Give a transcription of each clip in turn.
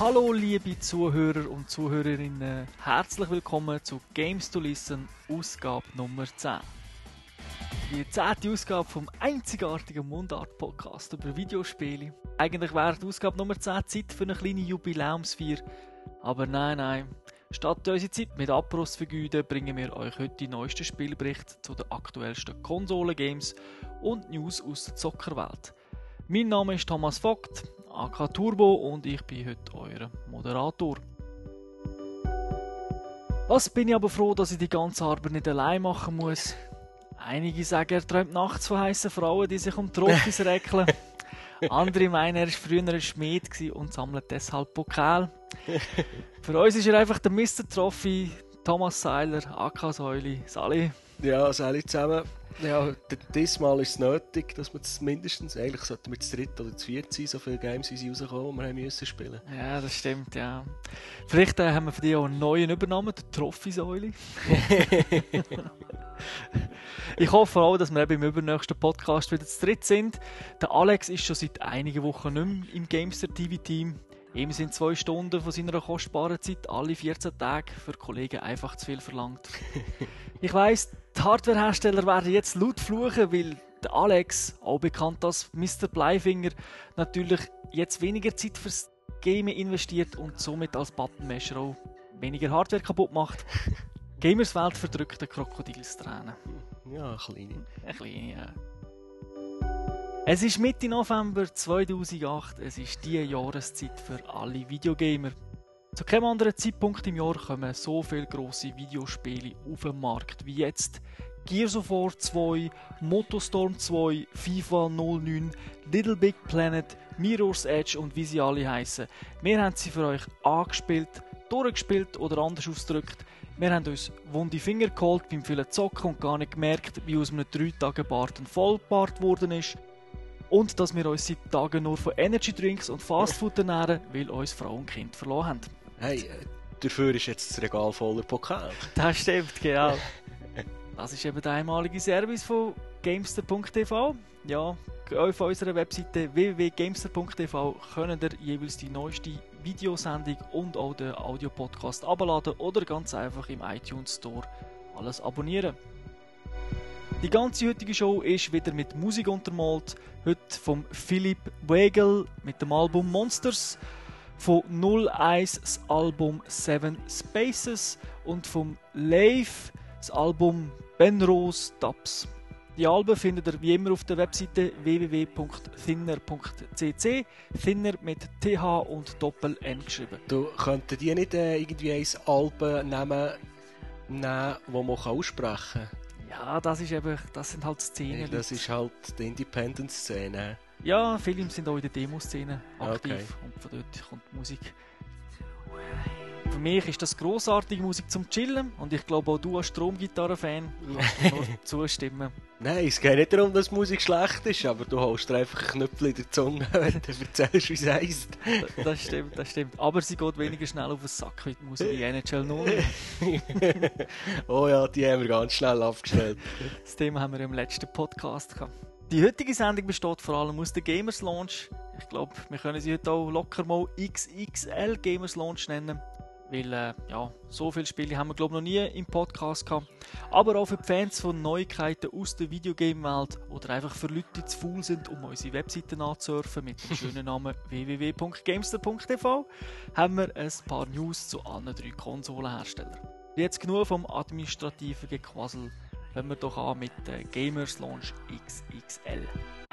Hallo liebe Zuhörer und Zuhörerinnen, herzlich willkommen zu Games to Listen, Ausgabe Nummer 10. Die 10. Ausgabe vom einzigartigen Mundart-Podcast über Videospiele. Eigentlich wäre die Ausgabe Nummer 10 Zeit für eine kleine Jubiläumsfeier, aber nein. Statt unsere Zeit mit Aperos zu vergeuden, bringen wir euch heute die neuesten Spielberichte zu den aktuellsten Konsolen-Games und News aus der Zockerwelt. Mein Name ist Thomas Vogt, aka Turbo, und ich bin heute euer Moderator. Was bin ich aber froh, dass ich die ganze Arbeit nicht allein machen muss. Einige sagen, er träumt nachts von heissen Frauen, die sich um Trophys räkeln. Andere meinen, er war früher ein Schmied und sammelt deshalb Pokal. Für uns ist er einfach der Mr. Trophy, Thomas Seiler, aka Säuli. Sali. Ja, Sali zusammen. Ja, diesmal ist es nötig, dass wir mindestens, eigentlich sollten wir zu dritt oder zu viert sein, so viele Games, wie sie rauskommen, die wir müssen spielen. Ja, das stimmt, ja. Vielleicht haben wir für dich auch einen neuen übernommen, den Trophy-Säuli. Ich hoffe auch, dass wir eben im übernächsten Podcast wieder zu dritt sind. Der Alex ist schon seit einigen Wochen nicht mehr im Gamester TV-Team. Ihm sind 2 Stunden von seiner kostbaren Zeit alle 14 Tage für Kollegen einfach zu viel verlangt. Ich weiss, die Hardwarehersteller werden jetzt laut fluchen, weil der Alex, auch bekannt als Mr. Bleifinger, natürlich jetzt weniger Zeit fürs Gamen investiert und somit als Buttonmasher auch weniger Hardware kaputt macht. Gamerswelt verdrückt den Krokodilstränen. Ja, eine kleine. Eine kleine, ja. Es ist Mitte November 2008, es ist die Jahreszeit für alle Videogamer. Zu keinem anderen Zeitpunkt im Jahr kommen so viele grosse Videospiele auf den Markt wie jetzt. Gears of War 2, Motostorm 2, FIFA 09, Little Big Planet, Mirror's Edge und wie sie alle heissen. Wir haben sie für euch angespielt, durchgespielt oder anders ausgedrückt. Wir haben uns wunde Finger geholt beim vielen Zocken und gar nicht gemerkt, wie aus einem 3-Tage-Bart ein Vollbart geworden ist. Und dass wir uns seit Tagen nur von Energy-Drinks und Fastfood ernähren, weil uns Frau und Kind verloren haben. Hey, dafür ist jetzt das Regal voller Pokal. Das stimmt, genau. Das ist eben der einmalige Service von Gamester.tv. Ja, auf unserer Webseite www.gamester.tv könnt ihr jeweils die neueste Videosendung und auch den Audio-Podcast abladen oder ganz einfach im iTunes Store alles abonnieren. Die ganze heutige Show ist wieder mit Musik untermalt. Heute vom Philipp Wegel mit dem Album Monsters, von 01 das Album Seven Spaces und vom Leif das Album Benrose Dubs. Die Alben findet ihr wie immer auf der Webseite www.thinner.cc, Thinner mit TH und Doppel-N geschrieben. Du könntest die nicht irgendwie ein Alben nehmen, das man aussprechen kann? Ja, das sind halt Szenen. Hey, das ist halt die Independent-Szene. Ja, viele sind auch in der Demoszene aktiv, okay. Und von dort kommt die Musik. Für mich ist das grossartige Musik zum Chillen und ich glaube auch du als Stromgitarren-Fan kannst nur zustimmen. Nein, es geht nicht darum, dass die Musik schlecht ist, aber du holst dir einfach einen Knüppel in der Zunge, wenn du erzählst, wie es heisst. Das stimmt. Aber sie geht weniger schnell auf den Sack wie die Musik in NHL 0. Oh ja, die haben wir ganz schnell abgestellt. Das Thema haben wir im letzten Podcast gehabt. Die heutige Sendung besteht vor allem aus der Gamers Launch. Ich glaube, wir können sie heute auch locker mal XXL Gamers Launch nennen. Weil, so viele Spiele haben wir, glaube ich, noch nie im Podcast gehabt. Aber auch für die Fans von Neuigkeiten aus der Videogame-Welt oder einfach für Leute, die zu faul sind, um unsere Webseite anzusurfen mit dem schönen Namen www.gamester.tv, haben wir ein paar News zu allen 3 Konsolenherstellern. Jetzt genug vom administrativen Gequassel, fangen wir doch an mit der Gamers Launch XXL.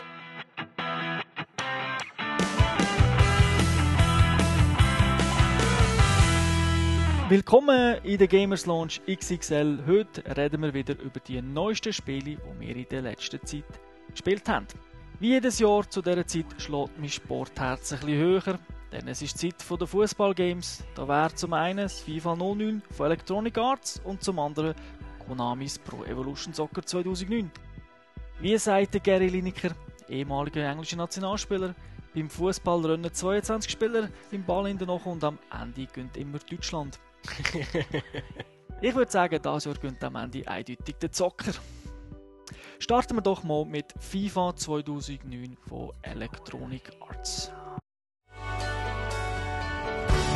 Willkommen in der Gamers Launch XXL. Heute reden wir wieder über die neuesten Spiele, die wir in der letzten Zeit gespielt haben. Wie jedes Jahr zu dieser Zeit schlägt mein Sportherz ein bisschen höher, denn es ist Zeit der Fußballgames. Da wäre zum einen das FIFA 09 von Electronic Arts und zum anderen Konamis Pro Evolution Soccer 2009. Wie sagt der Gary Lineker, ehemaliger englischer Nationalspieler, beim Fußball rennen 22 Spieler im Ball in der Nacht und am Ende gönnt immer Deutschland. Ich würde sagen, dieses Jahr gönnt am Ende eindeutig der Zocker. Starten wir doch mal mit FIFA 2009 von Electronic Arts.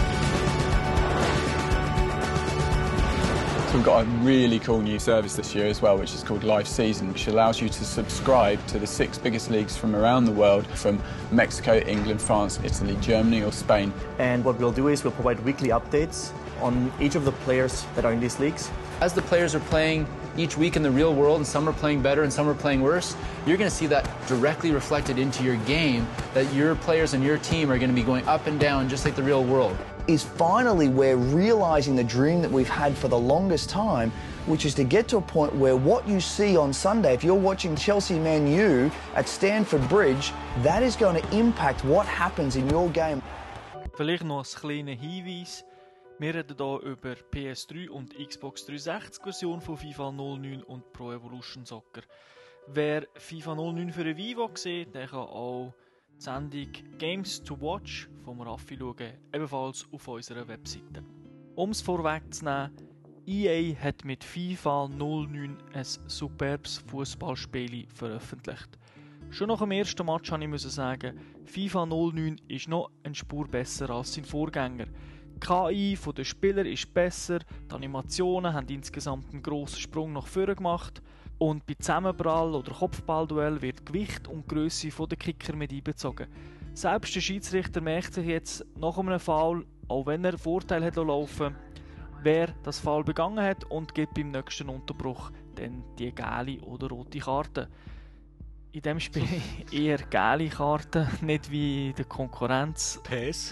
So we've got a really cool new service this year as well, which is called Live Season, which allows you to subscribe to the 6 biggest leagues from around the world, from Mexico, England, France, Italy, Germany or Spain. And what we'll do is we'll provide weekly updates on each of the players that are in these leagues. As the players are playing each week in the real world, and some are playing better and some are playing worse, you're going to see that directly reflected into your game, that your players and your team are going to be going up and down just like the real world. Is finally we're realising the dream that we've had for the longest time, which is to get to a point where what you see on Sunday, if you're watching Chelsea Man U at Stamford Bridge, that is going to impact what happens in your game. Vielleicht noch ein kleiner Hinweis. Wir reden hier über PS3 und Xbox 360 Version von FIFA 09 und Pro Evolution Soccer. Wer FIFA 09 für eine Wii sieht, der kann auch die Sendung Games to Watch vom Raffi schauen, ebenfalls auf unserer Webseite. Um es vorwegzunehmen, EA hat mit FIFA 09 ein superbes Fußballspiel veröffentlicht. Schon nach dem ersten Match musste ich sagen, FIFA 09 ist noch eine Spur besser als sein Vorgänger. Die KI der Spieler ist besser, die Animationen haben insgesamt einen grossen Sprung nach vorne gemacht und bei Zusammenprall oder Kopfballduell wird Gewicht und Grösse der Kicker mit einbezogen. Selbst der Schiedsrichter merkt sich jetzt nach einem Foul, auch wenn er Vorteil hat laufen, wer das Foul begangen hat und gibt beim nächsten Unterbruch dann die gelbe oder rote Karte. In diesem Spiel eher gelbe Karten, nicht wie der Konkurrenz. PES.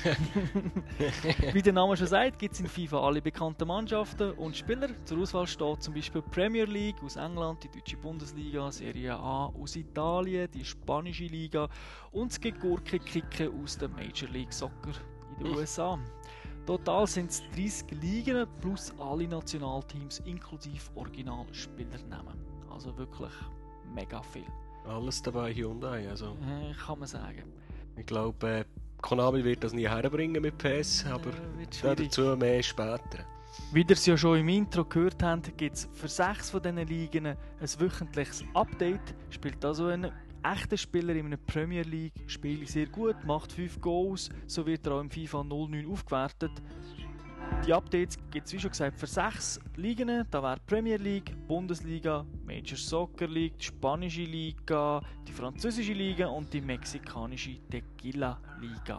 Wie der Name schon sagt, gibt es in FIFA alle bekannten Mannschaften und Spieler. Zur Auswahl steht zum Beispiel die Premier League aus England, die deutsche Bundesliga, Serie A aus Italien, die spanische Liga und es gibt Gurke-Kicker aus der Major League Soccer in den USA. Total sind es 30 Ligen plus alle Nationalteams inklusive Originalspielernamen. Also wirklich mega viel. Alles dabei Hyundai, also. Kann man sagen. Ich glaube, Konami wird das nie herbringen mit PES, aber dazu mehr später. Wie ihr es ja schon im Intro gehört habt, gibt es für 6 von diesen Ligen ein wöchentliches Update. Spielt also ein echter Spieler in einer Premier League Spiel sehr gut, macht 5 Goals, so wird er auch im FIFA 09 aufgewertet. Die Updates gibt es wie schon gesagt für 6 Ligen, da wäre die Premier League, Bundesliga, Major Soccer League, die spanische Liga, die französische Liga und die mexikanische Tequila Liga.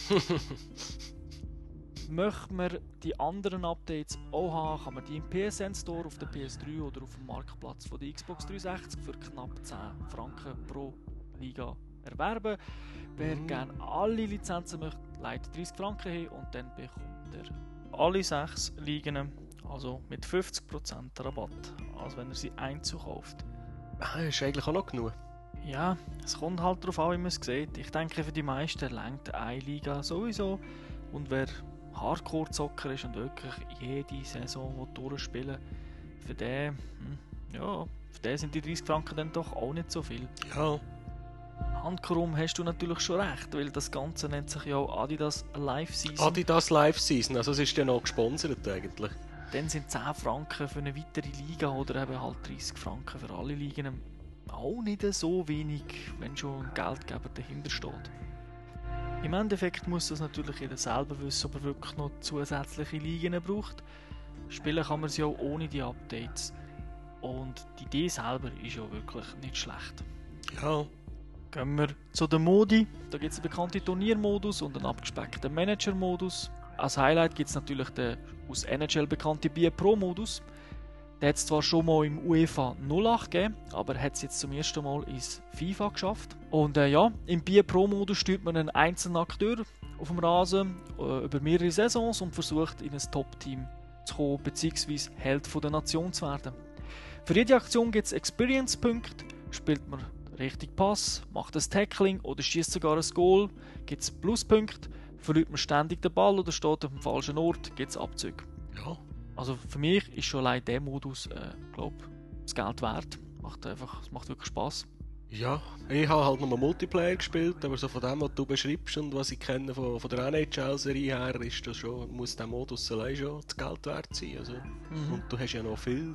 Möchte man die anderen Updates auch haben, kann man die im PSN Store auf der PS3 oder auf dem Marktplatz von der Xbox 360 für knapp 10 Franken pro Liga erwerben. Wer gerne alle Lizenzen möchte, leitet 30 Franken hin und dann bekommt er alle 6 Ligen, also mit 50% Rabatt, als wenn er sie einzeln kauft. Das ist eigentlich auch noch genug. Ja, es kommt halt darauf an, wie man es sieht. Ich denke, für die meisten reicht eine Liga sowieso. Und wer Hardcore-Zocker ist und wirklich jede Saison durchspielen, für den sind die 30 Franken dann doch auch nicht so viel. Ja. Handkrumm hast du natürlich schon recht, weil das Ganze nennt sich ja auch Adidas Live Season. Adidas Live Season, also es ist ja noch gesponsert eigentlich. Dann sind 10 Franken für eine weitere Liga oder eben halt 30 Franken für alle Ligen auch nicht so wenig, wenn schon ein Geldgeber dahinter steht. Im Endeffekt muss das natürlich jeder selber wissen, ob er wirklich noch zusätzliche Ligen braucht. Spielen kann man sie auch ohne die Updates. Und die Idee selber ist ja wirklich nicht schlecht. Ja. Gehen wir zu den Modi. Da gibt es einen bekannten Turniermodus und einen abgespeckten Manager-Modus. Als Highlight gibt es natürlich den aus NHL bekannten BIA Pro-Modus. Der hat es zwar schon mal im UEFA 08 gegeben, aber hat es jetzt zum ersten Mal ins FIFA geschafft. Und im BIA Pro-Modus steuert man einen einzelnen Akteur auf dem Rasen über mehrere Saisons und versucht in ein Top-Team zu kommen bzw. Held der Nation zu werden. Für jede Aktion gibt es Experience-Punkte. Spielt man richtig Pass, macht ein Tackling oder schießt sogar ein Goal, gibt es Pluspunkte. Verliert man ständig den Ball oder steht auf dem falschen Ort, gibt es Abzüge. Ja. Also für mich ist schon allein der Modus, das Geld wert. Es macht wirklich Spass. Ja, ich habe halt noch Multiplayer gespielt, aber so von dem, was du beschreibst und was ich kenne von der NHL-Serie her, ist das schon, muss der Modus allein schon das Geld wert sein. Also. Und du hast ja noch viel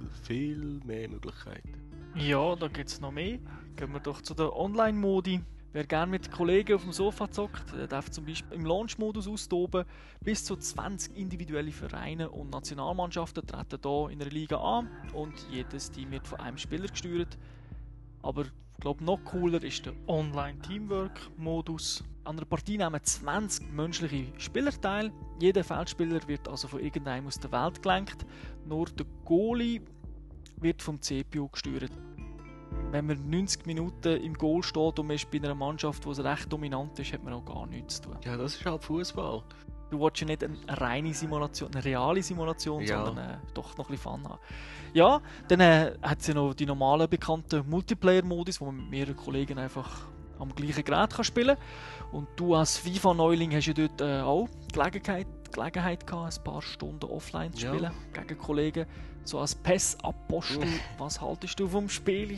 mehr Möglichkeiten. Ja, da gibt es noch mehr. Gehen wir doch zu den Online-Modi. Wer gerne mit Kollegen auf dem Sofa zockt, der darf zum Beispiel im Launch-Modus austoben. Bis zu 20 individuelle Vereine und Nationalmannschaften treten hier in einer Liga an und jedes Team wird von einem Spieler gesteuert. Aber ich glaube, noch cooler ist der Online-Teamwork-Modus. An einer Partie nehmen 20 menschliche Spieler teil. Jeder Feldspieler wird also von irgendeinem aus der Welt gelenkt. Nur der Goalie wird vom CPU gesteuert. Wenn man 90 Minuten im Goal steht und man ist bei einer Mannschaft, die recht dominant ist, hat man auch gar nichts zu tun. Ja, das ist halt Fußball. Du willst ja nicht eine reine Simulation, eine reale Simulation, Ja. sondern doch noch ein bisschen Fun haben. Ja, dann hat es ja noch die normalen bekannten Multiplayer-Modus, wo man mit mehreren Kollegen einfach am gleichen Gerät kann spielen kann. Und du als FIFA-Neuling hast ja dort auch Gelegenheit gehabt, ein paar Stunden offline zu spielen gegen Kollegen. So als PES-Apostel, was haltest du vom Spiel?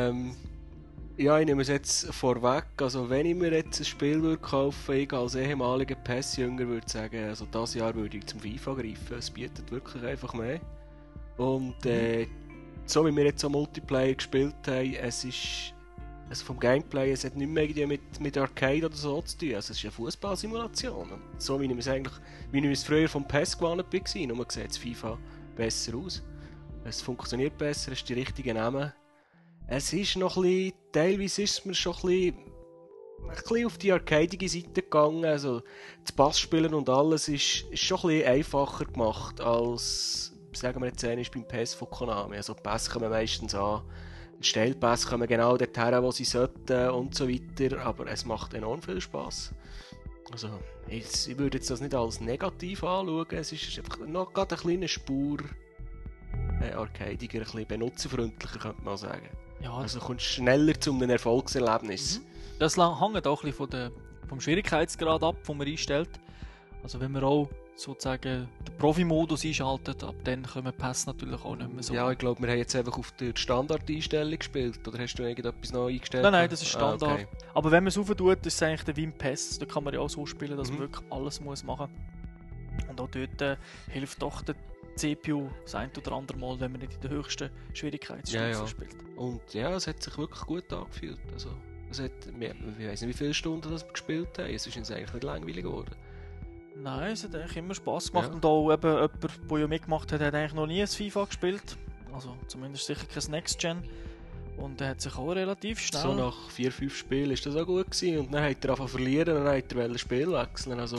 Ja, ich nehme es jetzt vorweg. Also wenn ich mir jetzt ein Spiel würde kaufen, ich als ehemaliger PES-Jünger würde sagen, also dieses Jahr würde ich zum FIFA greifen. Es bietet wirklich einfach mehr. Und so wie wir jetzt so Multiplayer gespielt haben, es ist also vom Gameplay, es hat nicht mehr irgendwie mit Arcade oder so zu tun. Also es ist eine Fußballsimulation. So wie ich es früher vom PES gewohnt war, nur sieht das FIFA besser aus. Es funktioniert besser, es ist die richtige Namen. Es ist noch ein bisschen, teilweise ist es mir schon ein bisschen auf die arcadige Seite gegangen. Also das Passspielen und alles ist schon ein bisschen einfacher gemacht als, sagen wir jetzt einmal, beim PES von Konami. Also die Pässe kommen meistens an, die Stellpässe kommen genau dorthin, wo sie sollten und so weiter. Aber es macht enorm viel Spass. Also ich würde jetzt das nicht als negativ anschauen. Es ist einfach noch gerade eine kleine Spur arcadiger, ein bisschen benutzerfreundlicher, könnte man sagen. Ja, also du kommst schneller zu einem Erfolgserlebnis. das hängt auch ein bisschen vom Schwierigkeitsgrad ab, den man einstellt. Also wenn man auch sozusagen den Profi-Modus einschaltet, ab dann können Pässe natürlich auch nicht mehr so. Ja, ich glaube, wir haben jetzt einfach auf der Standard-Einstellung gespielt. Oder hast du irgendetwas noch eingestellt? Nein, das ist Standard. Okay. Aber wenn man es aufentut, ist es eigentlich der wie im PES. Da kann man ja auch so spielen, dass man wirklich alles muss machen muss. Und auch dort hilft doch der CPU das ein oder andere Mal, wenn man nicht in der höchsten Schwierigkeitsstufe spielt. Und ja, es hat sich wirklich gut angefühlt. Also, ich weiss nicht, wie viele Stunden das wir gespielt haben. Es ist uns eigentlich nicht langweilig geworden. Nein, es hat eigentlich immer Spass gemacht. Und auch eben jemand, der ja mitgemacht hat, hat eigentlich noch nie ein FIFA gespielt. Also zumindest sicher kein Next-Gen. Und er hat sich auch relativ schnell... So nach 4-5 Spielen ist das auch gut gewesen. Und dann hat er angefangen zu verlieren und dann hat er das Spiel wechseln. Also...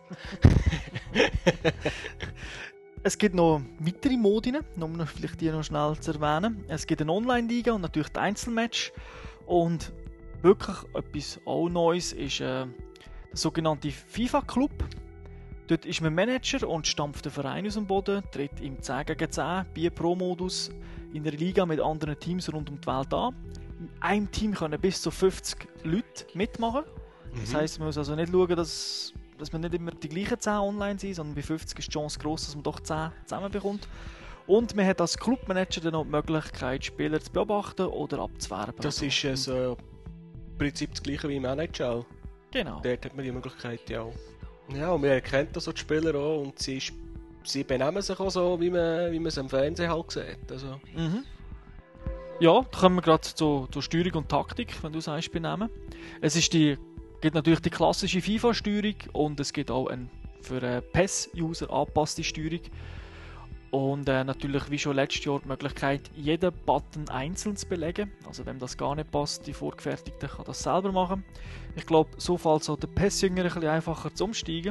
Es gibt noch weitere Modi, um vielleicht die noch schnell zu erwähnen. Es gibt eine Online-Liga und natürlich die Einzelmatch. Und wirklich etwas auch Neues ist der sogenannte FIFA-Club. Dort ist man Manager und stampft den Verein aus dem Boden, tritt im 10 gegen 10 Bier-Pro-Modus in der Liga mit anderen Teams rund um die Welt an. In einem Team können bis zu 50 Leute mitmachen. Das heisst, man muss also nicht schauen, dass man nicht immer die gleichen 10 online sind, sondern bei 50 ist die Chance gross, dass man doch 10 zusammenbekommt. Und man hat als Clubmanager dann noch die Möglichkeit, Spieler zu beobachten oder abzuwerben. Das ist im Prinzip das gleiche wie im NHL. Genau. Dort hat man die Möglichkeit ja auch. Ja, und man erkennt also die Spieler auch und sie benehmen sich auch so, wie man es am Fernsehen halt sieht. Also. Ja, da kommen wir gerade zur Steuerung und Taktik, wenn du sagst, benehmen. Gibt natürlich die klassische FIFA-Steuerung und es gibt auch eine für PES-User angepasste Steuerung. Und natürlich, wie schon letztes Jahr, die Möglichkeit, jeden Button einzeln zu belegen. Also wenn das gar nicht passt, die Vorgefertigte kann das selber machen. Ich glaube, so fällt es auch der PES-Jünger ein bisschen einfacher zu umsteigen.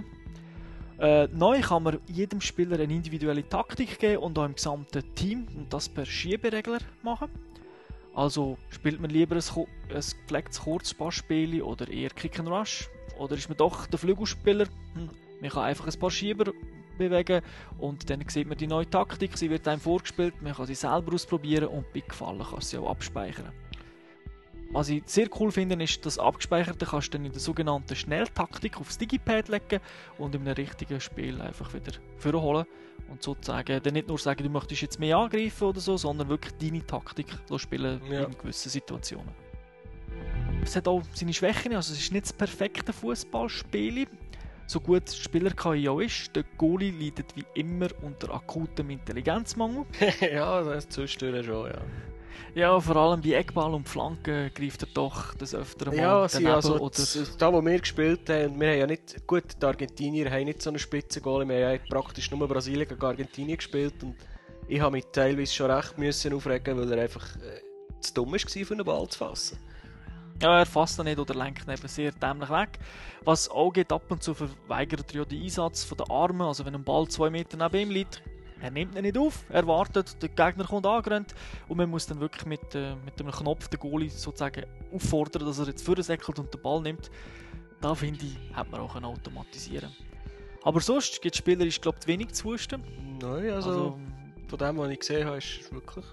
Neu kann man jedem Spieler eine individuelle Taktik geben und auch im gesamten Team und das per Schieberegler machen. Also spielt man lieber ein gepflegtes Kurzpassspiel oder eher Kick and Rush? Oder ist man doch der Flügelspieler? Man kann einfach ein paar Schieber bewegen und dann sieht man die neue Taktik, sie wird einem vorgespielt, man kann sie selber ausprobieren und bei Gefallen kann sie auch abspeichern. Was ich sehr cool finde, ist, das Abgespeicherte kannst du dann in der sogenannten Schnelltaktik aufs Digipad legen und in einem richtigen Spiel einfach wieder vorholen und sozusagen dann nicht nur sagen, du möchtest jetzt mehr angreifen oder so, sondern wirklich deine Taktik spielen in gewissen Situationen. Es hat auch seine Schwächen, also es ist nicht das perfekte Fußballspiel. So gut die Spieler-KI auch ist, der Goalie leidet wie immer unter akutem Intelligenzmangel. Ja, das zwischendurch schon, ja. Ja, vor allem bei Eckball und Flanken greift er doch das öfter mal Ja, daneben, also oder... da wo wir gespielt haben, und wir haben ja nicht, gut, die Argentinier haben nicht so einen Spitzengoal, wir haben ja praktisch nur Brasilien gegen Argentinien gespielt und ich habe mich teilweise schon recht müssen aufregen, weil er einfach zu dumm war, für einen Ball zu fassen. Ja, er fasst ihn nicht oder lenkt ihn eben sehr dämlich weg. Was auch geht, ab und zu verweigert er ja den Einsatz von den Armen, also wenn ein Ball 2 Meter neben ihm liegt, er nimmt ihn nicht auf, er wartet, der Gegner kommt angerannt und man muss dann wirklich mit einem Knopf den Goalie sozusagen auffordern, dass er jetzt vorsäckelt und den Ball nimmt. Da finde ich, hätte man auch automatisieren können. Aber sonst gibt es spielerisch, glaube ich, wenig zu wüsten. Nein, also von dem, was ich gesehen habe, ist es wirklich...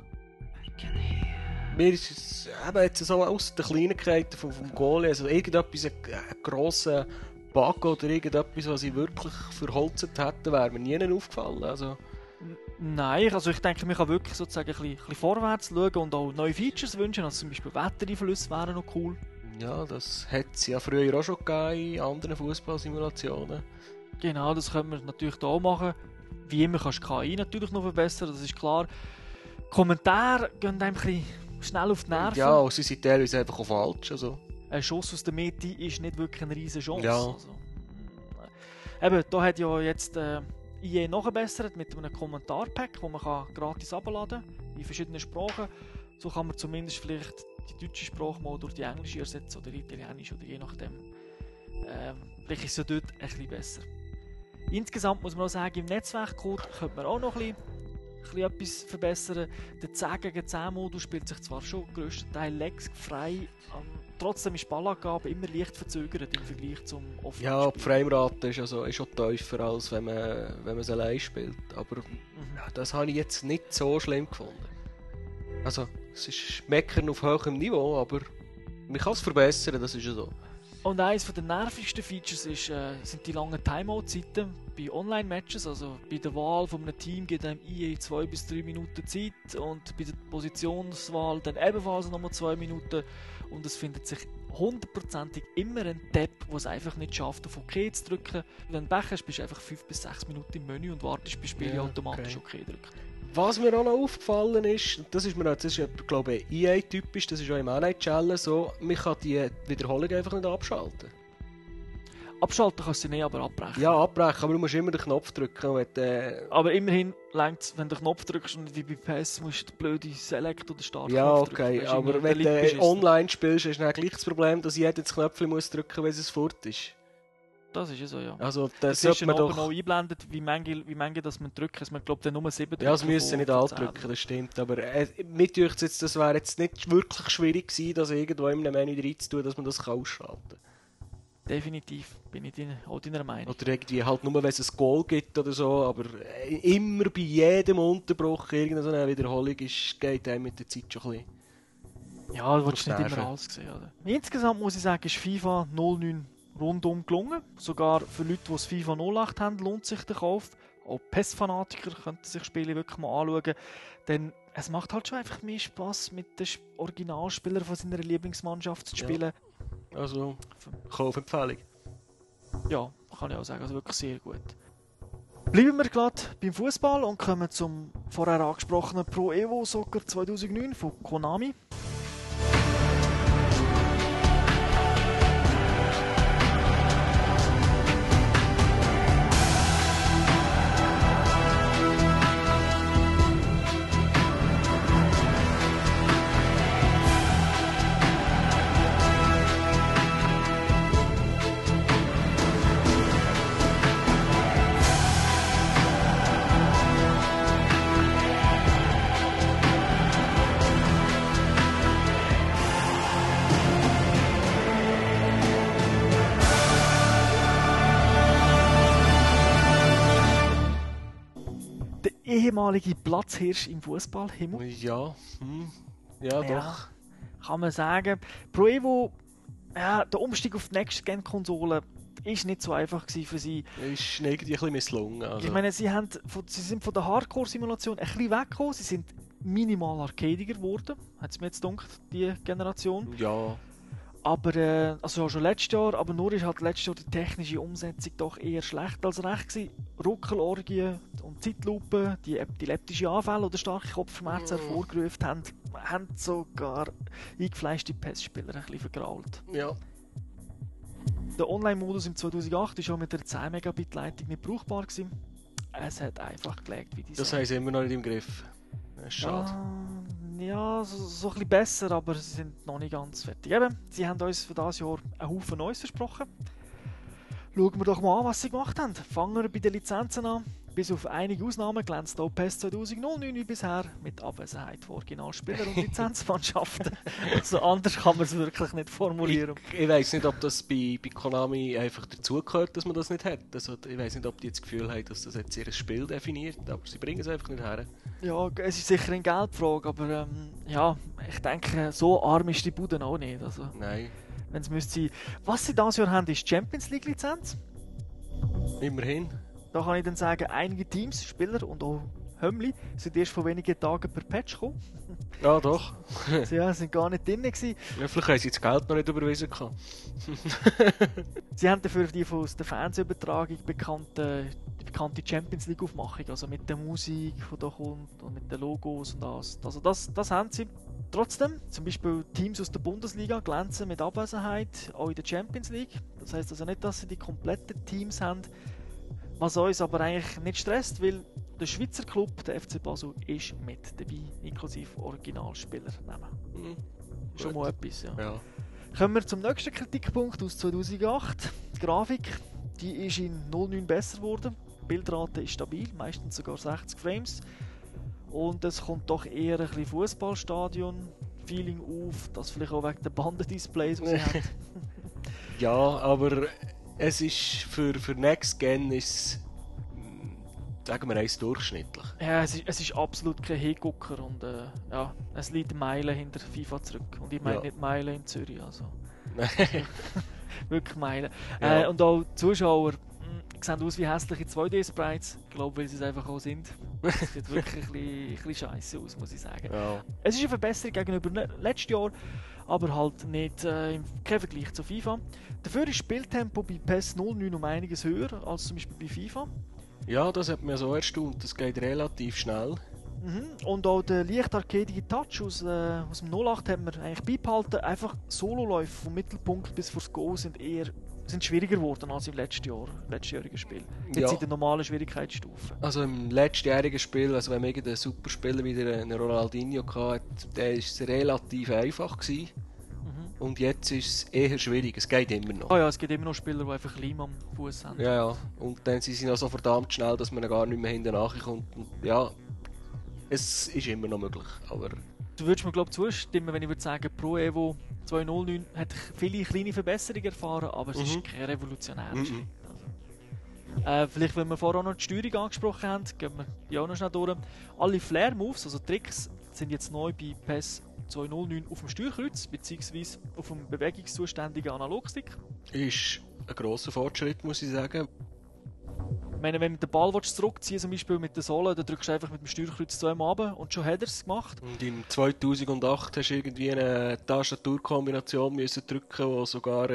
Mir ist es eben jetzt so aus den Kleinigkeiten vom Goalie, also irgendetwas, einen grossen Bug oder irgendetwas, was ich wirklich verholzt hätte, wäre mir nie aufgefallen. Also... Nein, also ich denke, man kann wirklich sozusagen ein bisschen vorwärts schauen und auch neue Features wünschen, also zum Beispiel Wettereinflüsse wären noch cool. Ja, das hat es ja früher auch schon gegeben in anderen Fußballsimulationen. Genau, das können wir natürlich hier auch machen. Wie immer kannst du KI natürlich noch verbessern, das ist klar. Kommentare gehen einem ein bisschen schnell auf die Nerven. Ja, und sie sind teilweise einfach auch falsch. Also. Ein Schuss aus der Mitte ist nicht wirklich eine riesige Chance. Ja. Also, eben, da hat ja jetzt EA nachgebessert mit einem Kommentarpack, das man gratis herunterladen kann, in verschiedenen Sprachen. So kann man zumindest vielleicht die deutsche Sprache mal durch die englische ersetzen oder die italienische oder je nachdem. Vielleicht ist es ja dort ein bisschen besser. Insgesamt muss man auch sagen, im Netzwerkcode könnte man auch noch ein bisschen etwas verbessern. Der 10 gegen 10 Modus spielt sich zwar schon grösstenteils legsfrei, trotzdem ist die Ballabgabe immer leicht verzögert im Vergleich zum Offline-Spiel. Ja, die Framerate ist schon tiefer, als wenn man es allein spielt. Aber ja, das habe ich jetzt nicht so schlimm gefunden. Also, es ist Meckern auf hohem Niveau, aber man kann es verbessern, das ist ja so. Und eines der nervigsten Features sind die langen Timeout-Zeiten bei Online-Matches. Also bei der Wahl von einem Team gibt einem EA 2 bis 3 Minuten Zeit und bei der Positionswahl dann ebenfalls nochmal 2 Minuten. Und es findet sich 100%ig immer ein Tab, der es einfach nicht schafft, auf OK zu drücken. Wenn du Pech hast, bist du einfach 5 bis 6 Minuten im Menü und wartest, bis Spiele automatisch OK drücken. Was mir auch noch aufgefallen ist, das ist glaube ich, EA-typisch, das ist auch im NHL so, man kann die Wiederholung einfach nicht abschalten. Abschalten kannst du nicht, aber abbrechen. Ja, abbrechen, aber du musst immer den Knopf drücken. Aber immerhin reicht es, wenn du den Knopf drückst und wie bei PES musst du den blöden Select oder Start ja, okay, drücken. Weißt, aber wenn du online spielst, hast du dann gleich das Problem, dass jeder das Knöpfchen muss drücken, wenn es fort ist. Das ist ja so, ja. Also, das ist man doch noch einblendet, wie manche das man drücken. Also man glaubt, nur 7 drücken. Ja, es müssen nicht alle drücken, das stimmt. Aber mit euch jetzt, das wäre jetzt nicht wirklich schwierig gewesen, das irgendwo in einem Menü reinzutun, dass man das ausschalten kann. Definitiv, bin ich auch deiner Meinung. Oder irgendwie halt nur, wenn es ein Goal gibt oder so, aber immer bei jedem Unterbruch irgendeine Wiederholung geht einem mit der Zeit schon ein bisschen. Ja, du willst nicht immer alles sehen, oder? Insgesamt muss ich sagen, ist FIFA 09 rundum gelungen. Sogar für Leute, die das FIFA 08 haben, lohnt sich der Kauf. Auch PES-Fanatiker könnten sich Spiele wirklich mal anschauen. Denn es macht halt schon einfach mehr Spass, mit den Originalspielern von seiner Lieblingsmannschaft zu spielen. Ja. Also, Kaufempfehlung. Ja, kann ich auch sagen. Also wirklich sehr gut. Bleiben wir gerade beim Fußball und kommen zum vorher angesprochenen Pro Evo Soccer 2009 von Konami. Ehemalige Platzhirsch im Fußballhimmel. Ja, ja, doch. Kann man sagen. Pro Evo, ja, der Umstieg auf die Next-Gen-Konsole ist nicht so einfach für sie. Ist irgendwie ein bisschen misslungen. Also. Ich meine, sie sind von der Hardcore-Simulation ein bisschen weggekommen. Sie sind minimal arcadiger geworden, hat es mir jetzt gedacht, die Generation. Ja. Aber, also ja, schon letztes Jahr, aber nur ist halt letztes Jahr die technische Umsetzung doch eher schlecht als recht gewesen. Ruckelorgien und Zeitlupen, die epileptische Anfälle oder starke Kopfschmerzen hervorgerufen haben sogar eingefleischte PES-Spieler ein bisschen vergrault. Ja. Der Online-Modus im 2008 war schon mit der 10 Megabit Leitung nicht brauchbar gewesen. Es hat einfach gelegt wie die Das Sau. haben sie immer noch nicht im Griff. Das ist schade. Ja, so ein bisschen besser, aber sie sind noch nicht ganz fertig. Eben, sie haben uns für dieses Jahr einen Haufen Neues versprochen. Schauen wir doch mal an, was sie gemacht haben. Fangen wir bei den Lizenzen an. Bis auf einige Ausnahmen glänzt auch PES 2009 wie bisher mit Abwesenheit von Originalspielern und Lizenzmannschaften. Also anders kann man es wirklich nicht formulieren. Ich weiss nicht, ob das bei Konami einfach dazugehört, dass man das nicht hat. Also, ich weiss nicht, ob die jetzt das Gefühl haben, dass das jetzt ihr Spiel definiert, aber sie bringen es einfach nicht her. Ja, es ist sicher eine Geldfrage, aber ja, ich denke, so arm ist die Bude auch nicht. Also, Nein. wenn's müsste sein. Was sie dieses Jahr haben, ist die Champions League Lizenz. Immerhin. Da kann ich dann sagen, einige Teams, Spieler und auch Hömmli sind erst vor wenigen Tagen per Patch gekommen. Ja, doch. Sie sind gar nicht drin gewesen. Ja, vielleicht haben sie das Geld noch nicht überwiesen gehabt. Sie haben dafür die von aus der Fernsehübertragung die bekannte Champions League Aufmachung, also mit der Musik, die da kommt und mit den Logos und alles. Also das haben sie. Trotzdem, zum Beispiel Teams aus der Bundesliga glänzen mit Abwesenheit, auch in der Champions League. Das heisst also nicht, dass sie die kompletten Teams haben, was uns aber eigentlich nicht stresst, weil der Schweizer Club, der FC Basel, ist mit dabei, inklusive Originalspieler nehmen. Schon mal etwas, ja. Ja. Kommen wir zum nächsten Kritikpunkt aus 2008. Die Grafik, die ist in 09 besser geworden. Die Bildrate ist stabil, meistens sogar 60 Frames. Und es kommt doch eher ein bisschen Fußballstadion-Feeling auf, das vielleicht auch wegen der Bandendisplays, die sie haben. Ja, aber es ist für Next Gen ist, sagen wir eins, durchschnittlich. Ja, es ist absolut kein Hingucker und ja, es liegt Meilen hinter FIFA zurück. Und ich meine nicht Meilen in Zürich, also wirklich Meilen. Ja. Und auch die Zuschauer sehen aus wie hässliche 2D-Sprites, ich glaube, weil sie es einfach auch sind. Es sieht wirklich ein bisschen scheisse aus, muss ich sagen. Ja. Es ist eine Verbesserung gegenüber letztes Jahr, aber halt nicht kein Vergleich zu FIFA. Dafür ist das Spieltempo bei PES 09 um einiges höher als zum Beispiel bei FIFA. Ja, das hat mich so erstaunt. Das geht relativ schnell. Und auch der leicht arcadige Touch aus dem 08 haben wir eigentlich beibehalten. Einfach Sololäufe vom Mittelpunkt bis vors Goal sind schwieriger geworden als im letztjährigen Spiel. Jetzt in der normalen Schwierigkeitsstufe. Also im letztjährigen Spiel, also wenn man einen Superspieler wie einen Ronaldinho hatte, der war es relativ einfach gewesen. Und jetzt ist es eher schwierig. Es geht immer noch. Oh ja, es gibt immer noch Spieler, die einfach Leim am Fuß haben. Ja, ja. Und dann sind sie noch so verdammt schnell, dass man gar nicht mehr hinten nachkommt. Und ja, es ist immer noch möglich. Aber Du würdest mir glaube ich zustimmen, wenn ich würde sagen, Pro Evo 2009 hat viele kleine Verbesserungen erfahren, aber es ist kein revolutionärer Schritt. Also, vielleicht, wenn wir vorher auch noch die Steuerung angesprochen haben, gehen wir die auch noch schnell durch. Alle Flare-Moves, also Tricks, sind jetzt neu bei PES 2009 auf dem Steuerkreuz bzw. auf dem bewegungszuständigen Analogstick. ist ein grosser Fortschritt, muss ich sagen. Ich meine, wenn du den Ball zurückziehen zum Beispiel mit der Sohle, dann drückst du einfach mit dem Steuerkreuz zweimal runter und schon hat er es gemacht. Und im 2008 hast du irgendwie eine Tastaturkombination müssen drücken, die sogar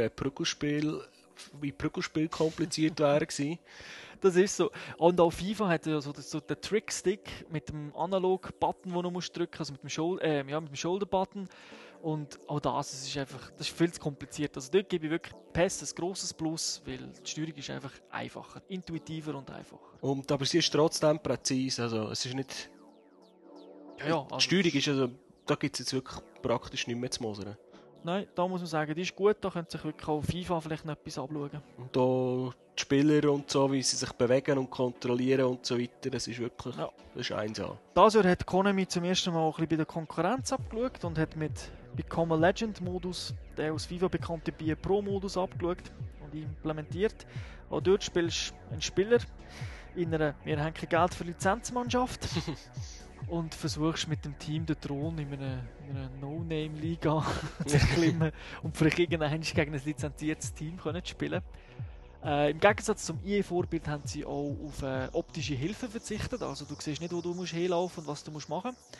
wie Prügelspiel kompliziert wäre gewesen. Das ist so. Und auch FIFA hat ja so den Trickstick mit dem Analog-Button, den du musst drücken, also mit dem Shoulder-Button. Und auch das ist viel zu kompliziert. Also dort gebe ich wirklich PES ein grosses Plus, weil die Steuerung ist einfach einfacher, intuitiver und einfacher. Aber sie ist trotzdem präzise. Also es ist nicht. Also die Steuerung ist also, da gibt es jetzt wirklich praktisch nicht mehr zu mosern. Nein, da muss man sagen, die ist gut, da könnte sich wirklich auch FIFA vielleicht noch etwas abschauen. Und da die Spieler und so, wie sie sich bewegen und kontrollieren und so weiter, das ist wirklich, das ist 1A. Dieses Jahr hat Konami zum ersten Mal ein bisschen bei der Konkurrenz abgeschaut und hat mit Become a Legend Modus, der aus FIFA bekannte BIE Pro Modus abgeschaut und implementiert. Auch dort spielst du einen Spieler in einer, wir haben kein Geld für Lizenzmannschaft. Und versuchst mit dem Team den Thron in einer No-Name-Liga zu klimmen und vielleicht irgendwann gegen ein lizenziertes Team zu spielen. Im Gegensatz zum EA-Vorbild haben sie auch auf optische Hilfe verzichtet. Also du siehst nicht, wo du hinlaufen und was du machen musst.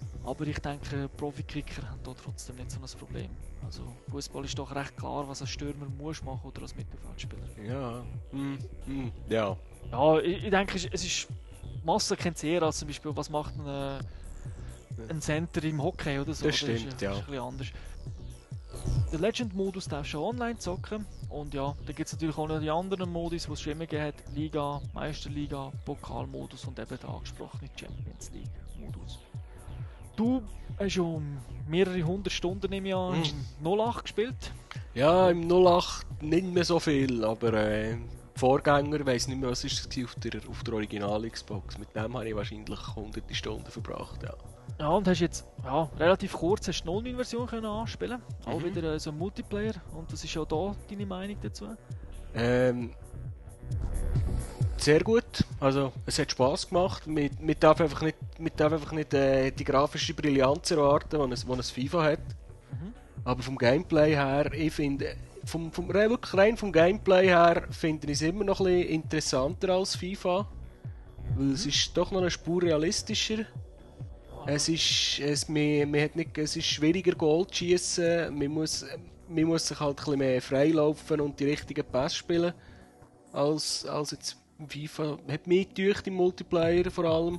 Aber ich denke, Profi-Kicker haben da trotzdem nicht so ein Problem. Also Fußball ist doch recht klar, was ein Stürmer muss machen oder als Mittelfeldspieler. Ja. Ja. Ja, ich denke, es ist Masse kennt es eher als zum Beispiel, was macht ein Center im Hockey oder so. Das stimmt, ist, ja. ist ein bisschen anders. Der Legend-Modus darfst du online zocken. Und ja, da gibt es natürlich auch noch die anderen Modus, die es schon immer gegeben hat. Liga, Meisterliga, Pokalmodus und eben der angesprochene Champions League-Modus. Du hast schon mehrere 100 Stunden im Jahr im 08 gespielt. Ja, im 08 nicht mehr so viel, aber Vorgänger, ich weiss nicht mehr, was es war auf der Original-Xbox. Mit dem habe ich wahrscheinlich hunderte Stunden verbracht, ja. Ja, und hast jetzt relativ kurz hast die 09-Version können anspielen. Auch wieder so ein Multiplayer. Und was ist auch da deine Meinung dazu? Sehr gut. Also, es hat Spass gemacht. Man darf einfach nicht die grafische Brillanz erwarten, die ein FIFA hat. Aber vom Gameplay her, ich finde, wirklich rein vom Gameplay her, finde ich es immer noch ein bisschen interessanter als FIFA. Weil es ist doch noch eine Spur realistischer. Es ist schwieriger, Goal zu schiessen. Man muss sich halt ein bisschen mehr freilaufen und die richtigen Pässe spielen. Als jetzt FIFA. Hat mich getäuscht im Multiplayer vor allem.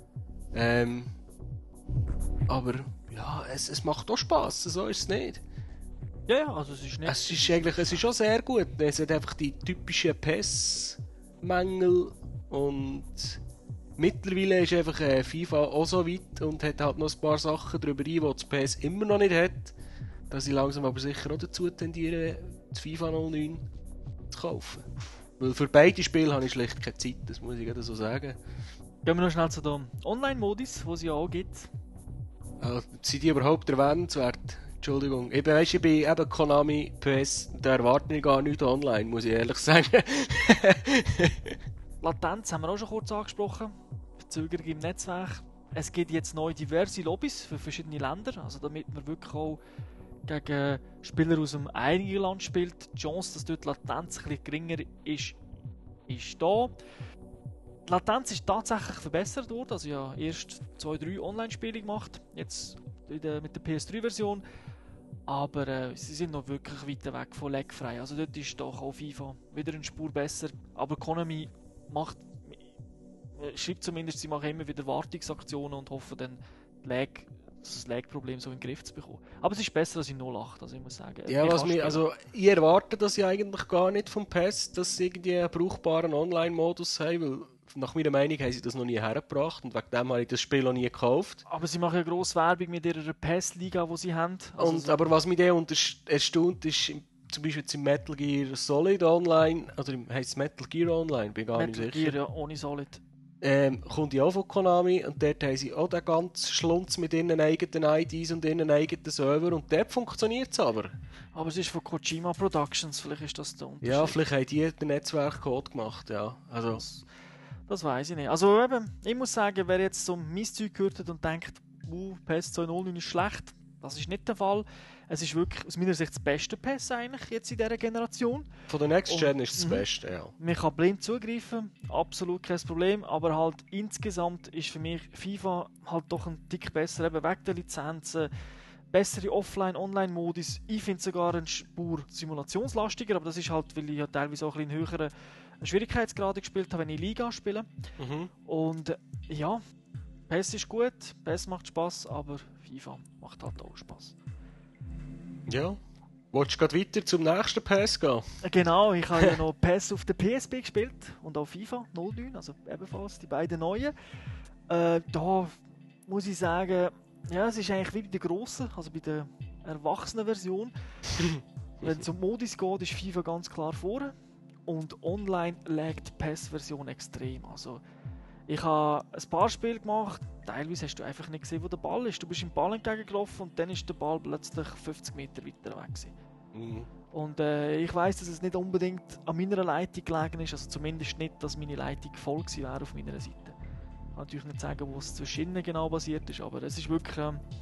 Aber ja, es macht auch Spass, so ist es nicht. Ja, also es ist nicht... Es ist schon sehr gut. Es hat einfach die typischen PES-Mängel und mittlerweile ist einfach FIFA auch so weit und hat halt noch ein paar Sachen darüber rein, die das PES immer noch nicht hat, dass ich langsam aber sicher auch dazu tendiere, das FIFA 09 zu kaufen. Weil für beide Spiele habe ich schlicht keine Zeit, das muss ich gerade so sagen. Gehen wir noch schnell zu dem Online-Modus, den es ja auch gibt. Sind die überhaupt erwähnenswert? Entschuldigung. Ich bin eben Konami, PES, da erwarte ich gar nichts online, muss ich ehrlich sagen. Latenz haben wir auch schon kurz angesprochen. Verzögerung im Netzwerk. Es gibt jetzt neu diverse Lobbys für verschiedene Länder, also damit man wirklich auch gegen Spieler aus dem eigenen Land spielt. Die Chance, dass dort die Latenz ein bisschen geringer ist da. Die Latenz ist tatsächlich verbessert worden, also ja erst 2-3 Online-Spiele gemacht, jetzt mit der PS3-Version. Aber sie sind noch wirklich weit weg von lagfrei. Also dort ist doch auch FIFA wieder eine Spur besser. Aber Konami schreibt zumindest, sie machen immer wieder Wartungsaktionen und hoffen dann, das Lag-Problem so in den Griff zu bekommen. Aber es ist besser als in 08, also ich muss sagen. Ja, ich erwarte das ja eigentlich gar nicht vom PES, dass sie irgendwie einen brauchbaren Online-Modus haben, weil nach meiner Meinung haben sie das noch nie hergebracht und wegen dem habe ich das Spiel noch nie gekauft. Aber sie machen ja grosse Werbung mit ihrer PES-Liga, die sie haben. Also aber was mich dann erstaunt ist, zum Beispiel jetzt im Metal Gear Solid Online, oder heisst es Metal Gear Online, bin gar nicht sicher. Metal Gear, ja, ohne Solid. Kommt ja auch von Konami und dort haben sie auch den ganzen Schlunz mit ihren eigenen IDs und ihren eigenen Server und dort funktioniert es aber. Aber es ist von Kojima Productions, vielleicht ist das der Unterschied. Ja, vielleicht haben die den Netzwerkcode gemacht, ja. Also. Das weiss ich nicht. Also eben, ich muss sagen, wer jetzt so mein Zeug gehört hat und denkt, PES 2.09 ist schlecht, das ist nicht der Fall. Es ist wirklich aus meiner Sicht das beste PES eigentlich jetzt in dieser Generation. Von der Next Gen ist es das Beste, ja. Man kann blind zugreifen, absolut kein Problem, aber halt insgesamt ist für mich FIFA halt doch ein Tick besser, eben wegen der Lizenzen, bessere Offline-Online-Modus. Ich finde sogar eine Spur simulationslastiger, aber das ist halt, weil ich ja teilweise auch ein bisschen höheren Schwierigkeitsgrade gespielt habe, wenn ich Liga spiele. Und ja, PES ist gut, PES macht Spass, aber FIFA macht halt auch Spass. Ja. Wolltest du gerade weiter zum nächsten PES gehen? Genau, ich habe ja noch PES auf der PSP gespielt und auch FIFA 09, also ebenfalls die beiden neuen. Da muss ich sagen, ja, es ist eigentlich wie bei der grossen, also bei der erwachsenen Version. Wenn es um Modus geht, ist FIFA ganz klar vorne. Und online laggt die PES-Version extrem. Also, ich habe ein paar Spiele gemacht, teilweise hast du einfach nicht gesehen, wo der Ball ist. Du bist im Ball entgegengelaufen und dann ist der Ball plötzlich 50 Meter weiter weg gewesen. Und ich weiss, dass es nicht unbedingt an meiner Leitung gelegen ist, also zumindest nicht, dass meine Leitung voll gewesen wäre auf meiner Seite. Ich kann natürlich nicht sagen, wo es zwischen ihnen genau basiert ist, aber es ist wirklich...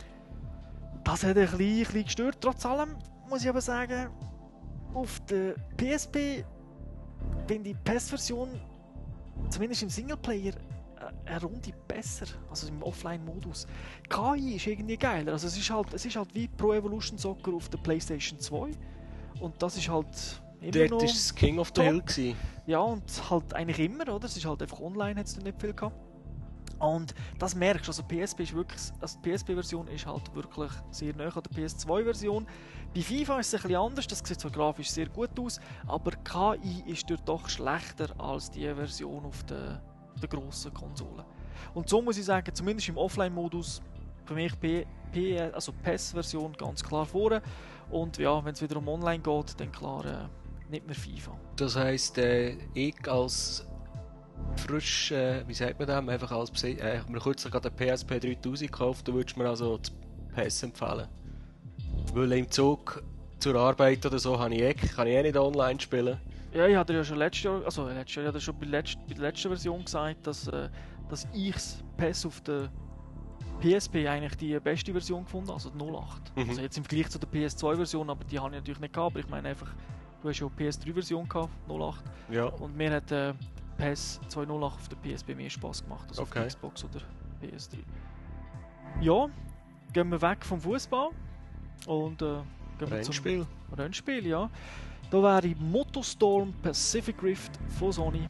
das hat ein bisschen gestört. Trotz allem muss ich aber sagen, auf der PSP finde ich die PES-Version, zumindest im Singleplayer, eine Runde besser, also im Offline-Modus. KI ist irgendwie geiler, also es ist halt wie Pro Evolution Soccer auf der PlayStation 2 und das ist halt immer Dort noch war es King of the Hill gewesen. Ja, und halt eigentlich immer, oder? Es ist halt einfach online, hat es nicht viel gehabt. Und das merkst du, also PSP ist wirklich, also die PSP-Version ist halt wirklich sehr nahe an der PS2-Version. Bei FIFA ist es ein bisschen anders, das sieht zwar grafisch sehr gut aus, aber KI ist dort doch schlechter als die Version auf der grossen Konsole. Und so muss ich sagen, zumindest im Offline-Modus, für mich also PES-Version ganz klar vorne. Und ja, wenn es wieder um Online geht, dann klar nicht mehr FIFA. Das heisst, ich als frisch, wie sagt man das, einfach als ich habe mir kürzlich gerade eine PSP 3000 gekauft, da würdest du mir also das PES empfehlen. Weil im Zug zur Arbeit oder so kann ich nicht online spielen. Ja, ich hatte ja schon letztes Jahr, ich hatte schon bei der letzten Version gesagt, dass ich das PES auf der PSP eigentlich die beste Version gefunden, also die 08. Also jetzt im Vergleich zu der PS2-Version, aber die habe ich natürlich nicht gehabt, aber ich meine einfach, du hast ja die PS3-Version gehabt, 08. Ja. Und mir hat PES 208 auf der PSP mehr Spaß gemacht als auf der Xbox oder PS3. Ja, gehen wir weg vom Fußball und gehen wir zum Rennspiel, ja. Da wäre Motostorm Pacific Rift von Sony.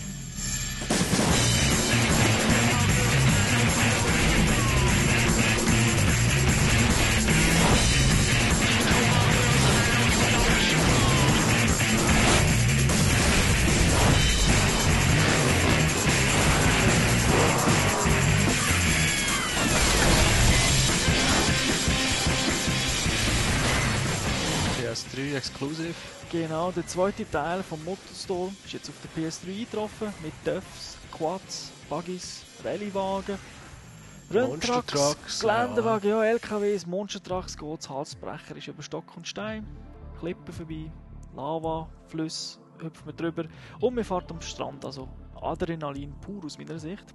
PS3 Exclusive. Genau, der zweite Teil von Motostorm ist jetzt auf der PS3 eingetroffen mit Duffs, Quads, Buggies, Rallyewagen, Renntrucks, Geländewagen, ja, LKWs, Monstertrucks, geht's, Halsbrecher ist über Stock und Stein, Klippen vorbei, Lava, Flüsse, hüpfen wir drüber und wir fahren am Strand, also Adrenalin pur aus meiner Sicht.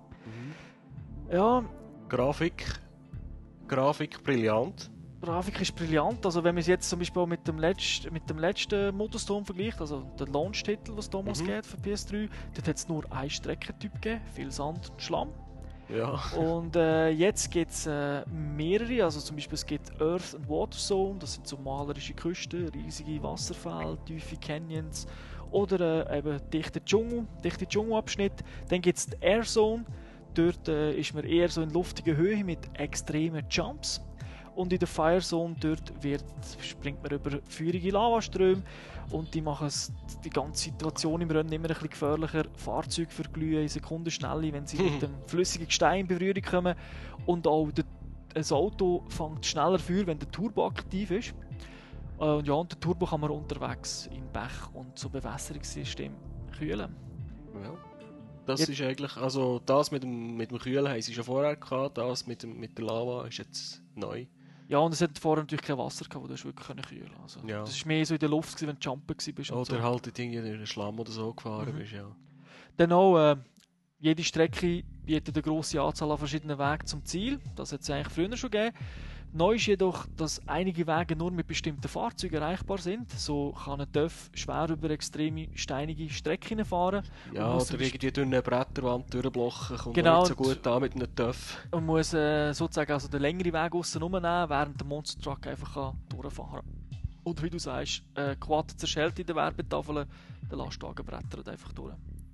Ja. Grafik brillant. Grafik ist brillant, also wenn man es jetzt zum Beispiel mit dem letzten Motostorm vergleicht, also der Launch-Titel, was es damals geht für PS3, dort hat es nur einen Streckentyp gegeben, viel Sand und Schlamm. Ja. Und jetzt gibt es mehrere, also zum Beispiel es gibt Earth and Water Zone, das sind so malerische Küsten, riesige Wasserfälle, tiefe Canyons oder eben dichte Dschungelabschnitt. Dann gibt es die Air Zone, dort ist man eher so in luftiger Höhe mit extremen Jumps. Und in der Fire Zone dort springt man über feurige Lavaströme und die machen die ganze Situation im Rennen immer ein bisschen gefährlicher. Fahrzeuge verglühen in Sekundenschnelle, wenn sie mit dem flüssigen Gestein in Berührung kommen. Und auch das Auto fängt schneller Feuer, wenn der Turbo aktiv ist. Und der Turbo kann man unterwegs in Bach und so Bewässerungssystemen kühlen. Ja. Das ist eigentlich, also das mit dem Kühlen haben sie schon vorher gehabt, das mit der Lava ist jetzt neu. Ja, und es hat vorher natürlich kein Wasser gehabt, wo du wirklich kühlen konntest. Also, das war mehr so in der Luft, wenn du jumpen warst. Oder so. halt in den Schlamm oder so gefahren bist, ja. Dann auch, jede Strecke bietet eine grosse Anzahl an verschiedenen Wegen zum Ziel. Das hat es eigentlich früher schon gegeben. Neu ist jedoch, dass einige Wege nur mit bestimmten Fahrzeugen erreichbar sind. So kann ein TÜV schwer über extreme steinige Strecken fahren. Ja, oder irgendwie durch eine Bretterwand durchblocken, kommt genau, nicht so gut an mit einem TÜV. Und muss sozusagen also den längeren Weg aussen rumnehmen, während der Monster Truck einfach durchfahren kann. Und wie du sagst, Quad zerschellt in der Werbetafel, der Lastwagen brettert einfach durch.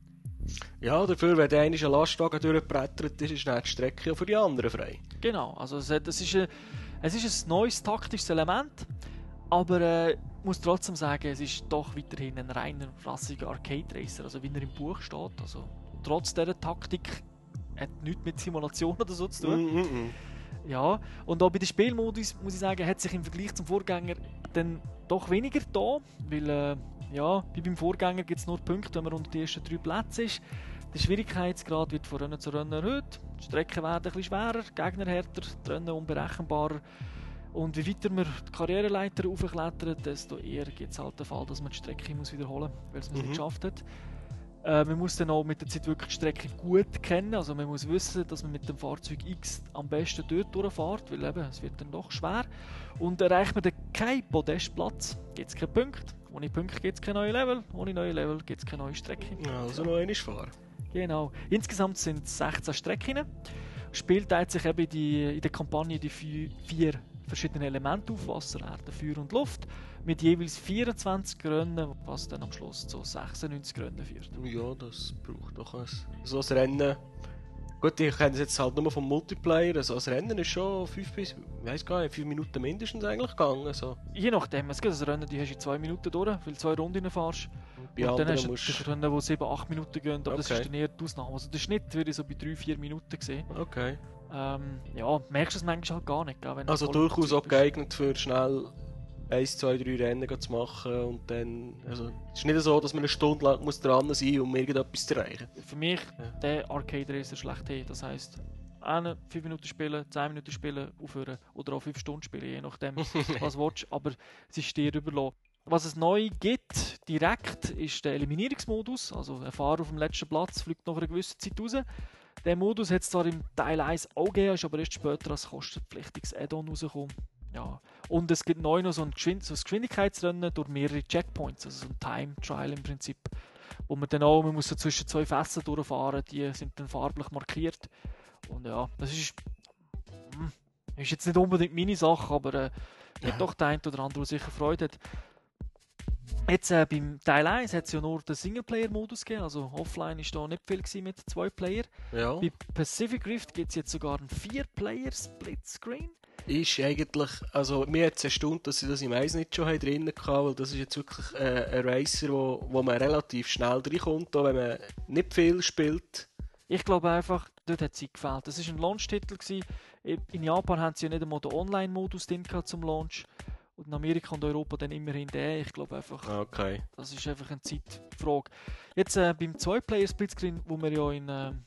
Ja, dafür, wenn der eine Lastwagen durchbrettert ist, ist dann die Strecke für die anderen frei. Genau, also es ist ein neues taktisches Element, aber ich muss trotzdem sagen, es ist doch weiterhin ein reiner, rassiger Arcade-Racer, also wie er im Buch steht. Also, trotz dieser Taktik hat nichts mit Simulation oder so zu tun. Ja, und auch bei den Spielmodus, muss ich sagen, hat sich im Vergleich zum Vorgänger dann doch weniger da, weil wie beim Vorgänger gibt es nur Punkte, wenn man unter den ersten 3 Plätzen ist. Der Schwierigkeitsgrad wird von Rennen zu Rennen erhöht, die Strecken werden ein bisschen schwerer, Gegner härter, die Rennen unberechenbarer. Und wie weiter man die Karriereleiter aufklettert, desto eher gibt es halt den Fall, dass man die Strecke wiederholen muss, weil es nicht geschafft hat. Man muss dann auch mit der Zeit wirklich die Strecke gut kennen, also man muss wissen, dass man mit dem Fahrzeug X am besten dort durchfährt, weil eben, es wird dann doch schwer. Und erreicht man dann keinen Podestplatz, gibt es keinen Punkt. Ohne Punkte gibt es keine neuen Level, ohne neue Level gibt es keine neue Strecke. Ja, also noch einmal fahren. Genau. Insgesamt sind es 16 Strecken. Spiel teilt sich eben in der Kampagne die 4 verschiedene Elemente auf: Wasser, Erde, Feuer und Luft. Mit jeweils 24 Rennen, was dann am Schluss zu 96 Rennen führt. Ja, das braucht doch so ein Rennen. Gut, ich kenne es jetzt halt nur vom Multiplayer. Also das Rennen ist schon 5 Minuten mindestens eigentlich gegangen. So. Je nachdem, es gibt ein Rennen, die hast du in 2 Minuten durch, weil du 2 Runden fährst. Bei und dann hast du musst... Rennen, die 7-8 Minuten gehen, aber das ist dann eher die Ausnahme. Also der Schnitt würde ich so bei 3-4 Minuten sehen. Okay. Ja, merkst du es manchmal halt gar nicht. Wenn also durchaus auch geeignet für schnell 1, 2, 3 Rennen zu machen und dann... Also, es ist nicht so, dass man eine Stunde lang muss dran sein muss, um irgendetwas zu erreichen. Für mich der Arcade-Racer schlechthin. Das heisst, 5 Minuten spielen, 10 Minuten spielen, aufhören oder auch 5 Stunden spielen, je nachdem, was du willst. Aber es ist dir überlassen. Was es neu gibt, direkt, ist der Eliminierungsmodus. Also ein Fahrer auf dem letzten Platz fliegt nach einer gewissen Zeit raus. Der Modus hat es zwar im Teil 1 auch gegeben, ist aber erst später als kostenpflichtiges Add-on rausgekommen. Ja. Und es gibt neu noch so ein Geschwindigkeitsrennen durch mehrere Checkpoints, also so ein Time-Trial im Prinzip. Wo man dann auch, man muss so zwischen 2 Fässern durchfahren, die sind dann farblich markiert. Und ja, das ist jetzt nicht unbedingt meine Sache, aber hat doch der eine oder andere, der sicher Freude hat. Jetzt beim Teil 1 hat es ja nur den Singleplayer-Modus gegeben, also offline war da nicht viel mit 2 Player. Ja. Bei Pacific Rift gibt es jetzt sogar einen 4-Player-Split-Screen. Ist eigentlich, also mir hat es erstaunt, dass sie das im 1 nicht schon drin hatten, weil das ist jetzt wirklich ein Racer, wo man relativ schnell reinkommt, auch wenn man nicht viel spielt. Ich glaube einfach, dort hat es gefällt. Das war ein Launch-Titel. In Japan haben sie ja nicht einmal den Online-Modus drin zum Launch. Und in Amerika und Europa dann immerhin den. Ich glaube einfach, okay. Das ist einfach eine Zeitfrage. Jetzt beim 2-Player-Splitscreen, wo wir ja in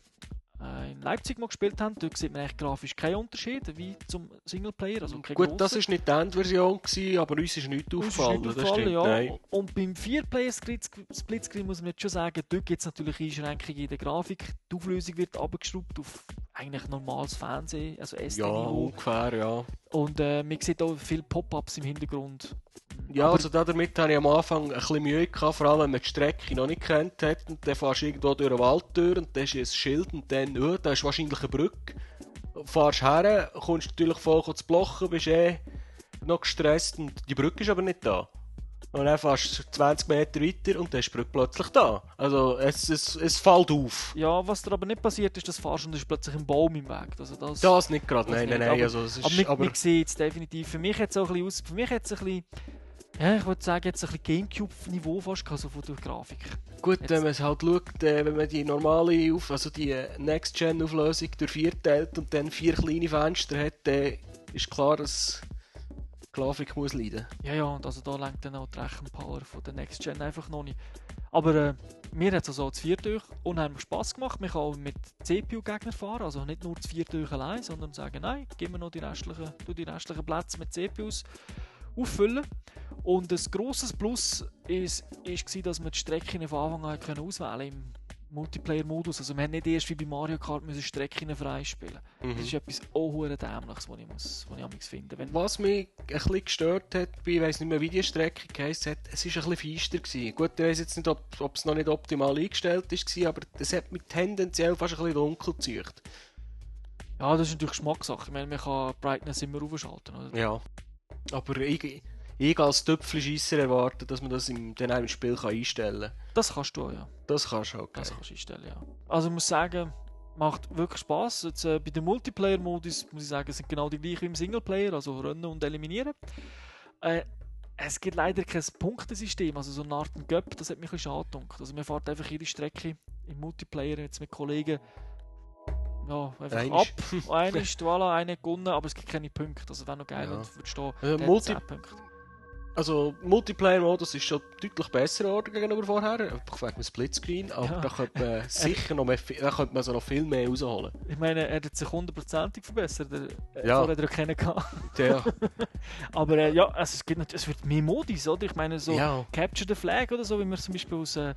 Leipzig mal gespielt haben, dort sieht man eigentlich grafisch keinen Unterschied wie zum Singleplayer. Also gut, das war nicht die Endversion, aber uns ist nichts aufgefallen. Das stimmt, ja. Nein. Und beim 4-Player-Splitscreen muss man jetzt schon sagen, dort gibt es natürlich Einschränkungen in der Grafik. Die Auflösung wird abgeschraubt auf eigentlich normales Fernsehen, also SD-Niveau. Ja, ungefähr, ja. Und man sieht auch viele Pop-ups im Hintergrund. Ja, aber also damit hatte ich am Anfang ein bisschen Mühe gehabt, vor allem wenn man die Strecke noch nicht kennt hat. Und dann fährst du irgendwo durch eine Waldtür und dann ist ein Schild und dann, da ist wahrscheinlich eine Brücke. Fährst her, kommst natürlich voll zu blocken, bist noch gestresst und die Brücke ist aber nicht da. Und dann fährst du 20 Meter weiter und dann ist die Brücke plötzlich da. Also es fällt auf. Ja, was da aber nicht passiert ist, dass du fährst und ist plötzlich ein Baum im Weg. Also das nicht gerade, nein. Also, es ist, aber man sieht es definitiv. Für mich hat es auch ein bisschen ja, ich würde sagen, jetzt ein bisschen Gamecube-Niveau fast, also von der Grafik. Gut, wenn man es halt schaut, wenn man die normale, also die Next-Gen-Auflösung durch 4 teilt und dann 4 kleine Fenster hat, dann ist klar, dass die Grafik muss leiden. Ja, und also da lenkt dann auch die Rechenpower von der Next-Gen einfach noch nicht. Aber mir hat es also das 4 durch unheimlich Spass gemacht. Man kann auch mit CPU-Gegnern fahren, also nicht nur das 4 durch allein, sondern sagen, nein, gib mir noch die restlichen Plätze mit CPUs auffüllen. Und ein grosses Plus war, dass man die Strecken von Anfang an auswählen im Multiplayer-Modus. Also wir haben nicht erst wie bei Mario Kart Strecken freispielen. Das ist etwas auch Dämliches, was ich finde. Was mich ein bisschen gestört hat, ich weiss nicht mehr, wie die Strecke geheißen hat, es war ein bisschen feister gewesen. Gut, ich weiss jetzt nicht, ob es noch nicht optimal eingestellt war, aber es hat mich tendenziell fast ein bisschen dunkel gezeugt. Ja, das ist natürlich Geschmackssache. Ich meine, man kann Brightness immer aufschalten, oder? Ja, aber ich als Töpfelscheisser erwarte, dass man das in einem Spiel einstellen kann. Das kannst du auch, ja. Das kannst du auch, okay. Das kannst du einstellen, ja. Also ich muss sagen, macht wirklich Spass. Jetzt, bei dem Multiplayer-Modus muss ich sagen, sind genau die gleichen wie im Singleplayer, also Rennen und Eliminieren. Es gibt leider kein Punktesystem, also so eine Art Göpp, das hat mich ein bisschen schade gedacht. Also man fährt einfach jede Strecke im Multiplayer jetzt mit Kollegen einfach ab. Eine gewonnen, aber es gibt keine Punkte. Also wäre noch geil, wenn du würdest 10 Punkte. Also Multiplayer-Modus ist schon deutlich besser geworden gegenüber vorher, einfach wegen dem Splitscreen, aber da könnte man sicher noch mehr, da könnte man so noch viel mehr rausholen. Ich meine, er hat sich 100%ig verbessert, vorher hat er keinen gehabt. Ja. Aber es wird mehr Modis, oder? Ich meine, so Capture the Flag oder so, wie wir zum Beispiel aus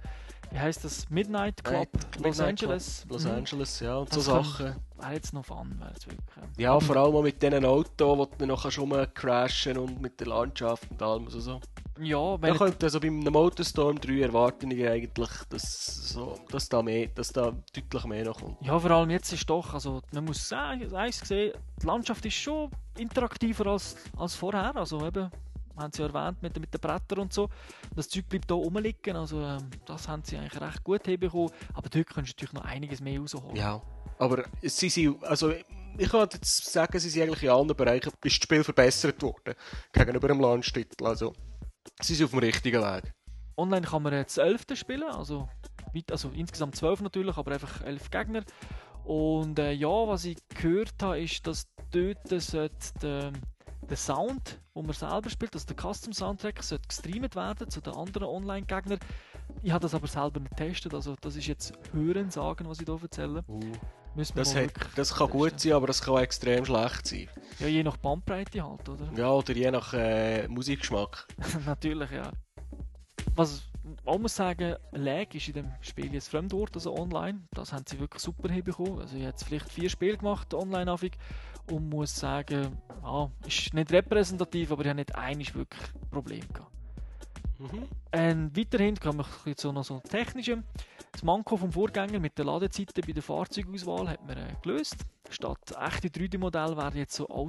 wie heisst das? Midnight Club Los Angeles. Los Angeles, ja, und das so Sachen. Wäre jetzt noch Fun, wäre es wirklich. Ja, aber vor allem auch mit diesen Autos, wo du noch rumcrashen kannst und mit der Landschaft und allem. Also so. Ja, wenn Da könnte also bei einem Motorstorm 3 erwarte ich eigentlich, dass da deutlich mehr noch kommt. ja, vor allem jetzt ist doch, also man muss sagen, eins gesehen, die Landschaft ist schon interaktiver als vorher, also eben, haben sie ja erwähnt, mit den Brettern und so, das Zeug bleibt hier rumliegen, also das haben sie eigentlich recht gut hinbekommen, aber dort kannst du natürlich noch einiges mehr rausholen. Ja, aber sie sind, also ich kann jetzt sagen, sie sind eigentlich in allen Bereichen, ist das Spiel verbessert worden gegenüber dem Launch-Titel, also sie sind auf dem richtigen Weg. Online kann man jetzt 11. spielen, also insgesamt 12 natürlich, aber einfach 11 Gegner. Und ja, was ich gehört habe, ist, dass dort der Sound, den man selber spielt, also der Custom-Soundtrack, sollte gestreamt werden zu den anderen Online-Gegnern. Ich habe das aber selber nicht getestet, also das ist jetzt Hörensagen, was ich hier erzähle. Das kann gut sein, aber das kann auch extrem schlecht sein. Ja, je nach Bandbreite halt, oder? Ja, oder je nach Musikgeschmack. Natürlich, ja. Was man muss sagen, Lag ist in dem Spiel jetzt Fremdwort, also online. Das haben sie wirklich super hinbekommen. Also ich habe jetzt vielleicht 4 Spiele gemacht, online und muss sagen, ja, ist nicht repräsentativ, aber ich habe nicht einiges wirklich Problem gehabt. Weiterhin kann man jetzt noch so technische. Das Manko vom Vorgänger mit den Ladezeiten bei der Fahrzeugauswahl hat man gelöst. Statt echte 3D-Modelle werden jetzt so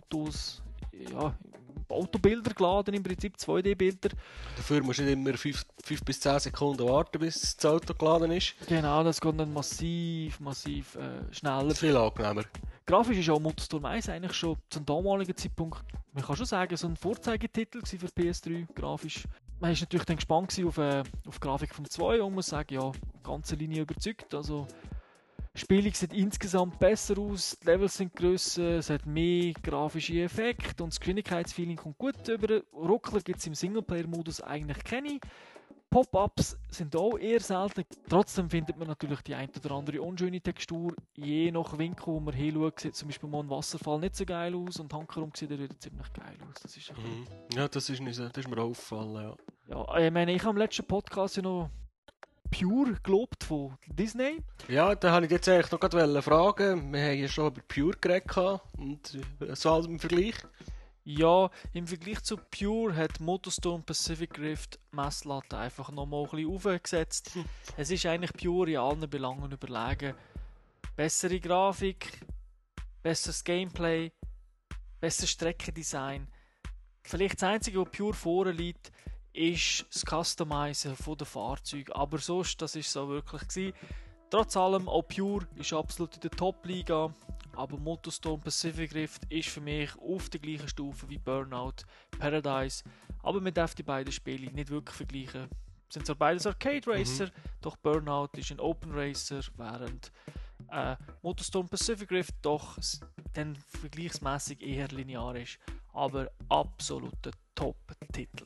Autobilder geladen, im Prinzip 2D-Bilder. Dafür musst du nicht immer 5 bis 10 Sekunden warten, bis das Auto geladen ist. Genau, das geht dann massiv schneller. Viel angenehmer. Grafisch ist auch Motorstorm 1 eigentlich schon zum damaligen Zeitpunkt, man kann schon sagen, so ein Vorzeigetitel für PS3, grafisch. Man war natürlich dann gespannt auf die Grafik vom 2 und muss sagen, ja, die ganze Linie überzeugt. Also, die Spielung sieht insgesamt besser aus, die Levels sind grösser, es hat mehr grafische Effekte und das Geschwindigkeitsfeeling kommt gut über. Ruckler gibt es im Singleplayer-Modus eigentlich keine. Pop-Ups sind auch eher selten. Trotzdem findet man natürlich die ein oder andere unschöne Textur. Je nach Winkel, wo man hinschaut, sieht zum Beispiel mal ein Wasserfall nicht so geil aus und handherum sieht er wieder ziemlich geil aus. Das ist ja, das ist mir aufgefallen, ja. Ja, ich meine, ich habe im letzten Podcast ja noch Pure gelobt von Disney. Ja, da wollte ich jetzt eigentlich noch gerade fragen. Wir haben ja schon über Pure geredet und so als im Vergleich. Ja, im Vergleich zu Pure hat Motorstorm Pacific Rift Messlatte einfach nochmal ein bisschen aufgesetzt. Es ist eigentlich Pure in allen Belangen überlegen. Bessere Grafik, besseres Gameplay, besseres Streckendesign. Vielleicht das Einzige, was Pure vorne liegt, ist das Customizen der Fahrzeuge. Aber sonst, das ist so wirklich gewesen. Trotz allem, auch Pure ist absolut in der Top-Liga. Aber Motorstorm Pacific Rift ist für mich auf der gleichen Stufe wie Burnout, Paradise. Aber man darf die beiden Spiele nicht wirklich vergleichen. Es sind zwar beides Arcade Racer, doch Burnout ist ein Open Racer, während Motorstorm Pacific Rift doch dann vergleichsmäßig eher linear ist. Aber absoluter Top-Titel.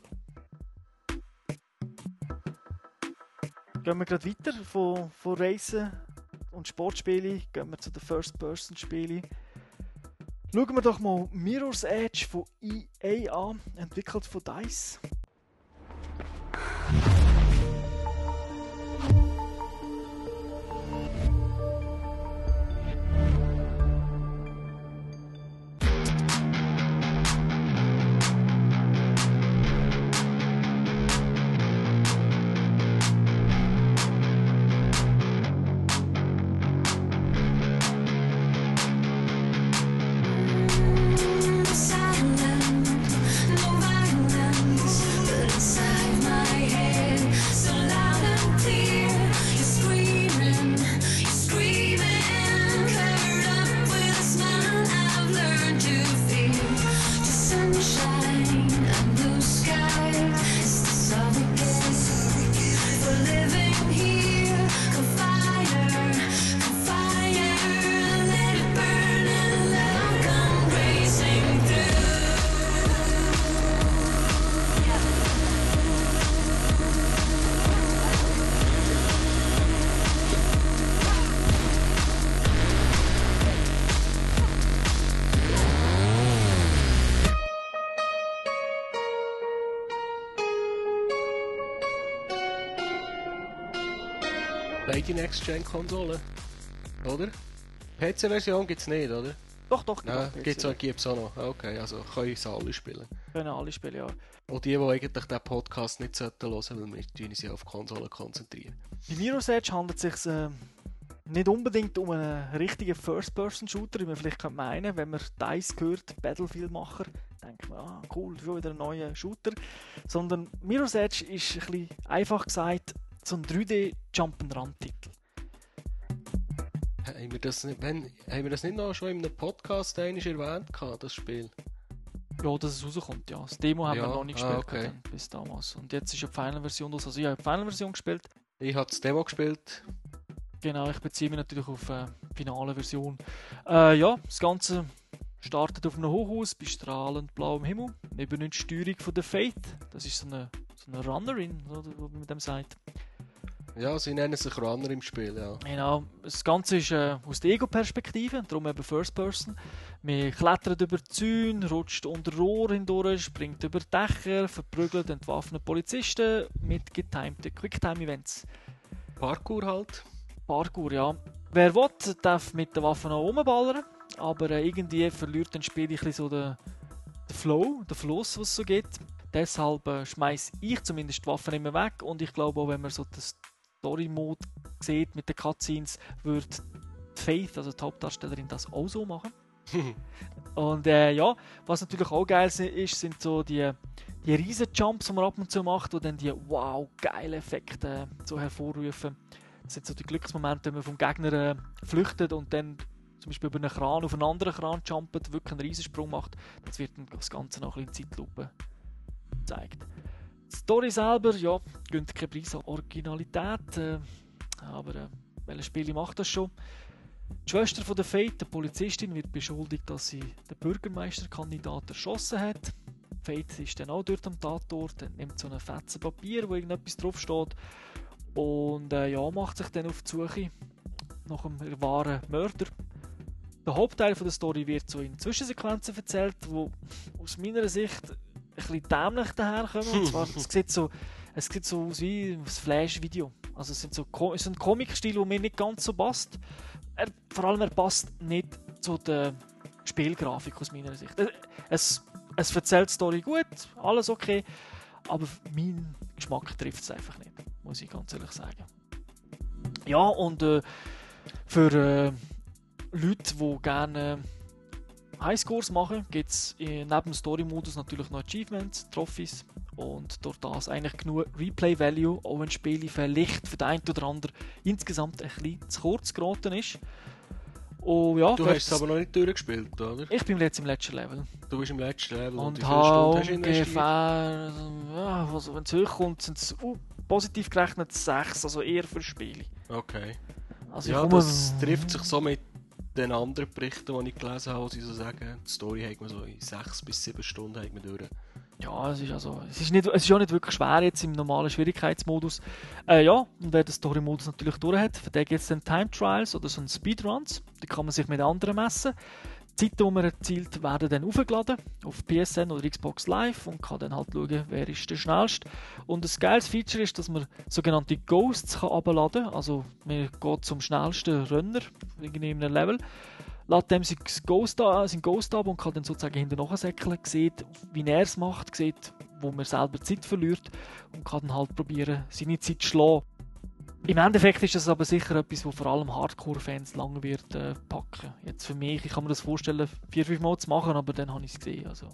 Gehen wir gerade weiter von Racen und Sportspielen, gehen wir zu den First-Person-Spielen. Schauen wir doch mal Mirror's Edge von EA an, entwickelt von DICE. beide Next-Gen-Konsolen, oder? PC-Version gibt es nicht, oder? Doch, Ja, gibt es auch noch. Okay, also können sie alle spielen. Können alle spielen, ja. Und die eigentlich den Podcast nicht hören sollten, weil wir uns ja auf Konsolen konzentrieren. Bei Mirror's Edge handelt es sich nicht unbedingt um einen richtigen First-Person-Shooter, wie man vielleicht meinen könnte. Wenn man DICE hört, Battlefield-Macher, denkt man, cool, schon wieder ein neuer Shooter. Sondern Mirror's Edge ist ein bisschen, einfach gesagt, so ein 3D-Jump-and-Run-Titel. Haben wir das nicht noch schon in einem Podcast erwähnt, das Spiel? Ja, dass es rauskommt, ja. Das Demo haben wir noch nicht gespielt okay. bis damals. Und jetzt ist ja die Final-Version raus. Also ich habe die Final-Version gespielt. Ich habe das Demo gespielt. Genau, ich beziehe mich natürlich auf die finale Version. Ja, das Ganze startet auf einem Hochhaus bei strahlend blauem Himmel. Wir übernehmen die Steuerung von der Fate. Das ist so eine Runnerin, oder, wie man dem sagt. Ja, sie nennen sich Runner im Spiel, ja. Genau, das Ganze ist aus der Ego-Perspektive, darum eben First Person. Wir klettern über die Zäune, rutscht unter Rohr hindurch, springt über Dächer, verprügelt entwaffnete Polizisten mit getimten Quicktime-Events. Parkour halt. Parkour, ja. Wer will, darf mit der Waffe noch rumballern, aber irgendwie verliert das Spiel ein bisschen so den Flow, den Fluss, was es so gibt. Deshalb schmeiße ich zumindest die Waffe nicht mehr weg und ich glaube auch, wenn man so das Story-Mode sieht mit den Cutscenes, würde die Faith, also die Hauptdarstellerin, das auch so machen. Und ja, was natürlich auch geil ist, sind so die riesen Jumps, die man ab und zu macht, die dann die wow, geilen Effekte so hervorrufen. Das sind so die Glücksmomente, wenn man vom Gegner flüchtet und dann zum Beispiel über einen Kran auf einen anderen Kran jumpt, wirklich einen Riesensprung macht. Das wird dann das Ganze noch ein bisschen in Zeitlupe gezeigt. Die Story selber, ja, gönnt keinen Preis an Originalität, aber welches Spiel macht das schon? Die Schwester von der Fate, der Polizistin, wird beschuldigt, dass sie den Bürgermeisterkandidat erschossen hat. Fate ist dann auch dort am Tatort, nimmt so einen Fetzen Papier, wo irgendetwas draufsteht und ja, macht sich dann auf die Suche nach einem wahren Mörder. Der Hauptteil von der Story wird so in Zwischensequenzen erzählt, wo aus meiner Sicht ein bisschen dämlich daherkommen. Und zwar, es sieht so aus wie ein Flash-Video. Also es ist ein Comic-Stil, der mir nicht ganz so passt. Vor allem er passt nicht zu der Spielgrafik aus meiner Sicht. Es erzählt die Story gut, alles okay, aber mein Geschmack trifft es einfach nicht, muss ich ganz ehrlich sagen. Ja, und für Leute, die gerne Highscores machen, gibt es neben dem Story-Modus natürlich noch Achievements, Trophies und durch das eigentlich genug Replay-Value, auch wenn Spiele vielleicht für den einen oder anderen insgesamt ein bisschen zu kurz geraten ist. Oh, ja, du hast es aber noch nicht durchgespielt, oder? Ich bin jetzt im letzten Level. Du bist im letzten Level und wie viele Stunden hast du ungefähr, ja, also wenn es hochkommt, sind es positiv gerechnet 6, also eher für Spiele. Okay. Also ja, das trifft sich so mit den anderen Berichten, die ich gelesen habe, wo sie so sagen, die Story hat man so in 6 bis 7 Stunden hat man durch. Ja, es ist ja nicht wirklich schwer jetzt im normalen Schwierigkeitsmodus. Ja, und wer den Story-Modus natürlich durch hat, für den gibt es dann Time Trials oder so ein Speedruns. Da kann man sich mit anderen messen. Die Zeiten, die man erzielt, werden dann aufgeladen auf PSN oder Xbox Live und kann dann halt schauen, wer ist der schnellste. Und ein geiles Feature ist, dass man sogenannte Ghosts herunterladen kann. Also man geht zum schnellsten Runner in einem Level, lädt dem sein Ghost ab und kann dann sozusagen hinten nachsäckeln, sieht, wie er es macht, sieht, wo man selber Zeit verliert und kann dann halt probieren, seine Zeit zu schlagen. Im Endeffekt ist das aber sicher etwas, was vor allem Hardcore-Fans lange wird packen. Jetzt für mich, ich kann mir das vorstellen, 4-5 Mal zu machen, aber dann habe ich es gesehen. Also.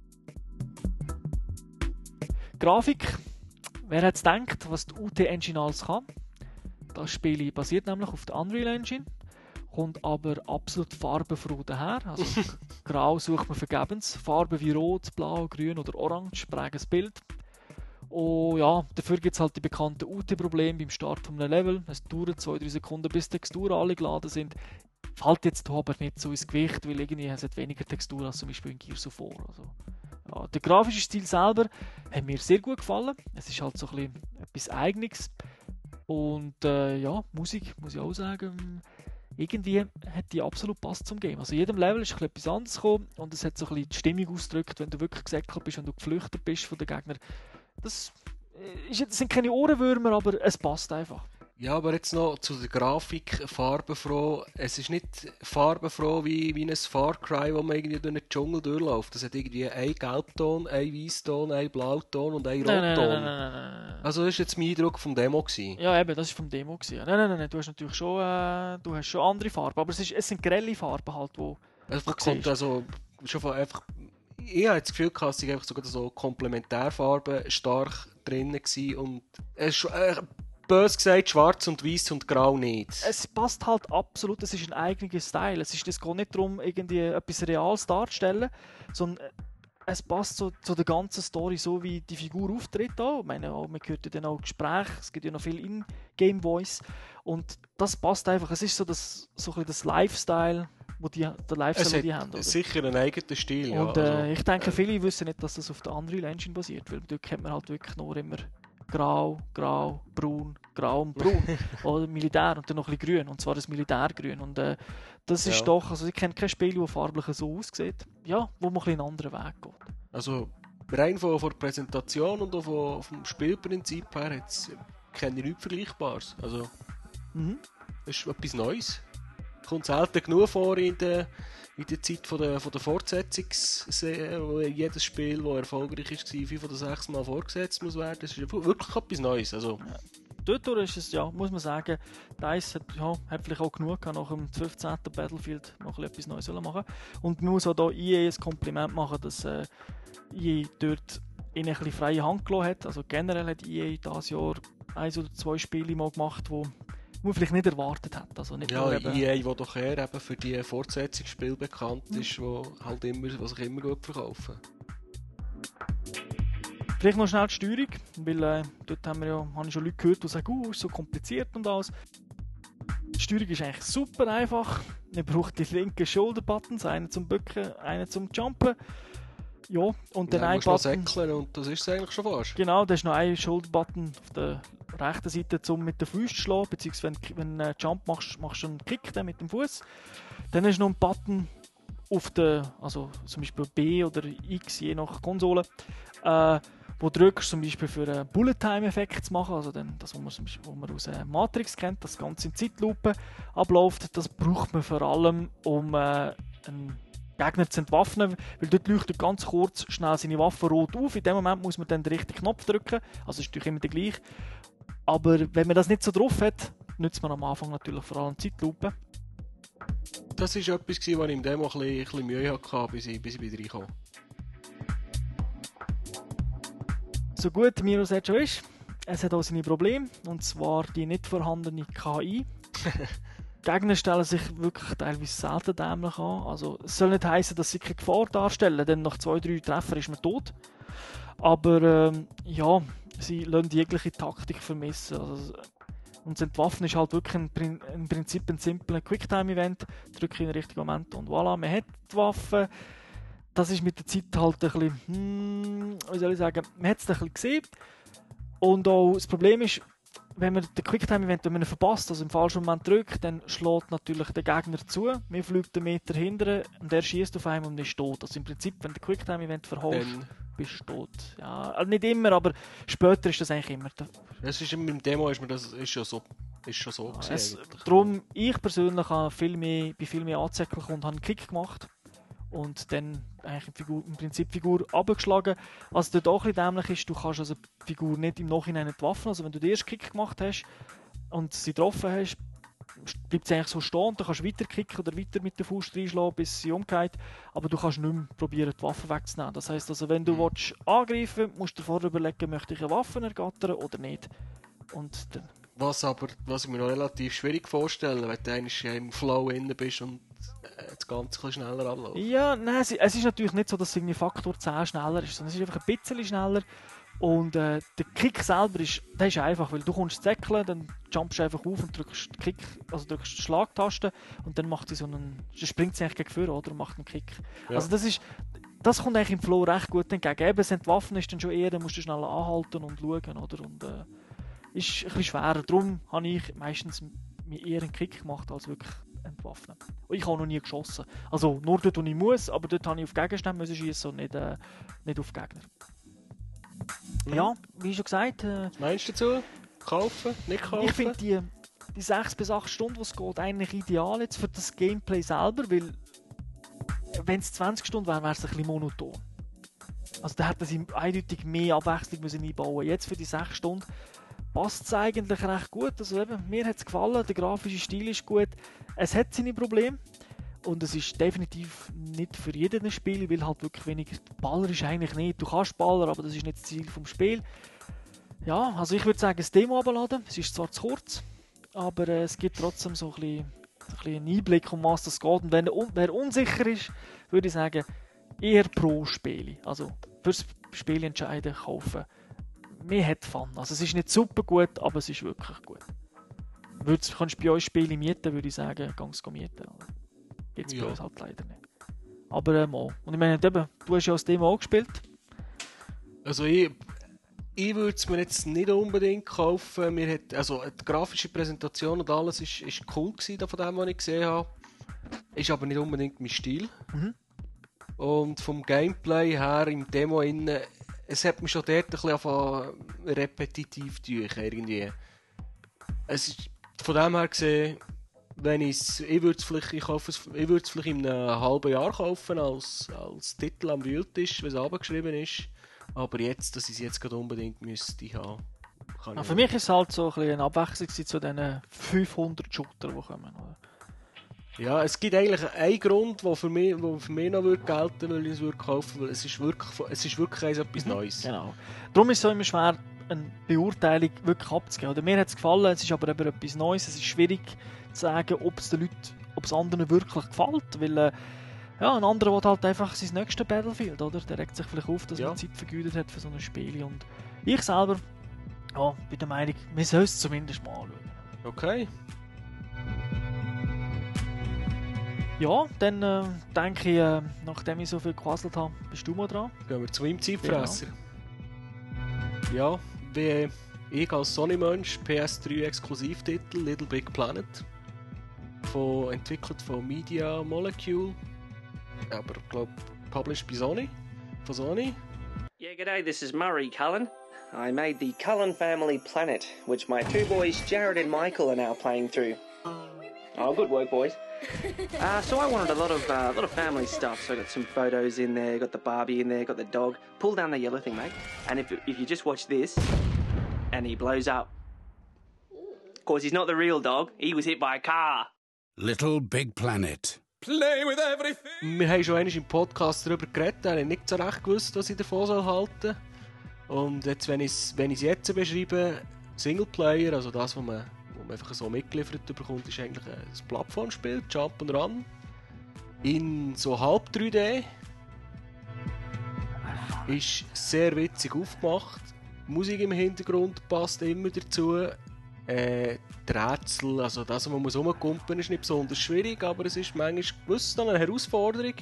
Grafik. Wer hätte es gedacht, was die UT Engine alles kann? Das Spiel basiert nämlich auf der Unreal Engine, kommt aber absolut farbenfroh daher. Also grau sucht man vergebens. Farben wie rot, blau, grün oder orange prägen das Bild. Oh ja, dafür gibt es halt die bekannten UT-Probleme beim Start von einem Level. Es dauert 2-3 Sekunden, bis die Texturen alle geladen sind. Fällt jetzt hier aber nicht so ins Gewicht, weil irgendwie es hat weniger Textur als zum Beispiel in Gears of War. Also, ja, der grafische Stil selber hat mir sehr gut gefallen. Es ist halt so ein bisschen etwas Eigenes. Und ja, Musik, muss ich auch sagen, irgendwie hat die absolut passt zum Game. Also in jedem Level ist ein bisschen etwas anderes gekommen und es hat so ein bisschen die Stimmung ausgedrückt, wenn du wirklich gesäckelt bist, wenn du geflüchtet bist von den Gegnern. Das sind keine Ohrenwürmer, aber es passt einfach. Ja, aber jetzt noch zu der Grafik farbenfroh. Es ist nicht farbenfroh wie ein Far Cry, wo man irgendwie durch den Dschungel durchläuft. Es hat irgendwie einen Gelbton, einen Weisston, einen Blauton und einen Rotton. Nein. Also das war jetzt mein Eindruck vom Demo gewesen. Ja, eben, das war vom Demo gewesen. Nein, du hast natürlich schon, du hast schon andere Farben, aber es sind grelle Farben halt, wo Einfach kommt also schon von einfach. Ich habe das Gefühl, dass es einfach sogar so Komplementärfarben stark drin waren und es ist bös gesagt, schwarz und weiß und grau nicht. Es passt halt absolut, es ist ein eigener Style. Es geht nicht darum, irgendwie etwas Reales darzustellen, sondern es passt so zu der ganzen Story, so wie die Figur auftritt. Auch. Ich meine, man hört ja dann auch Gespräche, es gibt ja noch viel In-Game-Voice und das passt einfach. Es ist so ein bisschen das Lifestyle, den die haben. Oder? Sicher einen eigenen Stil. Und ja, also, ich denke, viele wissen nicht, dass das auf der Unreal Engine basiert, weil dort kennt man halt wirklich nur immer grau, braun, grau und braun. Oder Militär und dann noch ein bisschen grün. Und zwar das Militärgrün. Und das ist doch, also ich kenne kein Spiel, das farblich so aussieht, ja, wo man ein bisschen einen anderen Weg geht. Also rein von der Präsentation und auch vom Spielprinzip her kenne ich nichts Vergleichbares. Also das ist etwas Neues. Kommt selten genug vor in der Zeit von der Fortsetzungsserie, wo jedes Spiel, das erfolgreich ist, 5 oder 6 Mal fortgesetzt muss werden. Das ist wirklich etwas Neues. Also. Dort ist es, ja, muss man sagen, DICE hat vielleicht auch genug gehabt, nach dem 15. Battlefield noch etwas Neues machen. Und man muss auch hier EA ein Kompliment machen, dass EA dort ihnen ein bisschen freie Hand gelassen hat. Also generell hat EA dieses Jahr 1 oder 2 Spiele mal gemacht, wo man vielleicht nicht erwartet hat. Also nicht ja, EA, wo doch eher eben für die Fortsetzungsspiele bekannt ist, was sich immer gut verkaufen. Vielleicht noch schnell die Steuerung, weil dort habe ich schon Leute gehört, die sagen, es ist so kompliziert und alles. Die Steuerung ist eigentlich super einfach. Man braucht die linken Shoulder-Buttons, einen zum Bücken, einen zum Jumpen. Ja, und dann ein Button. Und das ist es eigentlich schon fast. Genau, da ist noch ein Shoulder-Button auf der rechten Seite, um mit den Füßen zu schlagen, beziehungsweise wenn du einen Jump machst, machst du einen Kick mit dem Fuß. Dann ist noch ein Button auf der, also zum Beispiel B oder X, je nach Konsole, wo du drückst, zum Beispiel für einen Bullet-Time-Effekt zu machen, also dann, das, was man aus Matrix kennt, das Ganze in Zeitlupe abläuft, das braucht man vor allem, um einen Gegner zu entwaffnen, weil dort leuchtet ganz kurz schnell seine Waffe rot auf, in dem Moment muss man dann den richtigen Knopf drücken, also ist natürlich immer der gleiche, aber wenn man das nicht so drauf hat, nutzt man am Anfang natürlich vor allem Zeitlupe. Das war etwas, was ich im Demo ein bisschen Mühe hatte, bis ich wieder reinkam. So gut Mirror's Edge schon ist, es hat auch seine Probleme, und zwar die nicht vorhandene KI. Die Gegner stellen sich wirklich teilweise selten dämlich an. Also, es soll nicht heissen, dass sie keine Gefahr darstellen, denn nach 2-3 Treffern ist man tot. Aber ja, sie lassen jegliche Taktik vermissen. Also, und das Entwaffnen ist halt wirklich im Prinzip ein simpler Quicktime-Event. Drücke in den richtigen Moment und voilà, man hat die Waffe. Das ist mit der Zeit halt ein bisschen, wie soll ich sagen, man hat es ein bisschen gesehen. Und auch das Problem ist, wenn man den Quicktime-Event verpasst, also im falschen Moment drückt, dann schlägt natürlich der Gegner zu. Man fliegt einen Meter hinterher und er schießt auf einen und ist tot. Also im Prinzip, wenn du den Quicktime-Event verholst, bist du tot. Ja, also nicht immer, aber später ist das eigentlich immer. Das ist im Demo ist schon so gewesen, darum, ich persönlich habe bei viel mehr anzäcklich und habe einen Kick gemacht. Und dann eigentlich im Prinzip die Figur abgeschlagen. Was dort auch ein bisschen dämlich ist, du kannst also die Figur nicht im Nachhinein entwaffnen. Also wenn du den ersten Kick gemacht hast und sie getroffen hast, bleibt sie eigentlich so stehen und dann kannst du weiter kicken oder weiter mit der Faust reinschlagen, bis sie umgeht. Aber du kannst nicht mehr probieren, die Waffe wegzunehmen. Das heisst also, wenn du angreifen willst, musst du dir vorher überlegen, möchte ich eine Waffe ergattern oder nicht. Und dann was ich mir noch relativ schwierig vorstelle, wenn du eigentlich im Flow drin bist und das Ganze ein bisschen schneller abläuft. Ja, nein, es ist natürlich nicht so, dass es irgendwie Faktor 10 schneller ist, sondern es ist einfach ein bisschen schneller. Und der Kick selber ist einfach, weil du kommst zäckeln, dann jumpst du einfach auf und drückst die Schlagtaste und dann macht sie dann springt sie eigentlich gegen vorne, oder, und macht einen Kick. Ja. Also das kommt eigentlich im Flow recht gut entgegen. Eben, das Entwaffnen ist dann schon eher, dann musst du schnell anhalten und schauen, oder, und ist ein bisschen schwerer. Darum habe ich meistens mir eher einen Kick gemacht, als wirklich entwaffnen. Und ich habe noch nie geschossen. Also nur dort, wo ich muss, aber dort habe ich auf Gegenstände schießen und nicht auf Gegner. Ja, wie schon gesagt. Was meinst du dazu? Kaufen, nicht kaufen? Ich finde die 6 bis 8 Stunden, die es geht, eigentlich ideal jetzt für das Gameplay selber, weil wenn es 20 Stunden wäre, wäre es ein bisschen monoton. Also da hätten sie eindeutig mehr Abwechslung müssen einbauen. Jetzt für die 6 Stunden passt es eigentlich recht gut. Also eben, mir hat es gefallen, der grafische Stil ist gut, es hat seine Probleme und es ist definitiv nicht für jeden ein Spiel, weil halt wirklich weniger Baller ist eigentlich nicht. Du kannst Baller, aber das ist nicht das Ziel vom Spiel. Ja, also ich würde sagen, das Demo abladen. Es ist zwar zu kurz, aber es gibt trotzdem so ein bisschen einen Einblick, um was das geht. Und wer unsicher ist, würde ich sagen, eher pro Spiele. Also fürs Spiel entscheiden, kaufen. Mir hat Fun. Also es ist nicht super gut, aber es ist wirklich gut. Kannst du bei uns Spiele mieten, würde ich sagen, ganz mieten. Gibt es bei uns halt leider nicht. Aber mal. Und ich meine, eben, du hast ja das Demo auch gespielt. Also ich würde es mir jetzt nicht unbedingt kaufen. Also die grafische Präsentation und alles ist cool gewesen, von dem, was ich gesehen habe. Ist aber nicht unbedingt mein Stil. Und vom Gameplay her im Demo innen, es hat mich schon dort ein bisschen repetitiv durch irgendwie. Es ist von dem her gesehen, wenn ich würde es vielleicht in einem halben Jahr kaufen als Titel am Wühltisch, wenn es abgeschrieben ist. Aber jetzt, dass ich es jetzt gerade unbedingt müsste haben. Für mich ist es halt so ein bisschen eine Abwechslung zu diesen 500 Shooter, die kommen. Oder? Ja, es gibt eigentlich einen Grund, der für mich noch gelten würde, weil ich es kaufen würde. Es ist wirklich etwas Neues. Genau. Darum ist es so immer schwer, eine Beurteilung wirklich abzugeben. Oder mir hat es gefallen, es ist aber eben etwas Neues. Es ist schwierig zu sagen, ob es den Leuten, ob es anderen wirklich gefällt. Weil ein anderer will halt einfach sein nächstes Battlefield, oder? Der regt sich vielleicht auf, dass man Zeit vergeudet hat für so ein Spiel. Und ich selber bin der Meinung, wir sollen es zumindest mal anschauen. Okay. Ja, dann denke ich, nachdem ich so viel gequasselt habe, bist du mal dran. Gehen wir zu meinem Zeitfresser. Genau. Ja, wie ich als Sony-Mensch, PS3-Exklusivtitel Little Big Planet. Entwickelt von Media Molecule. Aber ich glaube, published by Sony. Von Sony. Yeah, g'day, this is Murray Cullen. I made the Cullen Family Planet, which my 2 boys, Jared and Michael, are now playing through. Oh, good work, boys. So I wanted a lot of family stuff. So I got some photos in there, got the Barbie in there, got the dog. Pull down the yellow thing, mate. And if you just watch this, and he blows up. Of course, he's not the real dog. He was hit by a car. Little Big Planet. Play with everything. Wir haben schon einmal im Podcast darüber geredet, ich habe nicht so recht gewusst, was ich davon halten soll. Und jetzt, wenn ich es jetzt beschreibe, Singleplayer, also das, was man einfach so mitgeliefert bekommt, ist eigentlich ein Plattformspiel, Jump and Run. In so halb 3D. Ist sehr witzig aufgemacht. Die Musik im Hintergrund passt immer dazu. Die Rätsel, also das, was man rumkumpen, ist nicht besonders schwierig, aber es ist manchmal gewiss eine Herausforderung.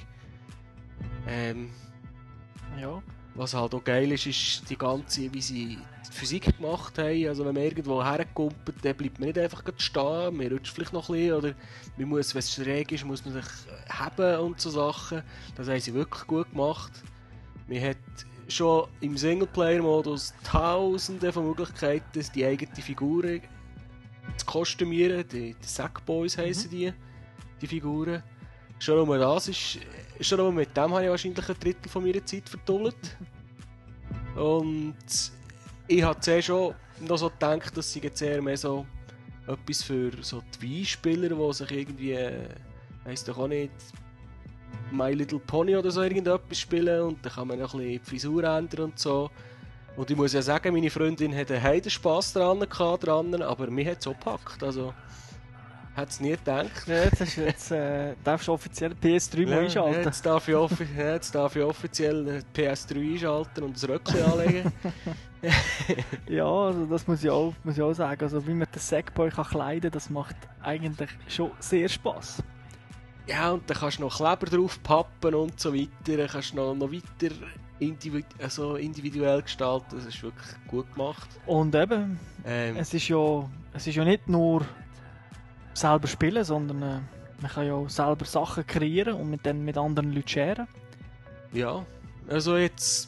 Was halt auch geil ist, ist die ganze, wie sie die Physik gemacht haben. Also wenn man irgendwo herkumpelt, dann bleibt man nicht einfach stehen, man rutscht vielleicht noch ein bisschen, oder man muss, wenn es schräg ist, muss man sich heben und so Sachen. Das haben sie wirklich gut gemacht. Man hat schon im Singleplayer-Modus tausende von Möglichkeiten, die eigene Figur zu kostümieren. Die Sackboys heissen die Figuren. Schon nur das ist... Schon nur mit dem habe ich wahrscheinlich ein Drittel von meiner Zeit verduldet. Und ich habe zuerst schon noch so gedacht, dass sie jetzt eher mehr so etwas für so die Wii-Spieler, die sich irgendwie, weiss doch auch nicht, My Little Pony oder so irgendetwas spielen und dann kann man noch ein bisschen die Frisur ändern und so. Und ich muss ja sagen, meine Freundin hatte einen Heidenspass dran, aber mich hat es auch gepackt. Also, hätte es nie gedacht. Ja, jetzt darfst du offiziell PS3 mal einschalten. Jetzt darf ich offiziell PS3 einschalten und das Röckchen anlegen. Ja, also das muss ich auch sagen. Also, wie man den Sackboy kleiden kann, das macht eigentlich schon sehr Spass. Ja, und dann kannst du noch Kleber drauf pappen und so weiter. Dann kannst du noch weiter individuell gestalten. Das ist wirklich gut gemacht. Und eben, es ist ja nicht nur selber spielen, sondern man kann ja auch selber Sachen kreieren und mit anderen Leuten sharen. Ja, also jetzt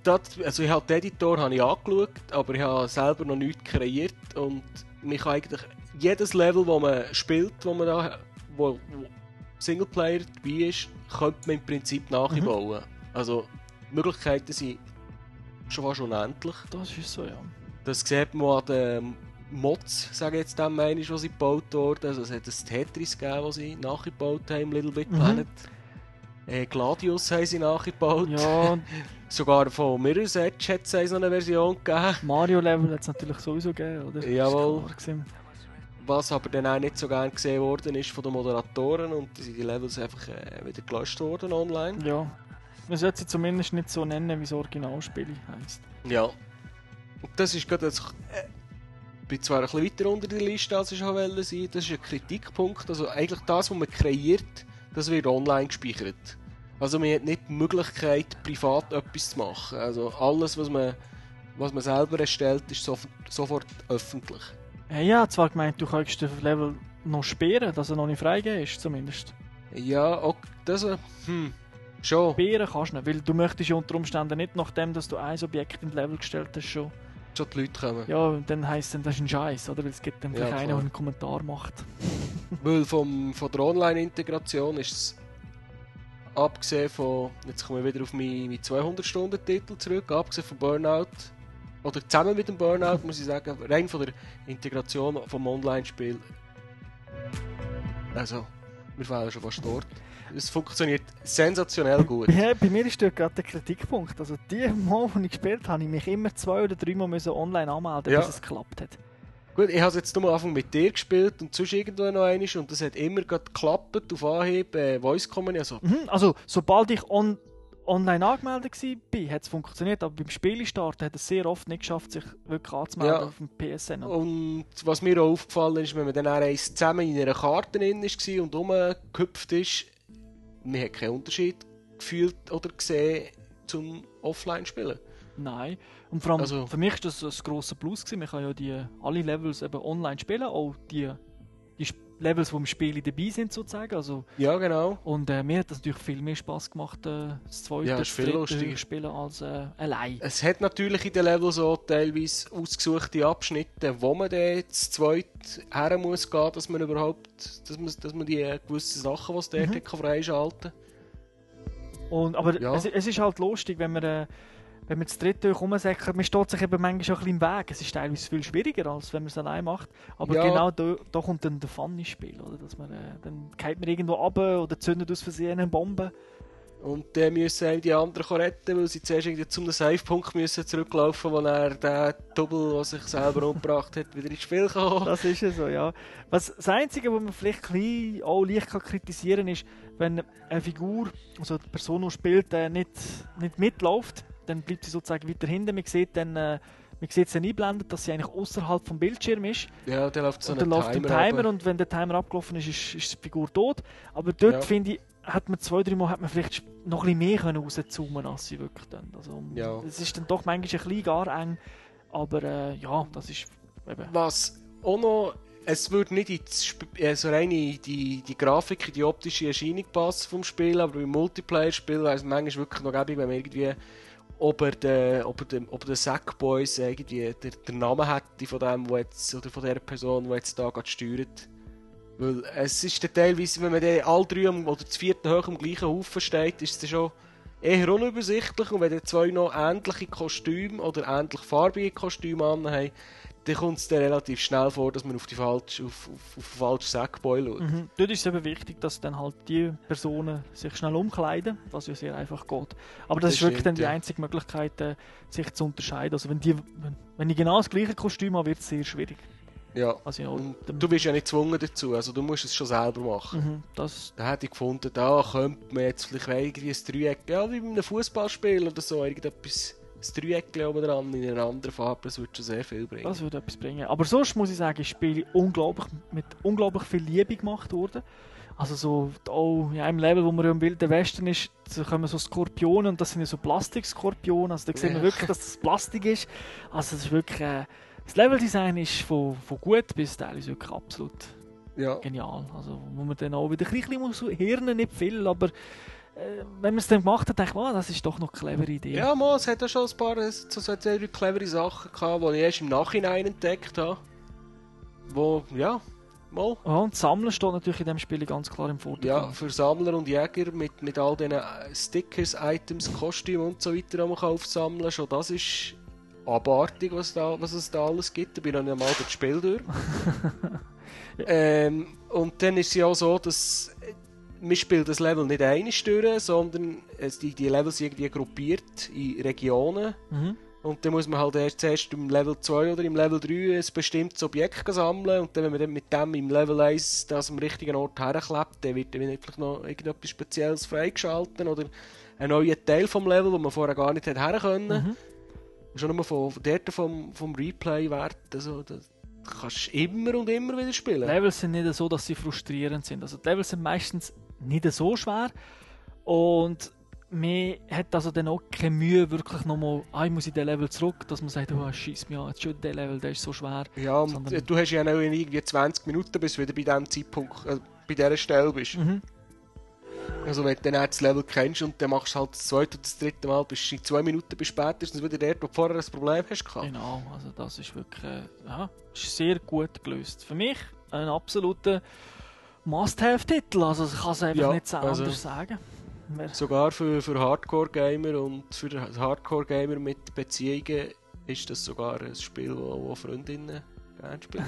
also ich habe den Editor angeschaut, aber ich habe selber noch nichts kreiert und man kann eigentlich jedes Level, das man spielt, wo Singleplayer dabei ist, könnte man im Prinzip nachbauen. Also die Möglichkeiten sind schon fast unendlich. Das ist so, ja. Das sieht man an den Mods, sage ich jetzt dem einmal, die sie gebaut wurden. Also es hat ein Tetris gegeben, das sie nachgebaut haben, Little Big Planet. Gladius haben sie nachgebaut. Ja. Sogar von Mirror's Edge hat es so eine Version gegeben. Mario-Level hat es natürlich sowieso gegeben, oder? Jawohl. Was aber dann auch nicht so gerne gesehen worden ist von den Moderatoren und die Levels einfach wieder gelöscht worden online. Ja. Man sollte sie zumindest nicht so nennen, wie das Originalspiel heisst. Ja. Und das ist gerade jetzt... Ich bin zwar ein bisschen weiter unter der Liste, als ich sein wollte. Das ist ein Kritikpunkt. Also eigentlich das, was man kreiert, das wird online gespeichert. Also man hat nicht die Möglichkeit, privat etwas zu machen. Also alles, was man selber erstellt, ist sofort öffentlich. Ja, zwar gemeint, du kannst das Level noch sperren, dass er noch nicht freigegeben ist, zumindest. Ja, auch das... schon. Sperren kannst du nicht, weil du möchtest ja unter Umständen nicht, nachdem dass du ein Objekt in Level gestellt hast, schon die Leute kommen. Ja, dann heisst es, das ist ein Scheiß, oder? Weil es gibt dann vielleicht einen, der einen Kommentar macht. Weil von der Online-Integration ist es, abgesehen von, jetzt komme ich wieder auf meinen 200-Stunden-Titel zurück, abgesehen von Burnout, oder zusammen mit dem Burnout, muss ich sagen, rein von der Integration vom Online-Spiel. Also, wir fehlen schon fast dort. Es funktioniert sensationell gut. Ja, bei mir ist dort gerade der Kritikpunkt. Also die Mal, die ich gespielt habe, ich mich immer 2 oder 3 Mal online anmelden, bis es geklappt hat. Gut, ich habe es jetzt nur am Anfang mit dir gespielt und sonst irgendwo noch einmal und das hat immer geklappt auf Anhieb, Voice Communication. Also sobald ich online angemeldet war, hat es funktioniert, aber beim Spielstart hat es sehr oft nicht geschafft, sich wirklich anzumelden auf dem PSN. Und was mir auch aufgefallen ist, wenn man dann eins zusammen in einer Karte drin war und rumgehüpft ist, man hat keinen Unterschied gefühlt oder gesehen zum Offline-Spielen. Nein. Und vor allem für mich war das ein grosser Plus gewesen. Man kann ja alle Levels eben online spielen, auch die Levels, die im Spiel dabei sind sozusagen. Also, ja, genau. Und mir hat das natürlich viel mehr Spass gemacht, das zweite, das dritte Spielen als allein. Es hat natürlich in den Levels so teilweise ausgesuchte Abschnitte, wo man dann zu zweit her muss gehen, dass man überhaupt, dass man die gewissen Sachen, die es dort hat, freischalten kann. Aber es ist halt lustig, wenn man das dritte rumsäckert, man steht sich eben manchmal schon ein bisschen im Weg. Es ist teilweise viel schwieriger, als wenn man es allein macht. Aber genau da kommt dann der Fun ins Spiel. Oder? Dass man, dann geht man irgendwo runter oder zündet aus Versehen eine Bombe. Und dann müssen einem die anderen retten, weil sie zuerst irgendwie zu einem Safe-Punkt müssen zurücklaufen, wo er der Double, der sich selber umgebracht hat, wieder ins Spiel kam. Das ist ja so, ja. Das Einzige, was man vielleicht auch leicht kritisieren kann, ist, wenn eine Figur, also die Person, die spielt, nicht mitläuft, dann bleibt sie sozusagen weiter hinten. Man sieht dann einblendet, dass sie eigentlich außerhalb vom Bildschirm ist. Ja, dann läuft so ein Timer und wenn der Timer abgelaufen ist die Figur tot. Aber dort, finde ich, hat man 2-3 Mal vielleicht noch ein bisschen mehr rauszoomen, als sie wirklich dann. Also, es ist dann doch manchmal ein bisschen gar eng, aber das ist eben... Was auch noch... Es würde nicht in so rein in die Grafik, in die optische Erscheinung passen vom Spiel, aber beim Multiplayer-Spiel wäre es manchmal wirklich noch gäbig, wenn man irgendwie ob der Sackboys irgendwie der Namen hätte von dem, wo jetzt, oder von der Person, die jetzt da gerade steuert. Weil es ist dann teilweise, wenn man dann alle 3 oder das 4. hoch am gleichen Haufen steht, ist es schon eher unübersichtlich. Und wenn dann 2 noch ähnliche Kostüme oder ähnlich farbige Kostüme anhaben, dann kommt es dann relativ schnell vor, dass man auf den falschen Sackboy schaut. Dort ist es eben wichtig, dass dann halt die Personen sich schnell umkleiden, was ja sehr einfach geht. Aber das ist wirklich dann die einzige Möglichkeit, sich zu unterscheiden. Also wenn ich genau das gleiche Kostüm habe, wird es sehr schwierig. Ja, also, du bist ja nicht gezwungen dazu, also du musst es schon selber machen. Da hätte ich gefunden, da könnte man jetzt vielleicht irgendwie ein Dreieck, ja, wie bei einem Fußballspiel oder so, irgendetwas, ein Dreieck oben dran in einer anderen Farbe, das würde schon sehr viel bringen. Das würde etwas bringen. Aber sonst muss ich sagen, ist das Spiel mit unglaublich viel Liebe gemacht worden. Also so auch in einem Level, wo man ja im Wilden Westen ist, da kommen so Skorpione und das sind ja so Plastikskorpione, also da sieht man wirklich, dass das Plastik ist. Also das ist wirklich... das Leveldesign ist von gut bis teilweise wirklich absolut genial. Also wo man dann auch wieder ein bisschen muss hirnen, nicht viel, aber wenn man es dann gemacht hat, denke ich, das ist doch noch eine clevere Idee. Ja, es hat ja schon ein paar so clevere Sachen gehabt, die ich erst im Nachhinein entdeckt habe. Wo, ja, mal. Ja, und Sammeln steht natürlich in diesem Spiel ganz klar im Vordergrund. Ja, für Sammler und Jäger mit all diesen Stickers, Items, Kostümen und so weiter, die man aufsammeln kann. Schon das ist abartig, was es da alles gibt. Ich bin noch nicht einmal durch das Spiel durch. Und dann ist es ja auch so, dass man spielt das Level nicht einmal durch, sondern die Levels sind irgendwie gruppiert in Regionen. Mhm. Und dann muss man halt zuerst im Level 2 oder im Level 3 ein bestimmtes Objekt sammeln. Und dann, wenn man dann mit dem im Level 1 das am richtigen Ort herklebt, dann wird dann vielleicht noch irgendetwas Spezielles freigeschalten oder ein neuer Teil vom Level, den man vorher gar nicht her können. Mhm. Schon nur vom Replay-Wert. Also, das kannst du immer und immer wieder spielen. Levels sind nicht so, dass sie frustrierend sind. Also die Levels sind meistens nicht so schwer. Und man hat also dann auch keine Mühe, wirklich nochmal, ich muss in den Level zurück, dass man sagt, scheiss mich an, jetzt schon der Level, der ist so schwer. Ja, und du hast ja noch irgendwie 20 Minuten, bis du wieder bei diesem Zeitpunkt, bei dieser Stelle bist. Mhm. Also wenn du dann das Level kennst und dann machst du halt das zweite oder das dritte Mal, bist du in 2 Minuten bis spätestens wieder dort, wo du vorher ein Problem hast gehabt. Genau, also das ist wirklich ist sehr gut gelöst. Für mich ein absoluter Must-Have-Titel, also ich kann es einfach nicht anders sagen. Sogar für Hardcore-Gamer und für Hardcore-Gamer mit Beziehungen ist das sogar ein Spiel, das Freundinnen gerne spielen.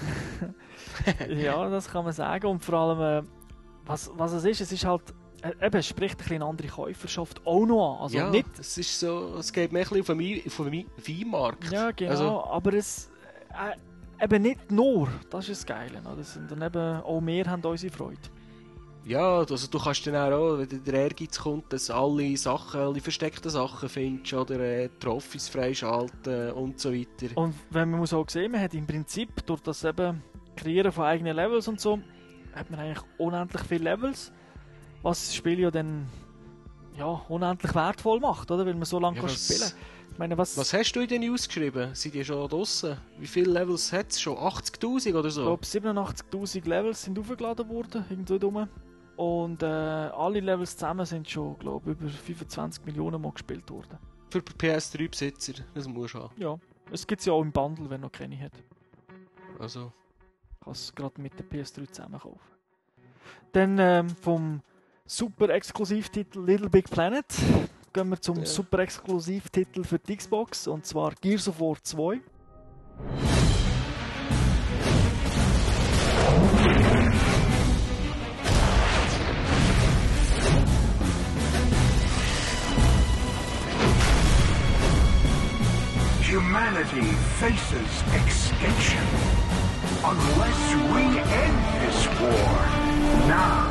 Ja, das kann man sagen. Und vor allem, was es ist halt, es spricht ein bisschen eine andere Käuferschaft auch noch an. Also ja, nicht, es ist so, es geht mehr ein bisschen auf den Weinmarkt. Ja, genau, also, aber es eben nicht nur, das ist das Geile. Und eben auch wir haben unsere Freude. Ja, also du kannst dann auch, wenn der Ehrgeiz kommt, dass alle versteckten Sachen findest oder Trophys freischalten und so weiter. Und wenn man auch sehen, man hat im Prinzip durch das eben Kreieren von eigenen Levels und so, hat man eigentlich unendlich viele Levels, was das Spiel ja dann unendlich wertvoll macht, oder? Weil man so lange spielen kann. Ich meine, was hast du in den News geschrieben? Sind die schon draussen? Wie viele Levels hat es schon? 80'000 oder so? Ich glaube 87'000 Levels sind aufgeladen worden, irgendwo dumm. Und alle Levels zusammen sind schon, glaube ich, über 25 Millionen Mal gespielt worden. Für PS3-Besitzer, das muss du haben. Ja, es gibt es ja auch im Bundle, wenn noch keine hat. Also. Kannst du gerade mit der PS3 zusammen kaufen. Dann vom super Exklusivtitel Little Big Planet gehen wir zum super Exklusivtitel für die Xbox, und zwar Gears of War 2. Humanity faces extinction unless we end this war now.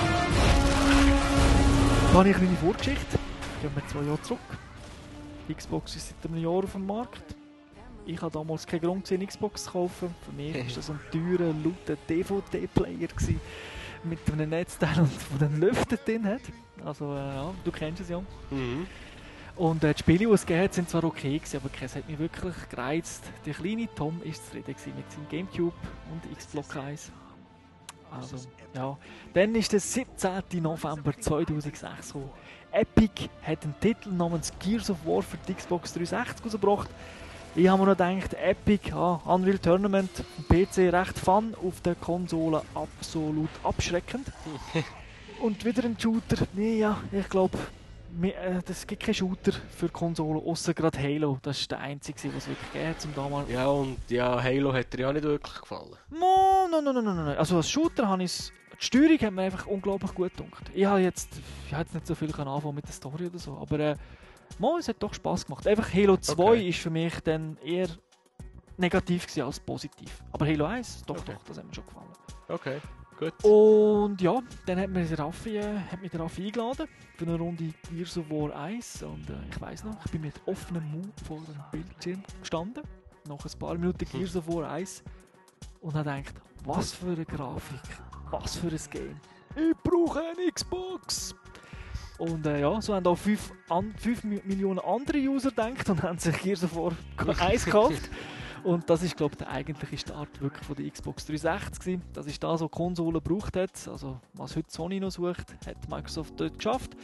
Da habe ich eine kleine Vorgeschichte. Gehen wir 2 Jahre zurück. Die Xbox ist seit einem Jahr auf dem Markt. Ich hatte damals keinen Grund, eine Xbox zu kaufen. Für mich war das ein teurer, lauter DVD-Player mit einem Netzteil und der einen Lüfter drin hat. Also du kennst es ja. Mhm. Und die Spiele, die es gegeben hat, sind zwar okay gewesen, aber es hat mich wirklich gereizt. Der kleine Tom war zufrieden mit seinem Gamecube und Xbox 1. Also, ja. Dann ist der 17. November 2006 gekommen. Epic hat einen Titel namens Gears of War für die Xbox 360 rausgebracht. Ich habe mir noch gedacht, Epic, Unreal Tournament, PC recht fun, auf der Konsole absolut abschreckend. Und wieder ein Shooter, ich glaube, es gibt keinen Shooter für Konsolen, außer gerade Halo. Das ist der einzige, was es wirklich gegeben hat zum damals. Ja, und Halo hat dir ja nicht wirklich gefallen. Nein. Also als Shooter habe ich die Steuerung hat mir einfach unglaublich gut gedacht. Ich habe jetzt nicht so viel anfangen mit der Story oder so, aber es hat doch Spass gemacht. Einfach Halo 2 ist für mich dann eher negativ gewesen als positiv. Aber Halo 1, doch, das hat mir schon gefallen. Okay, gut. Und ja, dann hat mich der Raffi eingeladen für eine Runde Gears of War 1. Und ich weiss noch, ich bin mit offenem Mund vor dem Bildschirm gestanden. Nach ein paar Minuten Gears of War 1. Und habe gedacht, was für eine Grafik, was für ein Game. Ich brauche eine Xbox! Und so haben auch 5 Millionen andere User gedacht und haben sich Gears of War 1 gekauft. Und das ist, glaube ich, der eigentliche Start wirklich von der Xbox 360 gewesen. Das ist das, was die Konsole gebraucht hat. Also, was heute Sony noch sucht, hat Microsoft dort geschafft.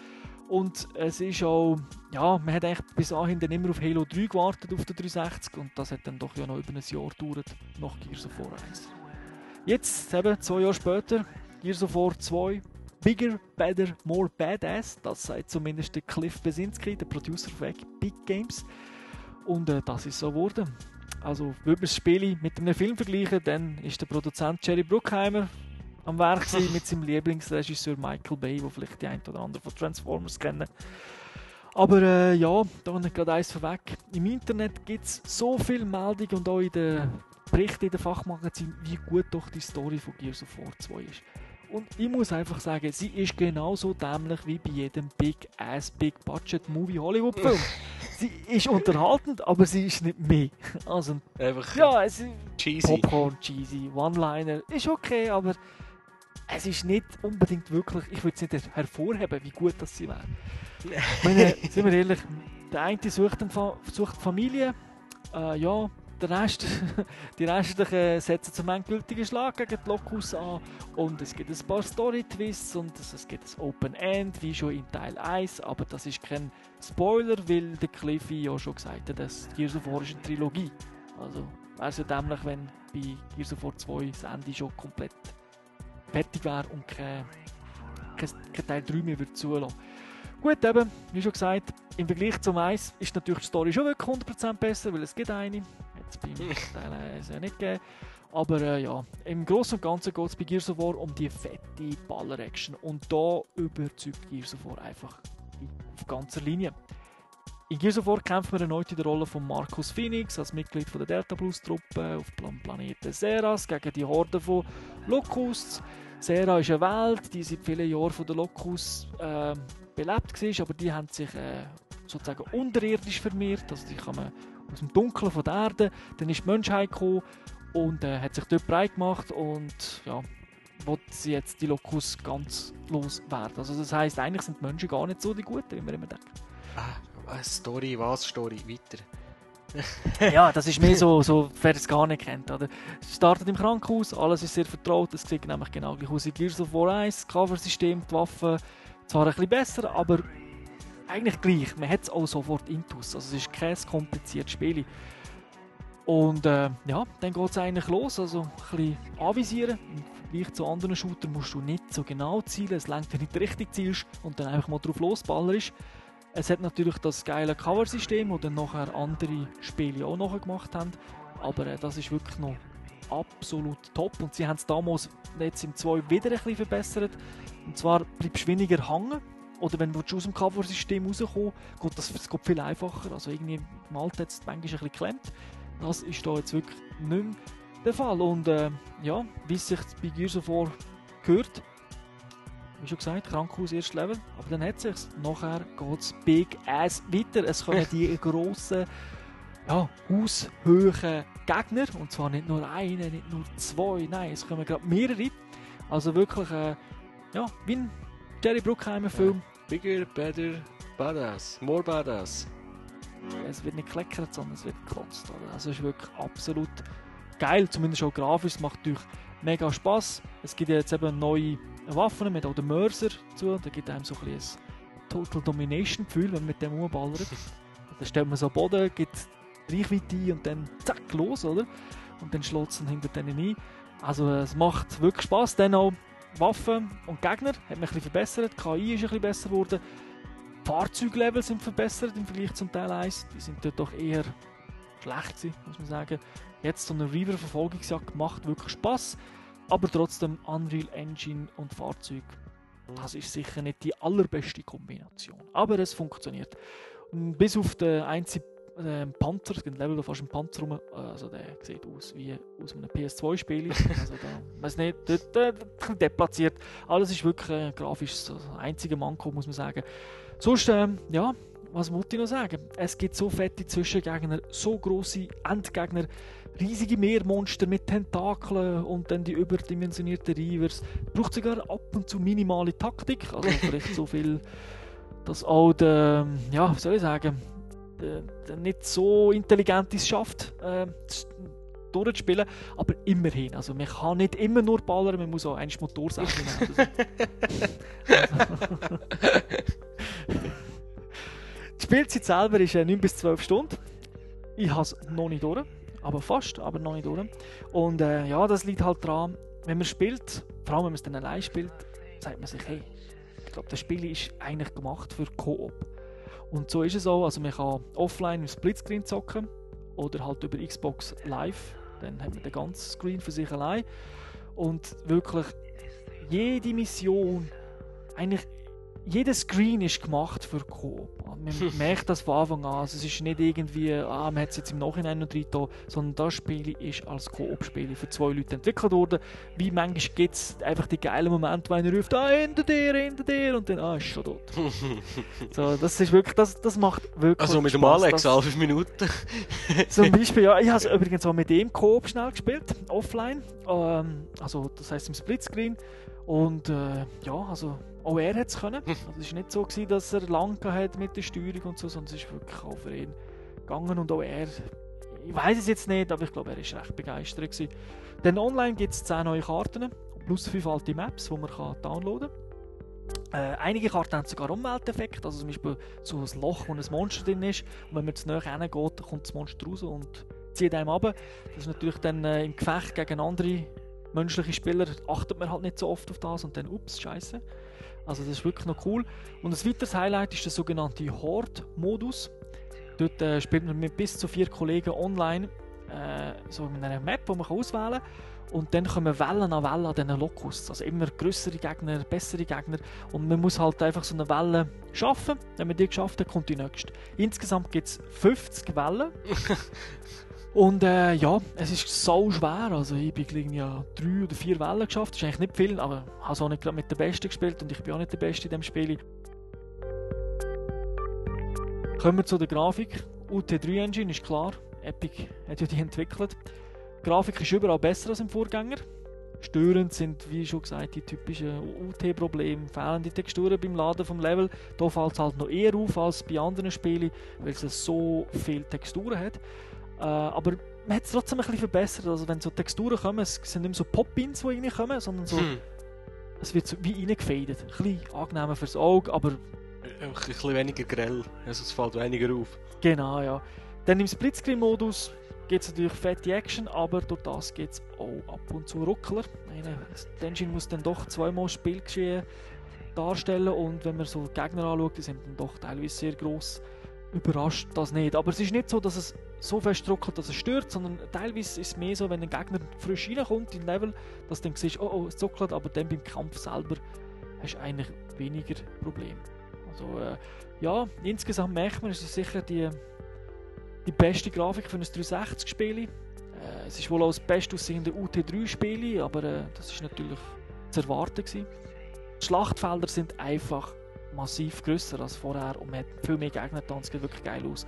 Und es ist auch, ja, man hat eigentlich bis dahin dann immer auf Halo 3 gewartet, auf den 360, und das hat dann doch ja noch über ein Jahr gedauert, nach Gears of War 1. Jetzt, eben 2 Jahre später, Gears of War 2, Bigger, Better, More Badass, das sagt zumindest der Cliff Bleszinski, der Producer von Epic Games. Und das ist so geworden. Also, würde man das Spiel mit einem Film vergleichen, dann ist der Produzent Jerry Bruckheimer am Werk mit seinem Lieblingsregisseur Michael Bay, wo vielleicht die ein oder andere von Transformers kennen. Aber ja, da habe ich gerade eins vorweg. Im Internet gibt es so viele Meldungen und auch in den Berichten in den Fachmagazinen, wie gut doch die Story von Gears of War 2 ist. Und ich muss einfach sagen, sie ist genauso dämlich wie bei jedem Big-Ass, Big-Budget-Movie Hollywood-Film. Sie ist unterhaltend, aber sie ist nicht mehr. Also, einfach ja, es ist cheesy. Popcorn, cheesy, One-Liner, ist okay, aber es ist nicht unbedingt wirklich, ich würde es nicht hervorheben, wie gut das sie wäre. Sind wir ehrlich, der eine sucht Familie, ja, der Rest, die restlichen setzen zum endgültigen Schlag gegen die Locus an, und es gibt ein paar Story-Twists und es gibt ein Open-End, wie schon in Teil 1, aber das ist kein Spoiler, weil der Cliffy ja schon gesagt hat, dass Gears of War ist eine Trilogie. Also wäre es ja dämlich, wenn bei Gears of War 2 das Ende schon komplett fertig wäre und kein Teil 3 mehr würde zulassen. Gut, eben, wie schon gesagt, im Vergleich zum 1 ist natürlich die Story schon wirklich 100% besser, weil es gibt eine. Jetzt beim Teil 1 ja nicht gegeben. Aber ja, im Großen und Ganzen geht es bei Gears of War um die fette Baller-Action. Und da überzeugt Gears of War einfach auf ganzer Linie. In Gears of War kämpfen wir erneut in der Rolle von Marcus Phoenix als Mitglied von der Delta Plus Truppe auf dem Planeten Seras gegen die Horde von Locust. Sera ist eine Welt, die seit vielen Jahren von den Locust belebt war, aber die haben sich sozusagen unterirdisch vermehrt. Also die kommen aus dem Dunkeln von der Erde. Dann ist die Menschheit gekommen und hat sich dort breit gemacht und ja, will sie jetzt die Locust ganz loswerden. Also das heisst, eigentlich sind die Menschen gar nicht so die Guten, wie man immer denkt. Story, weiter. Ja, das ist mehr so, wer es gar nicht kennt. Oder? Es startet im Krankenhaus, alles ist sehr vertraut, es sieht nämlich genau gleich aus wie Gears of War 1, das Cover-System, die Waffen, zwar ein bisschen besser, aber eigentlich gleich. Man hat es auch sofort intus, also es ist kein kompliziertes Spiel. Und ja, dann geht es eigentlich los, also ein bisschen anvisieren. Im Vergleich zu anderen Shootern musst du nicht so genau zielen, es lenkt, wenn du nicht richtig zielst und dann einfach mal drauf losballerst. Es hat natürlich das geile Cover-System, das dann nachher andere Spiele auch nachher gemacht haben. Aber das ist wirklich noch absolut top. Und sie haben es damals jetzt im 2 wieder ein bisschen verbessert. Und zwar bleibst du weniger hängen. Oder wenn du aus dem Cover-System rauskommst, geht das geht viel einfacher. Also irgendwie im Alter hat es manchmal ein bisschen geklemmt. Das ist da jetzt wirklich nicht mehr der Fall. Und ja, wie es sich bei Gears of War gehört, wie schon gesagt, Krankenhaus erstes Level, aber dann hat es sich. Nachher geht es Big Ass weiter. Es kommen die grossen, ja, haushöhen Gegner, und zwar nicht nur einen, nicht nur 2, nein, es kommen gerade mehrere. Also wirklich, ja, wie ein Jerry Bruckheimer Film. Bigger, better, badass, more badass. Es wird nicht gekleckert, sondern es wird gekotzt. Oder? Also es ist wirklich absolut geil, zumindest auch grafisch, es macht natürlich mega Spass. Es gibt jetzt eben neue Waffen, mit auch den Mörser dazu, da gibt einem so ein bisschen ein Total Domination Gefühl, wenn man mit dem umballert. Dann stellt man so am Boden, gibt Reichweite ein und dann zack, los, oder? Und dann schlägt es hinter denen ein. Also es macht wirklich Spass. Dann auch Waffen und Gegner hat man ein bisschen verbessert, die KI ist ein bisschen besser geworden, die Fahrzeuglevel sind verbessert im Vergleich zum Teil 1, die sind dort doch eher schlecht gewesen, muss man sagen. Jetzt so eine Reaver-Verfolgungsjagd macht wirklich Spass, aber trotzdem Unreal Engine und Fahrzeug, das ist sicher nicht die allerbeste Kombination. Aber es funktioniert. Und bis auf den einzigen Panzer, es gibt ein Level, da fast ein Panzer rum, also der sieht aus wie aus einem PS2-Spiel. Also da, weiß nicht, dort ein bisschen deplatziert. Alles ist wirklich grafisch so das einzige Manko, muss man sagen. Sonst, ja, was wollte ich noch sagen? Es gibt so fette Zwischengegner, so grosse Endgegner, riesige Meermonster mit Tentakeln und dann die überdimensionierten Reavers. Braucht sogar ab und zu minimale Taktik, also vielleicht so viel, dass auch der, ja, wie soll ich sagen, der nicht so intelligent es schafft, durchzuspielen, aber immerhin. Also man kann nicht immer nur ballern, man muss auch eigentlich Motorsachen nehmen. Die Spielzeit selber ist 9 bis 12 Stunden. Ich habe es noch nicht durch, aber fast, aber noch nicht durch. Und ja, das liegt halt daran, wenn man spielt, vor allem wenn man es dann allein spielt, sagt man sich, hey, ich glaube, das Spiel ist eigentlich gemacht für Koop. Und so ist es auch, also man kann offline im Splitscreen zocken oder halt über Xbox Live, dann hat man den ganzen Screen für sich allein. Und wirklich jede Mission, eigentlich jeder Screen ist gemacht für Koop. Man merkt das von Anfang an. Also es ist nicht irgendwie, man hat es jetzt im Nachhinein noch drin, sondern das Spiel ist als Koop-Spiel für 2 Leute entwickelt worden. Wie manchmal gibt es einfach die geilen Momente, wo einer ruft, hinter dir, und dann, ist schon tot. So, das ist wirklich, das macht wirklich Also mit dem Spaß, Alex, alle 5 Minuten. Zum Beispiel, ja, ich habe es übrigens auch mit dem Koop schnell gespielt, offline. Also das heisst im Splitscreen. Und ja, also auch er hat es können. Also es war nicht so gewesen, dass er lang hat mit der Steuerung und so, sondern es ist wirklich auch für ihn gegangen. Und auch er, ich weiß es jetzt nicht, aber ich glaube, er war recht begeistert gewesen. Dann online gibt es 10 neue Karten, plus 5 alte Maps, die man downloaden kann. Einige Karten haben sogar Umwelteffekte, also zum Beispiel so ein Loch, wo ein Monster drin ist. Und wenn man zu nahe hingeht, kommt das Monster raus und zieht einem runter. Das ist natürlich dann im Gefecht gegen andere menschliche Spieler, achtet man halt nicht so oft auf das und dann, ups, scheiße. Also das ist wirklich noch cool. Und ein weiteres Highlight ist der sogenannte Horde-Modus. Dort spielt man mit bis zu 4 Kollegen online so in einer Map, die man auswählen kann. Und dann kommen Wellen an Wellen an diesen Locus. Also immer grössere Gegner, bessere Gegner. Und man muss halt einfach so eine Welle schaffen. Wenn man die geschafft hat, kommt die nächste. Insgesamt gibt es 50 Wellen. Und ja, es ist so schwer. Also ich bin ja 3 oder 4 Wellen geschafft. Das ist eigentlich nicht viel, aber ich habe es auch nicht gerade mit der Besten gespielt und ich bin auch nicht der Beste in diesem Spiel. Kommen wir zu der Grafik. UT3 Engine ist klar. Epic hat ja die entwickelt. Die Grafik ist überall besser als im Vorgänger. Störend sind, wie schon gesagt, die typischen UT-Probleme, fehlende Texturen beim Laden vom Level. Da fällt es halt noch eher auf als bei anderen Spielen, weil es so viele Texturen hat. Aber man hat es trotzdem ein bisschen verbessert. Also wenn so Texturen kommen, es sind nicht mehr so Pop-Ins, die reinkommen, sondern so, es wird so wie reingefadet. Ein bisschen angenehmer fürs Auge, aber ein bisschen weniger grell, also es fällt weniger auf. Genau, ja. Dann im Splitscreen-Modus gibt es natürlich fette Action, aber durch das gibt es auch ab und zu Ruckler. Die Engine muss dann doch 2-mal Spielgeschehen darstellen und wenn man so die Gegner anschaut, die sind dann doch teilweise sehr gross. Überrascht das nicht. Aber es ist nicht so, dass es so fest ruckelt, dass es stört, sondern teilweise ist es mehr so, wenn ein Gegner frisch reinkommt in Level, dass du dann siehst, oh, es zuckelt, aber dann beim Kampf selber hast du eigentlich weniger Probleme. Also ja, insgesamt merkt man, es ist sicher die beste Grafik für ein 360-Spiel. Es ist wohl auch das beste aussehende UT3-Spiel, aber das ist natürlich zu erwarten gewesen. Die Schlachtfelder sind einfach massiv grösser als vorher und man hat viel mehr Gegner da und es sieht wirklich geil aus.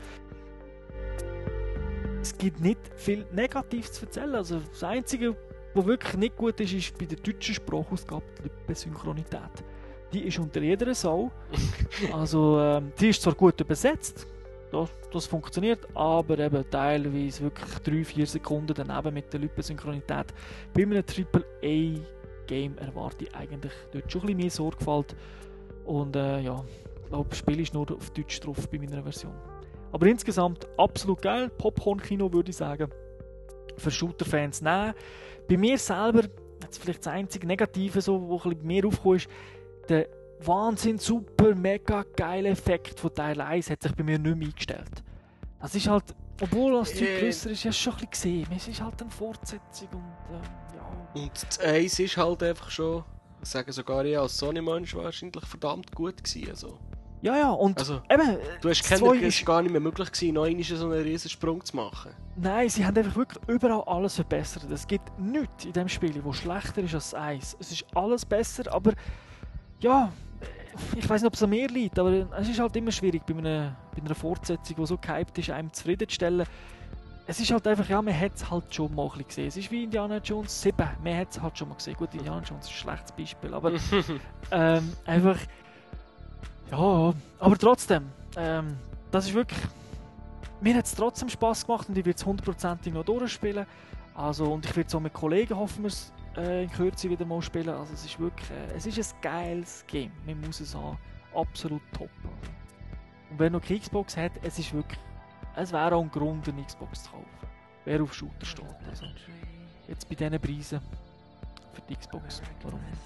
Es gibt nicht viel Negatives zu erzählen. Also das Einzige, was wirklich nicht gut ist, ist bei der deutschen Sprachausgabe die Lippensynchronität. Die ist unter jeder Sau. Also die ist zwar gut übersetzt, das funktioniert, aber eben teilweise wirklich 3-4 Sekunden daneben mit der Lippensynchronität. Bei einem AAA-Game erwarte ich eigentlich dort schon ein bisschen mehr Sorgfalt. Und ja, ich glaube, das Spiel ist nur auf Deutsch drauf bei meiner Version. Aber insgesamt absolut geil. Popcorn-Kino würde ich sagen. Für Shooter-Fans nehmen. Bei mir selber, jetzt vielleicht das einzige Negative, so, wo ein bisschen mehr aufgekommen ist, der Wahnsinn, super, mega geile Effekt von Teil 1 hat sich bei mir nicht mehr eingestellt. Das ist halt, obwohl das Zeug grösser ist, ja schon ein bisschen gesehen. Es ist halt eine Fortsetzung und ja. Und das 1 ist halt einfach schon, ich sage sogar ich als Sony-Mensch wahrscheinlich verdammt gut gewesen. Also. Ja, und also, eben, du hast es gar nicht mehr möglich gewesen, noch einmal so einen riesen Sprung zu machen. Nein, sie haben einfach wirklich überall alles verbessert. Es gibt nichts in diesem Spiel, das schlechter ist als das 1. Es ist alles besser, aber ja, ich weiß nicht, ob es an mir liegt, aber es ist halt immer schwierig bei einer Fortsetzung, die so gehypt ist, einem zufriedenzustellen. Es ist halt einfach, ja, man hat es halt schon mal ein bisschen gesehen. Es ist wie Indiana Jones 7, man hat es halt schon mal gesehen. Gut, Indiana Jones ist ein schlechtes Beispiel, aber einfach, ja, aber trotzdem, das ist wirklich, mir hat es trotzdem Spass gemacht und ich werde es 100% noch durchspielen. Also, und ich werde es auch mit Kollegen, hoffen wir es, in Kürze wieder mal spielen. Also es ist wirklich, es ist ein geiles Game, man muss es sagen, absolut top. Und wer noch keine Xbox hat, es wäre auch ein Grund, eine Xbox zu kaufen. Wer auf Shooter steht. Also, jetzt bei diesen Preisen für die Xbox. Warum nicht?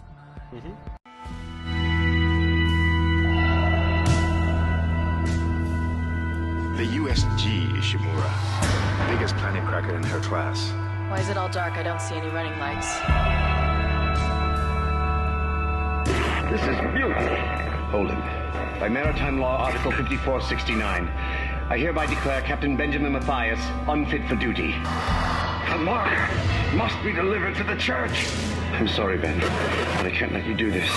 The USG Ishimura, biggest planet cracker in her class. Why is it all dark? I don't see any running lights. This is mutiny. Hold him. By Maritime Law, Article 5469, I hereby declare Captain Benjamin Mathias unfit for duty. The mark must be delivered to the church. I'm sorry, Ben, but I can't let you do this.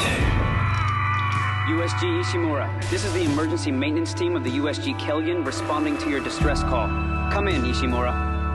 USG Ishimura, this is the emergency maintenance team of the USG Kellion responding to your distress call. Come in, Ishimura.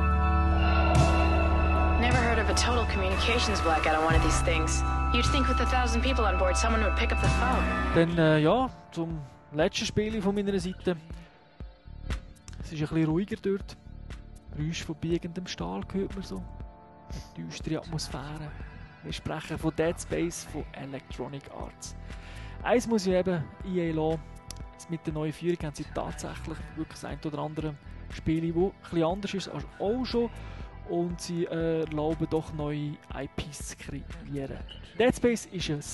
Never heard of a total communications blackout on one of these things. You'd think with 1,000 people on board, someone would pick up the phone. Dann, ja, zum letzten Spiel von meiner Seite. Es ist ein bisschen ruhiger dort. Geräusch von biegendem Stahl hört man so. Eine düstere Atmosphäre. Wir sprechen von Dead Space von Electronic Arts. Eins muss ich eben EA lassen. Mit der neuen Führung haben sie tatsächlich wirklich das ein oder andere Spiel, das ein bisschen anders ist als auch schon. Und sie erlauben doch neue IPs zu kreieren. Dead Space ist ein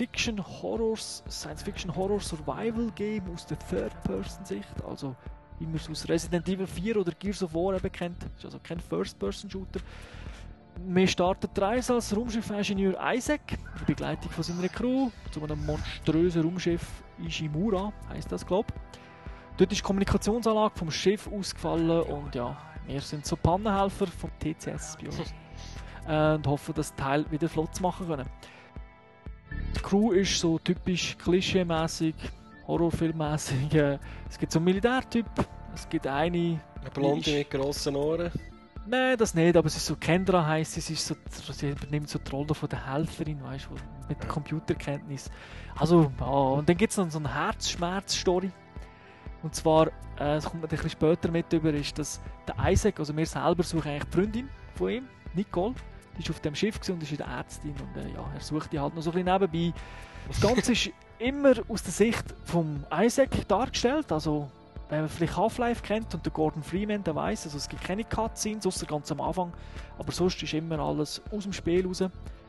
Science-Fiction-Horror-Survival-Game aus der Third-Person-Sicht. Also wie man es aus Resident Evil 4 oder Gears of War eben kennt. Das ist also kein First-Person-Shooter. Wir starten die Reise als Raumschiff-Ingenieur Isaac in Begleitung von seiner Crew zu einem monströsen Raumschiff Ishimura, heisst das, glaube ich. Dort ist die Kommunikationsanlage vom Schiff ausgefallen und ja, wir sind so Pannenhelfer vom TCS bei uns und hoffen, das Teil wieder flott zu machen können. Die Crew ist so typisch klischee-mässig, Horrorfilmmässig. Es gibt so einen Militärtyp, es gibt eine Blonde mit grossen Ohren. Nein, das nicht, aber es ist so, Kendra heisst sie übernimmt so die Rolle von der Helferin, weißt du, mit Computerkenntnis. Also, ja, und dann gibt es noch so eine Herzschmerz-Story. Und zwar, das kommt man ein bisschen später mit über, ist, dass der Isaac, also wir selber suchen eigentlich die Freundin von ihm, Nicole, die ist auf dem Schiff und ist in der Ärztin und ja, er sucht die halt noch so ein bisschen nebenbei. Das Ganze ist immer aus der Sicht vom Isaac dargestellt, also wenn man vielleicht Half-Life kennt und den Gordon Freeman, der weiss, also es gibt keine Cutscenes, außer ganz am Anfang, aber sonst ist immer alles aus dem Spiel raus.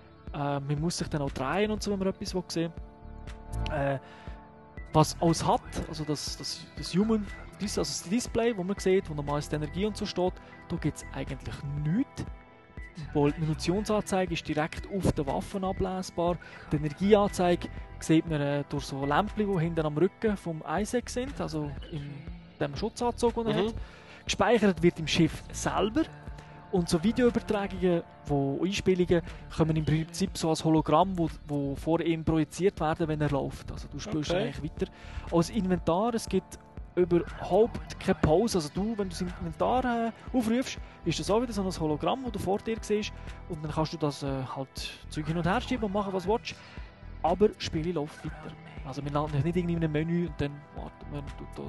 Man muss sich dann auch drehen und so, wenn man etwas sehen will. Was alles hat, also das Human, also das Display, wo man sieht, wo normal die Energie und so steht, da gibt es eigentlich nichts. Die Munitionsanzeige ist direkt auf den Waffen ablesbar. Die Energieanzeige sieht man durch so Lämpchen, die hinten am Rücken vom Isaac sind, also in dem Schutzanzug, den er hat. Gespeichert wird im Schiff selber. Und so Videoübertragungen, Einspielungen, kommen im Prinzip so als Hologramm, wo vor ihm projiziert werden, wenn er läuft. Also du spielst eigentlich weiter. Als Inventar, es gibt überhaupt keine Pause. Also wenn du das Inventar aufrufst, ist das auch wieder so ein Hologramm, das du vor dir siehst. Und dann kannst du das halt Zeug hin und her schieben und machen, was du willst. Aber das Spiel läuft weiter. Also wir landen nicht irgendwie in einem Menü und dann warten wir,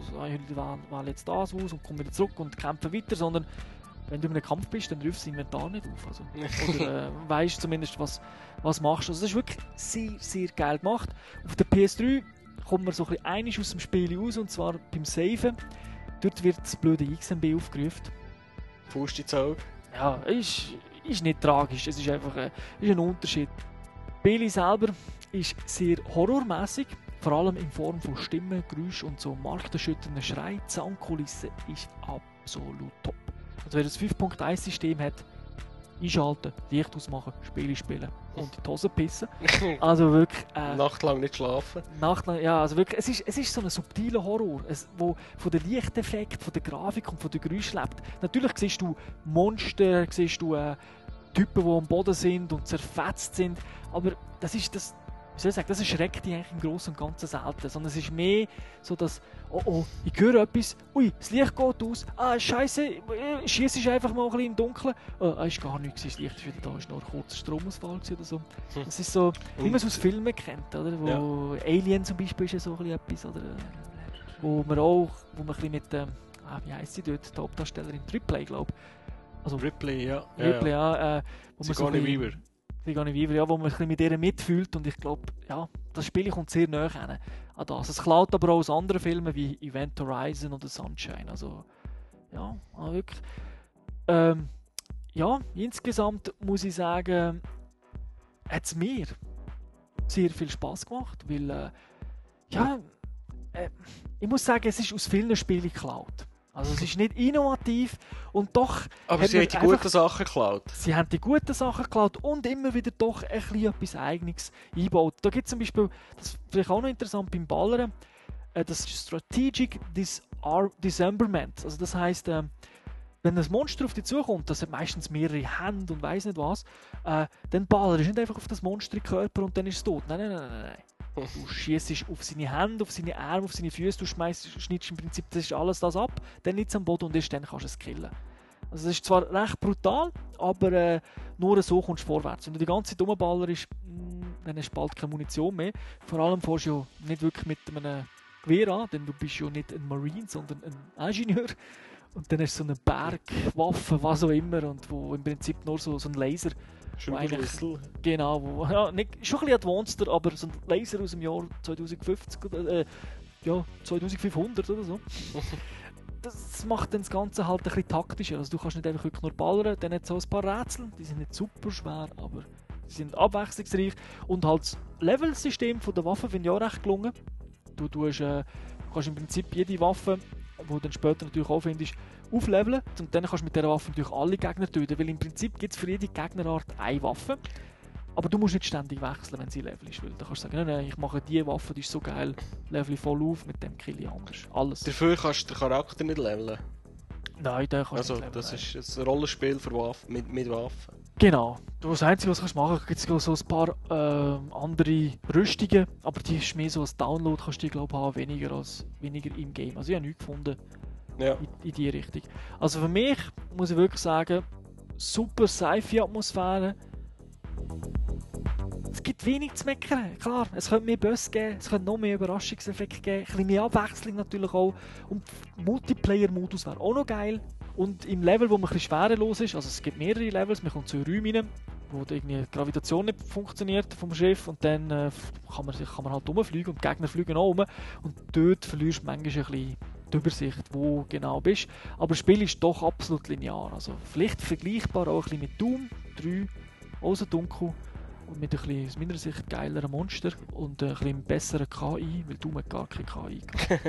wählen jetzt das aus und kommen wieder zurück und kämpfen weiter, sondern wenn du in einem Kampf bist, dann rufst du das Inventar nicht auf. Also, oder weißt zumindest, was machst du. Also das ist wirklich sehr, sehr geil gemacht. Auf der PS3 kommt man so ein bisschen einig aus dem Spiel raus, und zwar beim Saven. Dort wird das blöde XMB aufgerufen. Faust ins Auge? Ja, ist nicht tragisch, es ist einfach ein Unterschied. Billy selber ist sehr horrormäßig, vor allem in Form von Stimmen, Geräuschen und so markterschütternden Schrei. Die Soundkulisse ist absolut top. Also wer das 5.1-System hat, einschalten, Licht ausmachen, Spiele spielen und in die Hose pissen. Also wirklich... nachtlang nicht schlafen. Ja, also wirklich, es ist so ein subtiler Horror, wo von den Lichteffekten, von der Grafik und von den Geräuschen lebt. Natürlich siehst du Monster, siehst du Typen, die am Boden sind und zerfetzt sind, aber das ist das... Wie soll ich sagen, das erschreckt dich eigentlich im Großen und Ganzen selten, sondern es ist mehr so, dass, oh, ich höre etwas, ui, das Licht geht aus, Scheiße, schiesst einfach mal ein bisschen im Dunkeln, ist gar nichts, das Licht ist wieder da, ist nur ein kurzer Stromausfall oder so. Das ist so, wie man es aus Filmen kennt, oder? Wo Alien zum Beispiel ist ja so ein bisschen etwas, oder? Wo man ein bisschen mit, wie heisst sie dort, die Hauptdarstellerin, Ripley, glaube ich. Also, Ripley, ja. Wo Sigourney Weaver. Ja, wo man ein bisschen mit ihr mitfühlt, und ich glaube, ja, das Spiel kommt sehr nah an das. Es klaut aber auch aus anderen Filmen wie Event Horizon oder Sunshine. Also, ja, wirklich. Ja, insgesamt muss ich sagen, hat es mir sehr viel Spass gemacht, weil, ich muss sagen, es ist aus vielen Spielen geklaut. Also es ist nicht innovativ und doch... Aber sie haben die guten Sachen geklaut. Sie haben die guten Sachen geklaut und immer wieder doch ein bisschen etwas Eigenes eingebaut. Da gibt es zum Beispiel, das ist vielleicht auch noch interessant beim Ballern, das Strategic Dismemberment. Also das heisst, wenn ein Monster auf dich zukommt, das hat meistens mehrere Hände und weiss nicht was, dann ballerst du nicht einfach auf das Monster im Körper und dann ist es tot. Nein. Du schießt auf seine Hände, auf seine Arme, auf seine Füße, du schneidest im Prinzip das ist alles das ab, dann liegt es am Boden und erst dann kannst du es killen. Also das ist zwar recht brutal, aber nur so kommst du vorwärts. Wenn du die ganze Zeit rumballerst, dann hast du bald keine Munition mehr. Vor allem fährst du ja nicht wirklich mit einem Gewehr an, denn du bist ja nicht ein Marine, sondern ein Ingenieur. Und dann hast du so eine Bergwaffe, was auch immer, und wo im Prinzip nur so ein Laser... Genau, wo, ja, nicht, schon ein bisschen advanceder, aber so ein Laser aus dem Jahr 2050 oder 2500 oder so. Das macht dann das Ganze halt ein bisschen taktischer. Also du kannst nicht einfach wirklich nur ballern, dann hat es so ein paar Rätsel, die sind nicht super schwer, aber sie sind abwechslungsreich. Und halt das Level-System der Waffe finde ich auch recht gelungen. Du kannst im Prinzip jede Waffe, die du dann später natürlich auch findest, aufleveln und dann kannst du mit dieser Waffe natürlich alle Gegner töten, weil im Prinzip gibt es für jede Gegnerart eine Waffe, aber du musst nicht ständig wechseln, wenn sie Level ist, weil dann kannst du sagen, nein, ich mache diese Waffe, die ist so geil, level voll auf, mit dem kill ich anders, alles. Dafür kannst du den Charakter nicht leveln? Nein, den kannst du du nicht leveln. Das ist ein Rollenspiel für mit Waffen? Genau. Das Einzige, was du machen kannst, gibt es so ein paar andere Rüstungen, aber die ist mehr so als Download, kannst du die glaube ich haben, weniger im Game. Also ich habe nichts gefunden. Ja. In die Richtung. Also für mich muss ich wirklich sagen, super Sci-Fi-Atmosphäre. Es gibt wenig zu meckern. Klar, es könnte mehr Boss geben, es könnte noch mehr Überraschungseffekte geben, ein bisschen mehr Abwechslung natürlich auch. Und Multiplayer-Modus wäre auch noch geil. Und im Level, wo man ein bisschen schwerelos ist, also es gibt mehrere Levels, man kommt zu Räumen rein, wo irgendwie die Gravitation nicht funktioniert vom Schiff und dann kann man halt rumfliegen und die Gegner fliegen auch rum. Und dort verlierst du manchmal ein bisschen die Übersicht, wo genau bist. Aber das Spiel ist doch absolut linear. Also vielleicht vergleichbar auch ein bisschen mit Doom 3, auch so dunkel und mit ein bisschen, aus meiner Sicht, geileren Monster und ein bisschen besseren KI, weil Doom hat gar keine KI.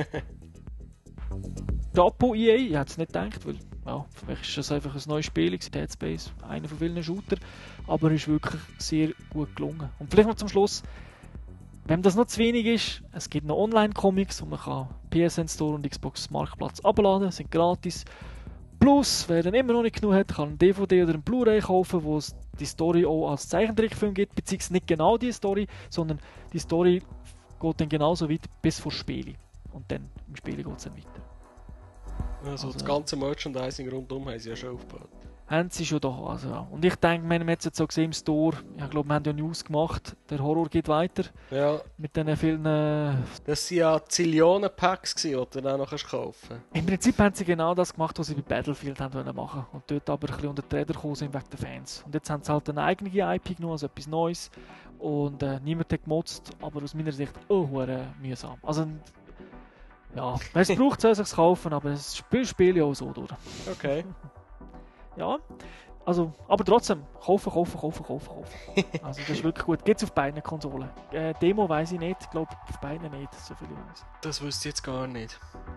Chapeau EA, ich hätte es nicht gedacht, weil ja, für mich ist das einfach ein neues Spiel, Dead Space, einer von vielen Shooter, aber es ist wirklich sehr gut gelungen. Und vielleicht noch zum Schluss, wenn das noch zu wenig ist, es gibt noch Online-Comics und man kann PSN Store und Xbox Marktplatz abladen, sind gratis. Plus, wer dann immer noch nicht genug hat, kann einen DVD oder einen Blu-ray kaufen, wo es die Story auch als Zeichentrickfilm gibt, beziehungsweise nicht genau die Story, sondern die Story geht dann genauso weit bis vor Spiele. Und dann im Spiel geht es dann weiter. Also das ganze Merchandising rundum haben sie ja schon aufgebaut. Haben sie schon da. Also, ja. Und ich denke, wir haben jetzt so gesehen im Store, ich glaube, wir haben ja News gemacht, der Horror geht weiter. Ja. Mit diesen vielen... Das waren ja Zillionen Packs, die du dann auch noch kaufen kannst. Im Prinzip haben sie genau das gemacht, was sie bei Battlefield haben machen. Und dort aber ein bisschen unter die Räder gekommen sind wegen den Fans. Und jetzt haben sie halt eine eigene IP genommen, also etwas Neues. Und niemand hat gemotzt, aber aus meiner Sicht mühsam. Also... Ja, wenn es braucht, soll es sich kaufen, aber das Spiel ja auch so durch. Okay. Ja, also, aber trotzdem, kaufen. Also das ist wirklich gut. Gibt es auf beiden Konsolen. Demo weiss ich nicht, ich glaube auf beiden nicht, so viel ich weiss. Das wüsste ich jetzt gar nicht.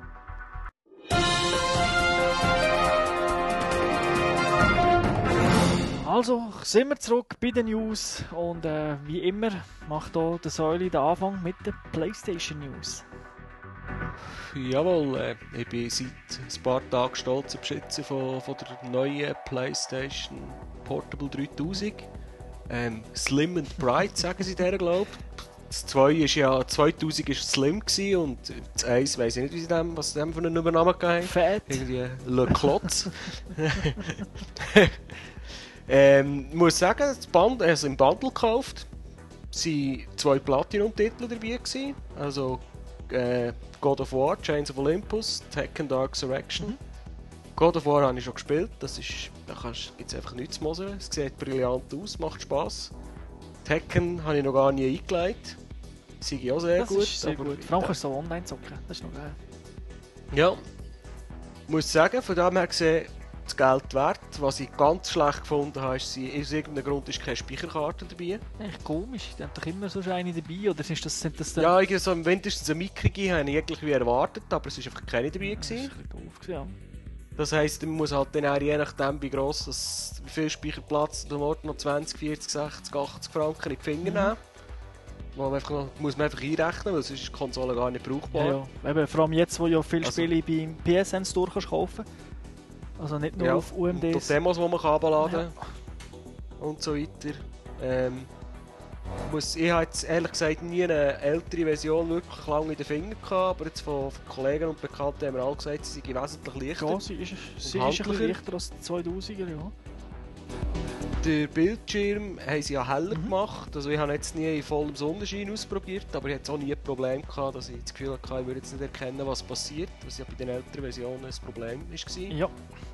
Also, sind wir zurück bei den News und wie immer macht hier der Säule den Anfang mit den PlayStation News. Jawohl, ich bin seit ein paar Tagen stolzer Besitzer von der neuen PlayStation Portable 3000. Slim and Bright, sagen sie der, glaube ich. Das 2 ist ja, 2000 war Slim gewesen, und das 1 weiss ich nicht, was dem für einen Übernamen gegeben hat. Fett. Irgendwie Le Klotz. Muss sagen, das Band, also im Bundle gekauft, waren 2 Platinum-Titel dabei gewesen. Also God of War, Chains of Olympus, Tekken Dark Resurrection. God of War habe ich schon gespielt, da gibt es einfach nichts zu mosen. Es sieht brillant aus, macht Spass. Tekken habe ich noch gar nie eingelegt. sei auch sehr das gut. Ist sehr gut. Vor allem kannst du so online zocken, das ist noch geil. Ja, muss sagen, von dem her gesehen, das Geld wert. Was ich ganz schlecht gefunden habe, ist, aus irgendeinem Grund ist keine Speicherkarte dabei. Echt komisch, die haben doch immer so eine dabei, oder sind das dann... Ja, irgendwie so mindestens eine mikrige habe ich eigentlich wie erwartet, aber es ist einfach keine dabei gewesen. Das ist ein doof, ja. Das heisst, man muss halt dann auch, je nachdem wie gross, wie viel Speicherplatz der Ort noch 20, 40, 60, 80 Franken in die Finger nehmen. Muss man einfach einrechnen, weil sonst ist die Konsole gar nicht brauchbar. Ja. Eben, vor allem jetzt, wo ja viele Spiele beim PSN Store kannst kaufen. Also nicht nur auf UMDs. Und Demos, die man herunterladen kann. Und so weiter. Ich habe jetzt ehrlich gesagt nie eine ältere Version wirklich lange in den Fingern gehabt, aber jetzt von Kollegen und Bekannten haben wir alle gesagt, sie sind wesentlich leichter. Ja, sie ist ein bisschen leichter als die 2000er, ja. Der Bildschirm haben sie ja heller gemacht, also ich habe jetzt nie in vollem Sonnenschein ausprobiert, aber ich hatte auch nie ein Problem gehabt, dass ich das Gefühl hatte, ich würde jetzt nicht erkennen, was passiert, was ja bei den älteren Versionen ein Problem war. Ja.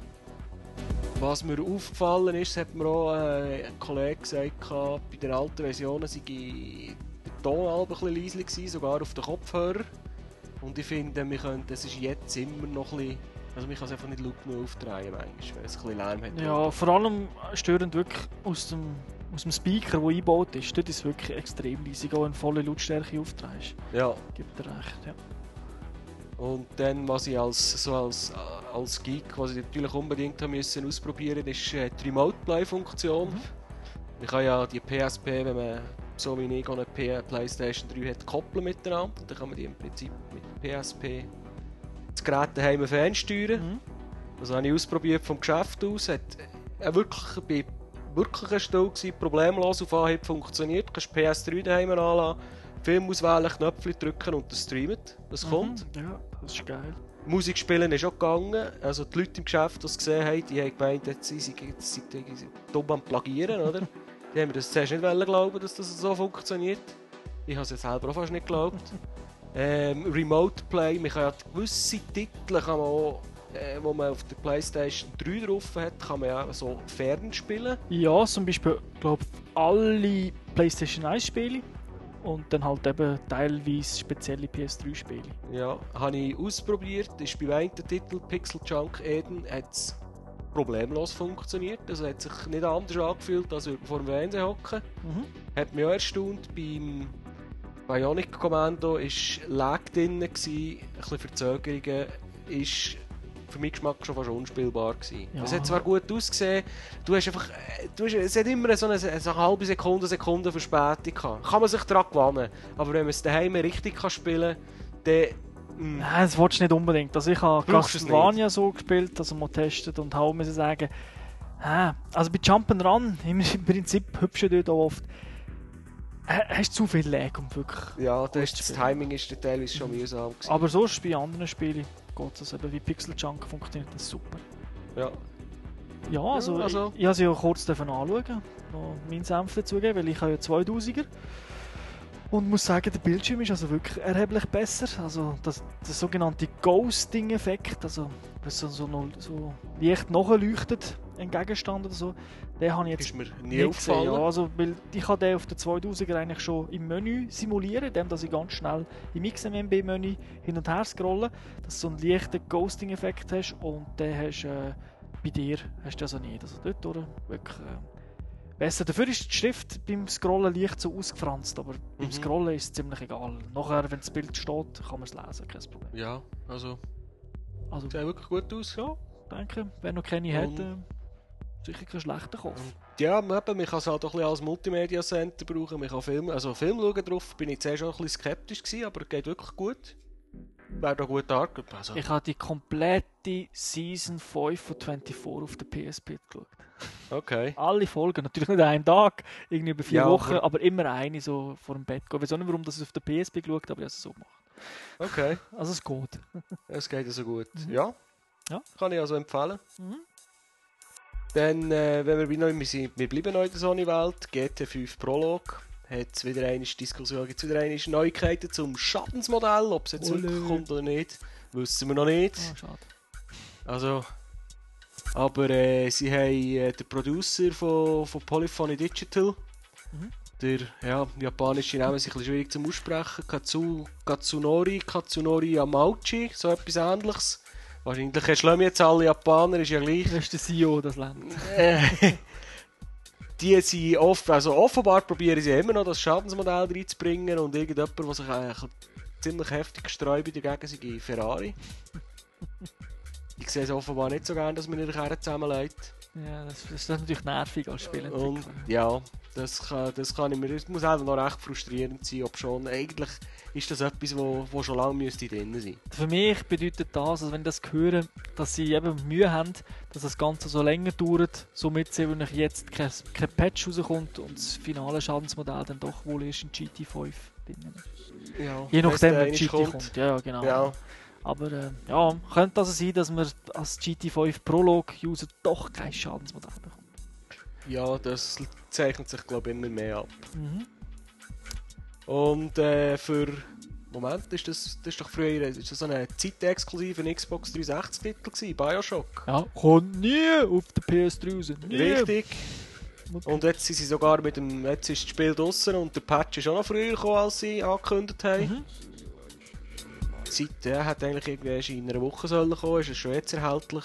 Was mir aufgefallen ist, hat mir auch ein Kollege gesagt, bei den alten Versionen sei der Ton ein bisschen leise gewesen, sogar auf den Kopfhörer. Und ich finde, es ist jetzt immer noch ein bisschen... Also man kann es einfach nicht laut genug aufdrehen, manchmal, weil es ein bisschen Lärm hat. Ja, vor allem störend wirklich aus dem Speaker, der eingebaut ist. Dort ist es wirklich extrem leise, auch wenn volle Lautstärke aufdrehst. Ja. Gibt dir recht, ja. Und dann, was ich als Geek, was ich natürlich unbedingt müssen ausprobieren musste, ist die Remote-Play-Funktion. Ich kann ja die PSP, wenn man so wie ich eine PlayStation 3 hat, koppeln miteinander. Dann kann man die im Prinzip mit der PSP das Gerät daheim fernsteuern. Das habe ich ausprobiert vom Geschäft aus. Ich war wirklich ein Stuhl gewesen, problemlos auf Anhieb funktioniert. Du kannst PS3 daheim anlassen, Film auswählen, Knöpfe drücken und das streamt. Das kommt. Ja, das ist geil. Musik spielen ist auch gegangen. Also die Leute im Geschäft, die es gesehen haben, die haben gemeint, sie sind dumm am Plagieren, oder? Die haben mir das zuerst nicht glauben, dass das so funktioniert. Ich habe es jetzt selber auch fast nicht geglaubt. Remote Play, man kann ja gewisse Titel, kann man auch, wo man auf der PlayStation 3 drauf hat, kann man ja so fern spielen. Ja, zum Beispiel, glaube ich, alle PlayStation 1 Spiele und dann halt eben teilweise spezielle PS3 Spiele. Ja, habe ich ausprobiert, ist bei einem Titel Pixel Junk Eden hat's problemlos funktioniert, also hat sich nicht anders angefühlt, als würde man vor dem Fernsehen hocken. Hat mich auch erstaunt, beim Bionic Commando war Lag drin, ein bisschen Verzögerungen, ist für meinen Geschmack schon fast unspielbar gewesen. Ja. Es hat zwar gut ausgesehen, es hat immer so eine halbe Sekunde Verspätung gehabt. Kann man sich daran gewöhnen, aber wenn man es daheim richtig spielen kann, dann... Nein, das willst du nicht unbedingt. Also ich habe Castlevania so gespielt, also mal getestet und habe müssen sagen, also bei Jump'n'Run, im Prinzip hübsch dort auch oft, hast du zu viel Lag, um wirklich... Ja, das Timing ist teilweise schon mühsam gewesen. Aber sonst bei anderen Spielen geht es eben, wie Pixel Junk funktioniert das super. Ja. Ja, also ich habe sie ja kurz anschauen, noch meinen Senf dazugeben, weil ich habe ja 2000er. Und muss sagen, der Bildschirm ist also wirklich erheblich besser. Also der sogenannte Ghosting-Effekt, also wenn so leicht nachleuchtet, ein Gegenstand oder so, den habe ich jetzt ist mir nie aufgefallen. Ja, also, weil ich kann den auf der 2000er eigentlich schon im Menü simulieren, indem dass ich ganz schnell im XMMB-Menü hin und her scrolle, dass du so einen leichten Ghosting-Effekt hast und den hast bei dir hast du also nicht. Also dort oder wirklich besser. Dafür ist die Schrift beim Scrollen leicht so ausgefranst, aber beim Scrollen ist es ziemlich egal. Nachher, wenn das Bild steht, kann man es lesen, kein Problem. Ja, also sieht wirklich gut aus. Ja, danke. Wer noch keine hat, sicher kein schlechter Kopf. Ja, eben, man kann es halt auch ein bisschen als Multimedia-Center brauchen. Man kann Film schauen drauf, bin ich zuerst schon ein bisschen skeptisch gewesen, aber es geht wirklich gut. Wäre da gut angeguckt. Also. Ich habe die komplette Season 5 von 24 auf der PSP geschaut. Okay. Alle Folgen, natürlich nicht an einem Tag, irgendwie über 4 Wochen, aber immer eine so vor dem Bett gehen. Ich weiß auch nicht, warum ich auf der PSP geschaut habe, aber ich habe es so gemacht. Okay. Also es geht. Es geht also gut. Ja. Kann ich also empfehlen. Dann, wenn wir bleiben noch in der Sony-Welt, GT5 Prologue. Gibt's wieder eine Neuigkeiten zum Schadensmodell, ob es jetzt wirklich kommt oder nicht, wissen wir noch nicht. Oh, schade. Also, aber sie haben den Producer von Polyphony Digital, Der japanische Name ist ein bisschen schwierig zum Aussprechen. Katsunori Yamauchi, so etwas Ähnliches. Wahrscheinlich schlimm jetzt alle Japaner, ist ja gleich. Das ist der CEO des Landes. Die sind offenbar probieren sie immer noch das Schadensmodell reinzubringen und irgendjemand, der sich eigentlich ziemlich heftig sträubt dagegen, sei Ferrari. Ich sehe es offenbar nicht so gerne, dass man ihre Karren zusammenlegt. Ja, das ist natürlich nervig als Spielentwickler. Und ja, das muss einfach noch recht frustrierend sein, ob schon. Eigentlich ist das etwas, wo schon lange müsste drin sein. Für mich bedeutet das, also wenn das hören, dass sie eben Mühe haben, dass das Ganze so länger dauert, somit sie, wenn jetzt kein Patch rauskommt und das finale Schadensmodell dann doch wohl erst in GT5 drin ist. Ja, je nachdem, wenn GT kommt. Ja, genau. Ja. Aber könnte also sein, dass man als GT5 Prolog-User doch kein Schadensmodell bekommt. Ja, das zeichnet sich, glaube ich, immer mehr ab. Mhm. Und Moment, ist das doch früher ist das so ein zeitexklusiver Xbox 360-Titel gewesen, Bioshock? Ja, kommt nie auf der PS3 raus. Nie. Richtig. Und jetzt sind sie sogar jetzt ist das Spiel draussen und der Patch ist auch noch früher gekommen, als sie angekündigt haben. Mhm. Die hat eigentlich irgendwie in einer Woche sollen kommen, ist es schon jetzt erhältlich.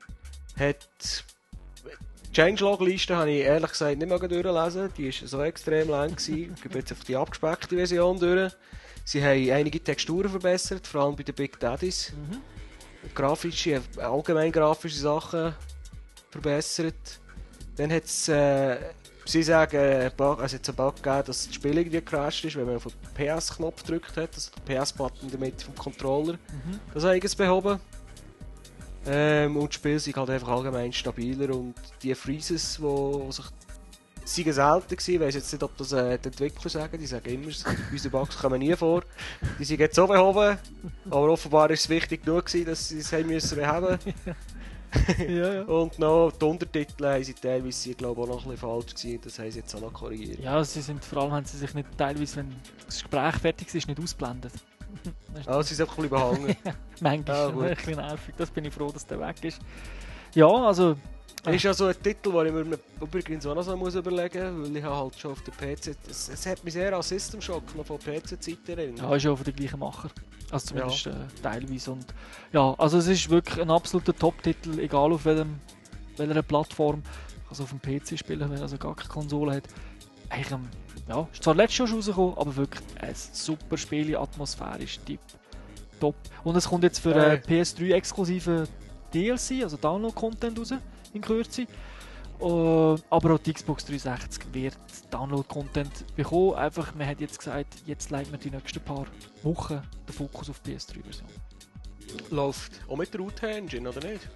Die Changelog-Liste habe ich ehrlich gesagt nicht mehr durchlesen, die war so extrem lang gewesen. Ich gebe jetzt einfach die abgespeckte Version durch. Sie haben einige Texturen verbessert, vor allem bei den Big Daddies. Allgemein grafische Sachen verbessert. Dann hat es, sie sagen, es hat einen Bug gegeben, dass das Spiel irgendwie gecrashed ist, wenn man auf den PS-Knopf gedrückt hat, also den PS-Button in der Mitte vom Controller. Das haben sie behoben. Und das Spiel ist halt einfach allgemein stabiler und die Freezes, die sich sind selten gewesen. Ich weiss jetzt nicht, ob das die Entwickler sagen. Die sagen immer, unsere Bugs kommen nie vor. Die sind jetzt so behoben, aber offenbar ist es wichtig genug gewesen, dass sie es haben müssen beheben. Ja. Und noch die Untertitel haben sie teilweise, glaube ich, auch noch ein bisschen falsch gewesen. Das haben sie jetzt auch noch korrigiert. Ja, vor allem haben sie sich nicht teilweise, wenn das Gespräch fertig ist, nicht ausblendet. Sie sind einfach ein bisschen behangen. Manchmal ein bisschen nervig. Das bin ich froh, dass der weg ist. Ja, also... Das ist ja so ein Titel, den ich mir übrigens auch noch so überlegen muss, weil ich halt schon auf der PC... Es hat mich sehr an System Shock noch von PC-Zeiten erinnert. Ja, ist ja auch von den gleichen Macher. Also zumindest teilweise. Und ja, also es ist wirklich ein absoluter Top-Titel, egal auf welcher Plattform. Ich kann es auf dem PC spielen, wenn er also gar keine Konsole hat. Eigentlich, ist zwar letztes Jahr schon rausgekommen, aber wirklich ein super Spiel, atmosphärisch, top. Und es kommt jetzt für PS3 exklusive DLC, also Download-Content raus in Kürze. Aber auch die Xbox 360 wird Download-Content bekommen. Einfach, man hat jetzt gesagt, jetzt legen wir die nächsten paar Wochen den Fokus auf die PS3-Version. Läuft auch mit der UT-Engine, oder nicht?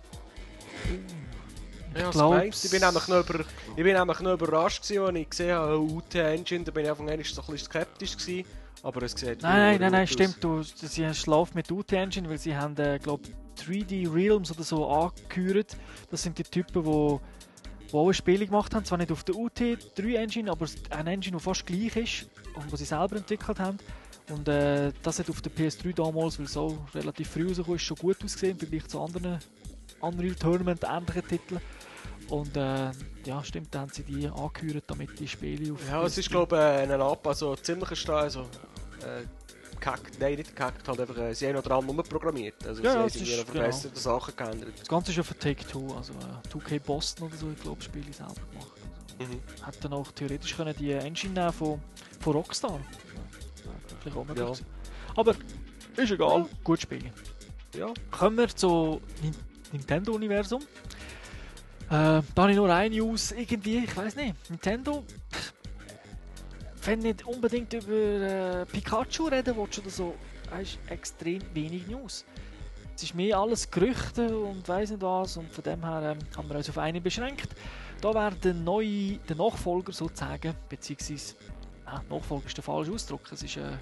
Ich bin nämlich noch überrascht gewesen, als ich gesehen habe, UT-Engine, da bin ich einfach so ein bisschen skeptisch gewesen. Aber es sieht Nein, stimmt. Sie läuft mit UT-Engine, weil sie haben, glaube 3D Realms oder so angehört. Das sind die Typen, die auch ein Spiel gemacht haben, zwar nicht auf der UT3-Engine, aber eine Engine, die fast gleich ist und die sie selber entwickelt haben. Und das hat auf der PS3 damals, weil es auch relativ früh rausgekommen ist, schon gut ausgesehen im Vergleich zu anderen Unreal Tournament-ähnlichen Titeln. Und stimmt, dann haben sie die angehört, damit die Spiele auf... Ja, es ist glaube ich ziemlich gehackt, nein, nicht gehackt, halt einfach, sie haben noch dran rumprogrammiert. Also ja, sie haben verbesserte Sachen geändert. Das Ganze ist ja für Take-Two, also 2K Boston oder so, ich glaube, Spiele selber gemacht. Also, hat dann auch theoretisch können die Engine nehmen von Rockstar. Vielleicht auch möglich. Ja. Aber ist egal, gut spielen. Ja. Kommen wir zum Nintendo-Universum. Da habe ich nur eine News, irgendwie, ich weiß nicht, Nintendo... Wenn nicht unbedingt über Pikachu reden willst oder so, hast du extrem wenig News. Es ist mehr alles Gerüchte und weiss nicht was und von dem her haben wir uns auf einen beschränkt. Da wäre der Nachfolger sozusagen, beziehungsweise, Nachfolger ist der falsche Ausdruck, es ist eine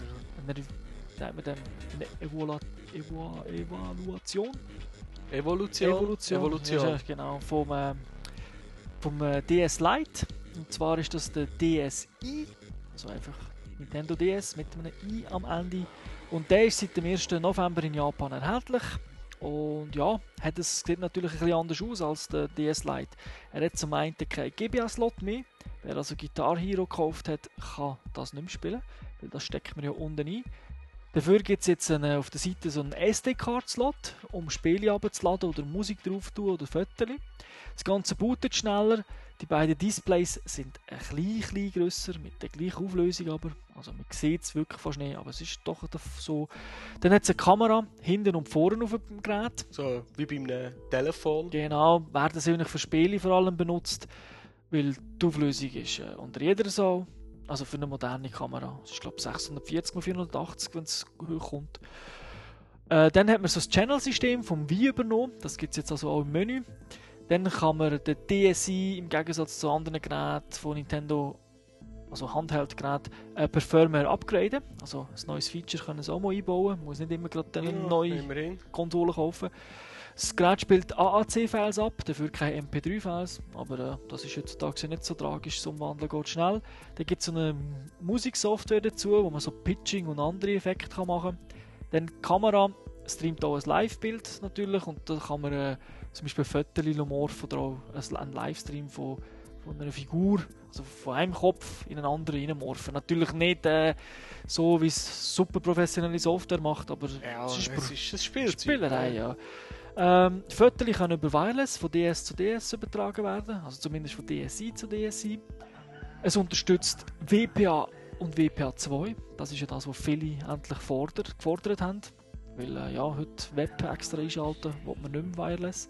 Evolution. Ja, genau, vom DS Lite. Und zwar ist das der DSi, also einfach Nintendo DS mit einem I am Ende. Und der ist seit dem 1. November in Japan erhältlich. Und ja, sieht natürlich ein bisschen anders aus als der DS Lite. Er hat zum einen keinen GBA-Slot mehr, Wer also Guitar Hero gekauft hat, kann das nicht mehr spielen, weil das steckt man ja unten ein. Dafür gibt es jetzt auf der Seite so einen SD-Card-Slot, um Spiele runterzuladen oder Musik drauf zu tun oder Fotos. Das Ganze bootet schneller. Die beiden Displays sind ein bisschen grösser, mit der gleichen Auflösung aber. Also man sieht es wirklich fast nicht, aber es ist doch so. Dann hat es eine Kamera hinten und vorne auf dem Gerät. So wie bei einem Telefon. Genau, werden sie eigentlich für Spiele vor allem benutzt, weil die Auflösung ist unter jeder so. Also für eine moderne Kamera. Das ist glaube ich 640 x 480, wenn es hochkommt. Dann hat man so das Channel-System vom Wii übernommen. Das gibt es jetzt also auch im Menü. Dann kann man den DSi im Gegensatz zu anderen Geräten von Nintendo, also Handheld-Geräten, per Firmware upgraden. Also ein neues Feature können sie auch mal einbauen. Man muss nicht immer gerade eine neue Konsole kaufen. Das Gerät spielt AAC-Files ab, dafür keine MP3-Files, aber das ist heutzutage nicht so tragisch, das Umwandeln geht schnell. Dann gibt es eine Musiksoftware dazu, wo man so Pitching und andere Effekte machen kann. Dann die Kamera streamt auch ein Live-Bild natürlich und da kann man zum Beispiel Fotos morphen oder auch einen Livestream von einer Figur, also von einem Kopf in einen anderen reinmorphen. Natürlich nicht so, wie es super professionelle Software macht, aber ja, es ist ein Spielzeug. Spielerei, ja. Die Fotos können über Wireless von DS zu DS übertragen werden, also zumindest von DSi zu DSi. Es unterstützt WPA und WPA 2, das ist ja das, was viele endlich gefordert haben. Weil heute Web extra einschalten, will man nicht mehr Wireless.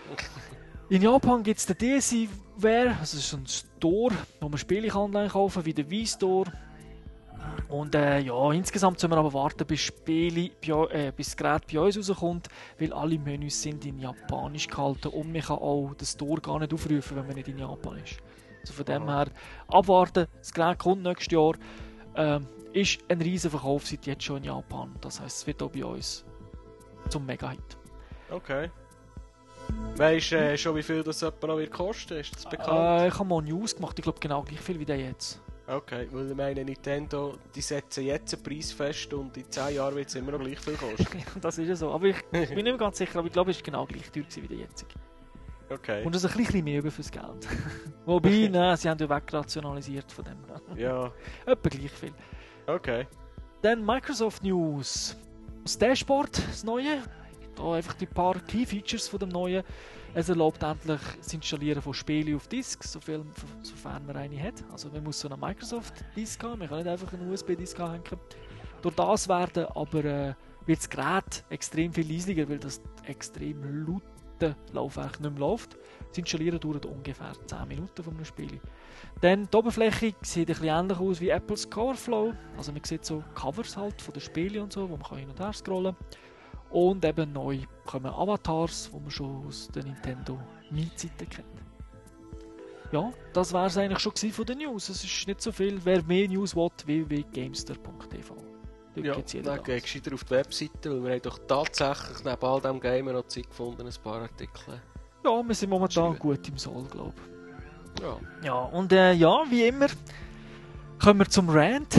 In Japan gibt es den DSiWare, also das ist ein Store, wo man Spiele online kaufen kann, wie der Wii Store. Und insgesamt sollen wir aber warten, bis das Gerät bei uns rauskommt, weil alle Menüs sind in Japanisch gehalten und man kann auch den Store gar nicht aufrufen, wenn man nicht in Japan ist. Also von dem her abwarten, das Gerät kommt nächstes Jahr. Ist ein riesen Verkauf seit jetzt schon in Japan. Das heisst, es wird auch bei uns zum Mega-Hit. Okay. Weisst du schon, wie viel das etwa noch wird kosten? Ist das bekannt? Ich habe mal News gemacht, ich glaube genau gleich viel wie der jetzt. Okay, weil ich meine, Nintendo, die setzen jetzt einen Preis fest und in 10 Jahren wird es immer noch gleich viel kosten. Das ist ja so, aber ich bin nicht mehr ganz sicher, aber ich glaube, es ist genau gleich teuer wie der jetzige. Okay. Und das ist ein bisschen mehr über fürs Geld. Wobei, nein, sie haben ja wegrationalisiert von dem. Ja. Etwa gleich viel. Okay. Dann Microsoft News. Das Dashboard, das neue. Da einfach die paar Key-Features von dem neuen. Es erlaubt endlich das Installieren von Spielen auf Disk, sofern man eine hat. Also man muss so eine Microsoft-Disk haben, man kann nicht einfach eine USB-Disk hängen. Durch das wird das Gerät extrem viel leisiger, weil das extrem laute Laufwerk nicht mehr läuft. Das Installieren dauert ungefähr 10 Minuten von einem Spiel. Dann die Oberfläche sieht ein bisschen ähnlich aus wie Apples Coverflow. Also man sieht so Covers halt von den Spielen und so, wo man hin und her scrollen kann. Und eben neu kommen Avatars, die man schon aus der Nintendo Mii-Zeiten kennt. Ja, das war es eigentlich schon von den News. Es ist nicht so viel. Wer mehr News will, www.gamester.tv. Ja, dann gehst du wieder auf die Webseite, weil wir haben doch tatsächlich neben all dem Gamer noch Zeit gefunden, ein paar Artikel. Ja, wir sind momentan gut im Soll, glaube ich. Ja. Ja, und wie immer, kommen wir zum Rant.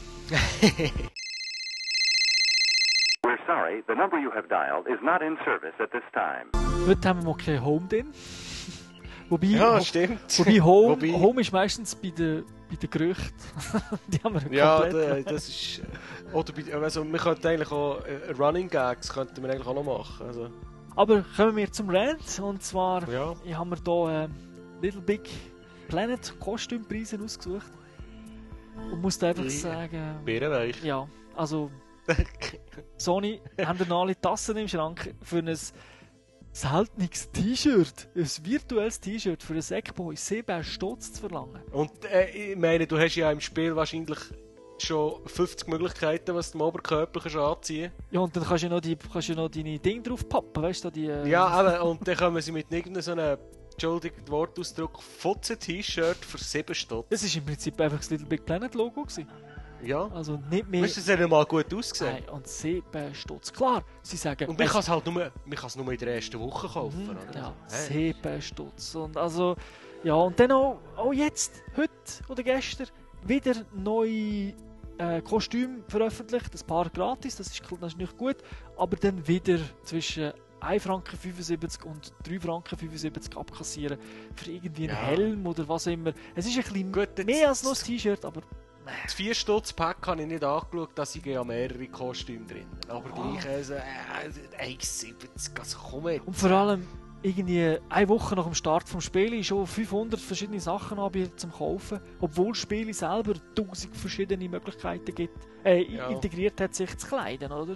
We're sorry, the number you have dialed is not in service at this time. Heute haben wir mal kein Home drin. Wobei, ja, stimmt. Wobei Home ist meistens bei den Gerüchten. Die haben wir komplett. Ja, das ist... Oder also wir könnten eigentlich auch Running Gags könnten wir eigentlich auch noch machen. Also. Aber kommen wir zum Rant. Und zwar haben wir hier Little Big Planet Kostümpreise ausgesucht. Und muss einfach sagen... Bärenweich. Ja, also... Sony haben alle Tassen im Schrank für ein seltenes T-Shirt, ein virtuelles T-Shirt für ein Sackboy 7 Stutz zu verlangen. Und ich meine, du hast ja im Spiel wahrscheinlich schon 50 Möglichkeiten, was du im Oberkörper anziehen kannst. Ja, und dann kannst du noch deine Dinge drauf pappen, weißt du? Ja, aber und dann kommen sie mit irgendeinem so einem, Entschuldigung, Wortausdruck, Fotzen-T-Shirt für 7 Stutz. Das war im Prinzip einfach das Little Big Planet Logo gewesen. Ja. Also nicht mehr... Weißt du, das hat nicht mal gut ausgesehen. Nein, und 7 Stutz. Klar, sie sagen... Und man kann es halt nur in der ersten Woche kaufen, oder? Ja, 7 Stutz. Und also... Ja, und dann auch jetzt, heute oder gestern, wieder neue Kostüme veröffentlicht. Ein paar gratis, das ist nicht gut. Aber dann wieder zwischen 1,75 Franken und 3,75 Franken abkassieren für irgendwie einen Ja. Helm oder was auch immer. Es ist ein bisschen Gut, mehr als nur ein T-Shirt, aber Das 4-Stutz-Pack habe ich nicht angeschaut, da sind ja mehrere Kostüme drin. Aber gleich 1,70, also komm jetzt. und vor allem irgendwie eine Woche nach dem Start des Spiels schon 500 verschiedene Sachen anbieten zum Kaufen, obwohl das Spiel selber 1000 verschiedene Möglichkeiten gibt, integriert hat, sich zu kleiden, oder?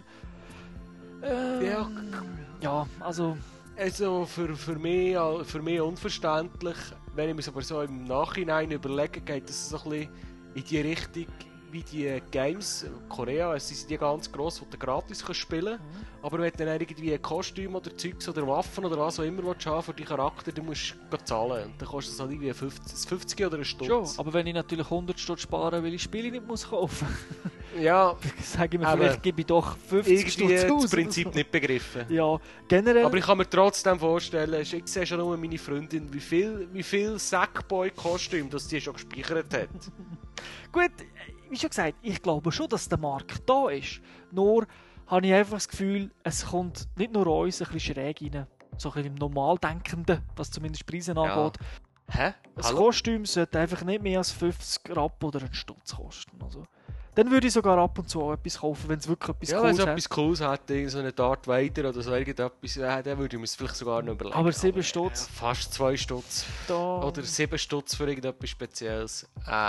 Ja, also für mich unverständlich, wenn ich mir aber so im Nachhinein überlege, geht das so ein bisschen in die Richtung wie die Games Korea, es sind die ganz gross, die du gratis spielen kannst. Aber wenn du dann irgendwie ein Kostüm oder Zeugs oder Waffen oder was auch immer willst haben für deinen Charakter, dann musst du zahlen. Und dann kostet es halt irgendwie 50 oder ein Stutz. schon, aber wenn ich natürlich 100 Stutz sparen, weil ich Spiele nicht muss kaufen. Ja, sage ich mir, vielleicht gebe ich doch 50 Stutz irgendwie aus. das Prinzip nicht begriffen. Ja, generell. Aber ich kann mir trotzdem vorstellen, ich sehe schon nur meine Freundin, wie viel Sackboy-Kostüm das die schon gespeichert hat. Gut, wie schon gesagt, ich glaube schon, dass der Markt da ist. Nur habe ich einfach das Gefühl, es kommt nicht nur uns ein bisschen schräg rein, so ein bisschen im Normaldenkenden, was zumindest Preise angeht. Hä? Ein Kostüm sollte einfach nicht mehr als 50 Rappen oder einen Stutz kosten. Also, dann würde ich sogar ab und zu auch etwas kaufen, wenn es wirklich etwas Ja, Cooles wenn es hat. etwas Cooles hat, so eine Darth Vader oder so irgendetwas, dann würde ich mir es vielleicht sogar noch überlegen. Aber 7 Stutz? Ja, fast 2 Stutz. Da. Oder 7 Stutz für irgendetwas Spezielles.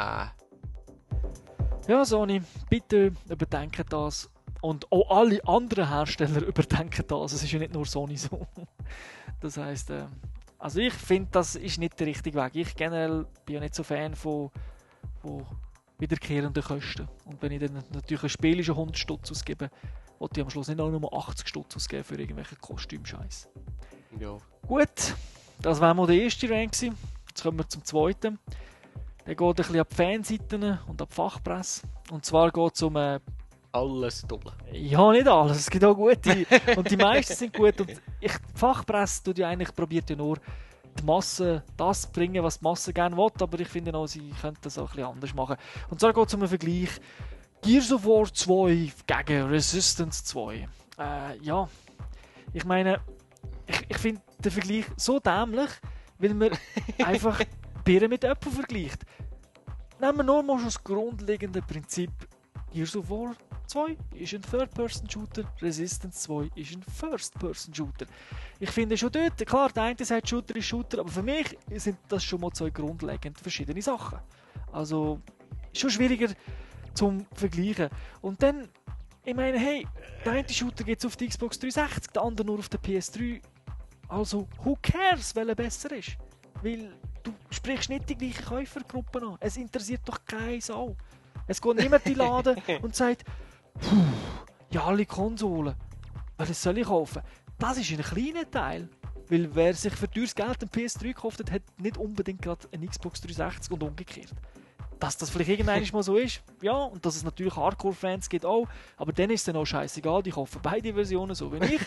Ja, Sony, bitte überdenkt das. Und auch alle anderen Hersteller überdenken das. Es ist ja nicht nur Sony so. Das heisst, also ich finde, das ist nicht der richtige Weg. Ich generell bin ja nicht so Fan von wiederkehrenden Kosten. Und wenn ich dann natürlich ein Spiel schon 100 Stutz ausgebe, wollte ich am Schluss nicht auch nur 80 Stutz ausgeben für irgendwelche Kostümscheiß. Ja. Gut, das war mal der erste Rank gewesen. Jetzt kommen wir zum zweiten. Der geht ein bisschen an die Fanseiten und an die Fachpresse. Und zwar geht es um... alles doppelt. Ja, nicht alles. Es gibt auch gute. Und die meisten sind gut. Und die Fachpresse probiert ja nur, die Masse das zu bringen, was die Masse gerne will. Aber ich finde auch, sie könnten das auch ein bisschen anders machen. Und zwar geht es um einen Vergleich. Gears of War 2 gegen Resistance 2. Ja, ich meine, ich finde den Vergleich so dämlich, weil man einfach Birnen mit Äpfeln vergleicht. Nehmen wir nur mal schon das grundlegende Prinzip. Gears of War 2 ist ein Third-Person-Shooter, Resistance 2 ist ein First-Person-Shooter. Ich finde schon dort, klar, der eine sagt Shooter ist Shooter, aber für mich sind das schon mal zwei grundlegend verschiedene Sachen. Also, schon schwieriger zum Vergleichen. Und dann, ich meine, hey, der eine Shooter gibt es auf die Xbox 360, der andere nur auf der PS3. Also, who cares, welcher besser ist? Weil du sprichst nicht die gleiche Käufergruppe an. Es interessiert doch keine Sau. Es geht niemand in den Laden und sagt, ja, alle Konsolen, welches soll ich kaufen? Das ist ein kleiner Teil. Weil wer sich für teures Geld ein PS3 gekauft hat, hat nicht unbedingt gerade eine Xbox 360 und umgekehrt. Dass das vielleicht irgendwann mal so ist, ja, und dass es natürlich Hardcore-Fans gibt auch, aber dann ist es dann auch scheißegal, die kaufen beide Versionen, so wie ich.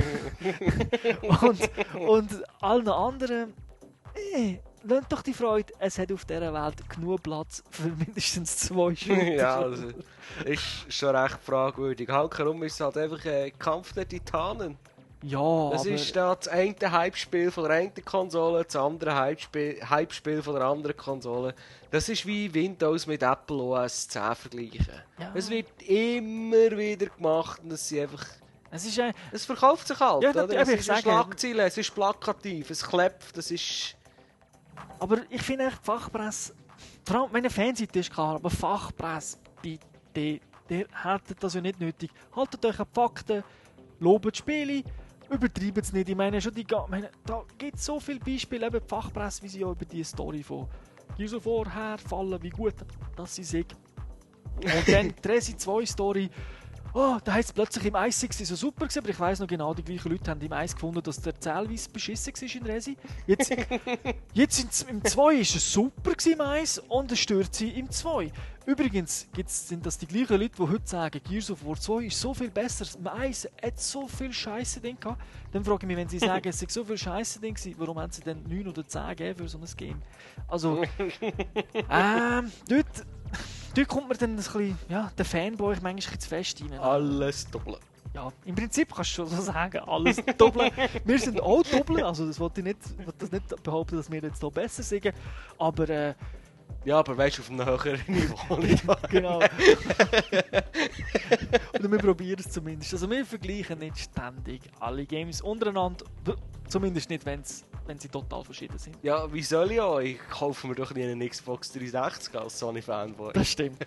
und allen anderen, lasst doch die Freude, es hat auf dieser Welt genug Platz für mindestens 2 Shooter. Ja, also, ist schon recht fragwürdig. Herum ist es halt einfach ein Kampf der Titanen. Ja, das ist da das eine Hype-Spiel von der einen Konsole, das andere Hype-Spiel von der anderen Konsole. Das ist wie Windows mit Apple OS 10 vergleichen. Ja. Es wird immer wieder gemacht und es verkauft sich halt. Ja, oder? Es ist eine Schlagzeile, es ist plakativ, es klebt, das ist... Aber ich finde echt, Fachpresse, vor allem meine Fanseite ist klar, aber Fachpresse, bitte, der hättet das ja nicht nötig. Haltet euch an die Fakten, lobt die Spiele, übertreibt es nicht. Ich meine, da gibt es so viele Beispiele, eben die Fachpresse, wie sie auch über die Story von Gears of War herfallen, wie gut dass sie sind. Und dann die Resi 2 Story, da heisst es plötzlich im 1 war so super gewesen, aber ich weiss noch genau, die gleichen Leute haben im 1 gefunden, dass der Zählweise beschissen war in Resi. Jetzt im 2 war es super im 1 und es stört sie im 2. Übrigens sind das die gleichen Leute, die heute sagen, Gears of War 2 ist so viel besser. Im 1 hat so viel Scheisse drin gehabt. Dann frage ich mich, wenn sie sagen, es sei so viel Scheisse drin gewesen, warum haben sie dann 9 oder 10 gegeben für so ein Game? Also, dort kommt mir dann ein bisschen, ja, der Fanboy manchmal zu fest rein. Alles doppelt. ja, im Prinzip kannst du schon so sagen, alles doppeln. Wir sind auch doppeln, also das wollte ich nicht behaupten, dass wir jetzt hier besser sind, aber ja, aber weißt du, auf einem höheren Niveau nicht. Genau. Oder wir probieren es zumindest. Also wir vergleichen nicht ständig alle Games untereinander, zumindest nicht, wenn sie total verschieden sind. Ja, wie soll ich auch? Ich kaufe mir doch nie einen Xbox 360 als Sony-Fanboy. Das stimmt.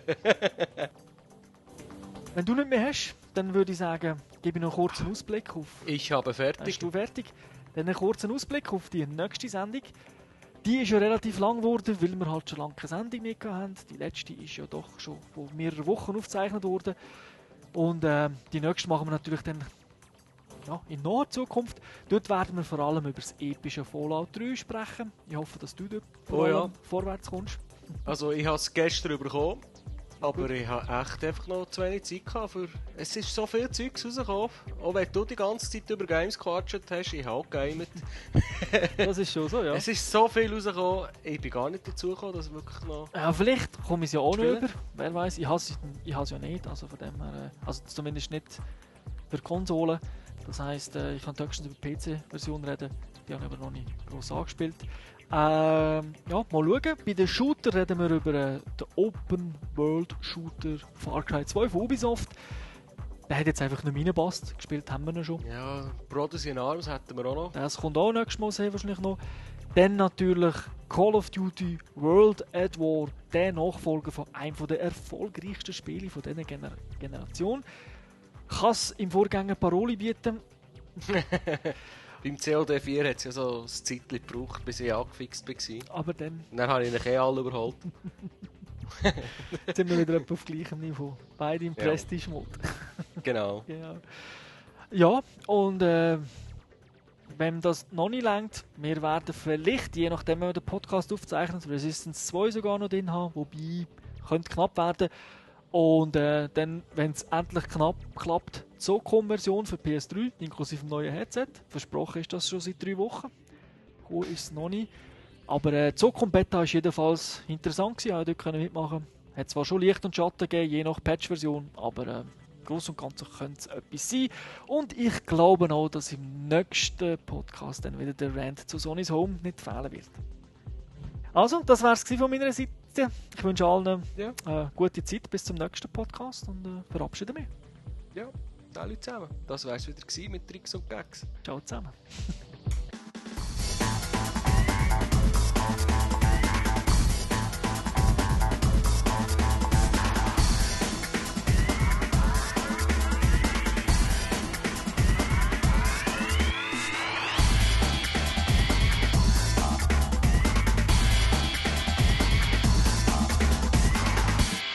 Wenn du nicht mehr hast, dann würde ich sagen, gebe ich noch einen kurzen Ausblick auf... Ich habe fertig. Hast du fertig? Dann einen kurzen Ausblick auf die nächste Sendung. Die ist ja relativ lang geworden, weil wir halt schon lange keine Sendung mehr hatten. Die letzte ist ja doch schon vor mehreren Wochen aufgezeichnet worden. Und die nächste machen wir natürlich dann in naher Zukunft. Dort werden wir vor allem über das epische Fallout 3 sprechen. Ich hoffe, dass du dort vorwärts kommst. Also ich habe es gestern bekommen, aber ich habe echt einfach noch zu wenig Zeit gehabt. Es ist so viel Zeugs rausgekommen. Auch wenn du die ganze Zeit über Games gequatscht hast, ich habe auch gegamet. Das ist schon so, ja. Es ist so viel rausgekommen, ich bin gar nicht dazu gekommen, dass wirklich noch... Ja, vielleicht komme ich es ja auch noch über. Wer weiß, ich habe es ja nicht. Also von dem her, also zumindest nicht für Konsolen. Das heisst, ich kann höchstens über die PC-Version reden. Die habe ich aber noch nicht gross angespielt. Ja, mal schauen. Bei den Shooter reden wir über den Open World Shooter Far Cry 2 von Ubisoft. Der hat jetzt einfach nicht reingepasst. Gespielt haben wir ihn schon. Ja, Brothers in Arms hätten wir auch noch. Das kommt auch nächstes Mal sehr wahrscheinlich noch. Dann natürlich Call of Duty World at War, der Nachfolger von einem der erfolgreichsten Spiele von dieser Generation. Kann es im Vorgänger Paroli bieten? Beim COD4 hat es ja so ein Zeitchen gebraucht, bis ich angefixt war. Aber dann... Und dann habe ich ihn alle überholt. Jetzt sind wir wieder etwa auf gleichem Niveau. Beide im Prestige-Mode. Genau. Ja, und wenn das noch nicht reicht, wir werden vielleicht, je nachdem, wenn wir den Podcast aufzeichnen, Resistance 2 sogar noch drin haben, wobei könnte knapp werden. Und dann, wenn es endlich knapp klappt, die SOCOM-Version für PS3, inklusive dem neuen Headset. Versprochen ist das schon seit 3 Wochen. Cool ist es noch nicht. Aber die SOCOM-Beta war jedenfalls interessant gewesen, auch dort können mitmachen. Hat zwar schon Licht und Schatten gegeben, je nach Patch-Version, aber gross und ganzen könnte es etwas sein. Und ich glaube auch, dass im nächsten Podcast dann wieder der Rant zu Sony's Home nicht fehlen wird. Also, das war es von meiner Seite. Ich wünsche allen gute Zeit bis zum nächsten Podcast und verabschiede mich. Ja, alle zusammen. Das war es wieder mit Tricks und Gags. Ciao zusammen.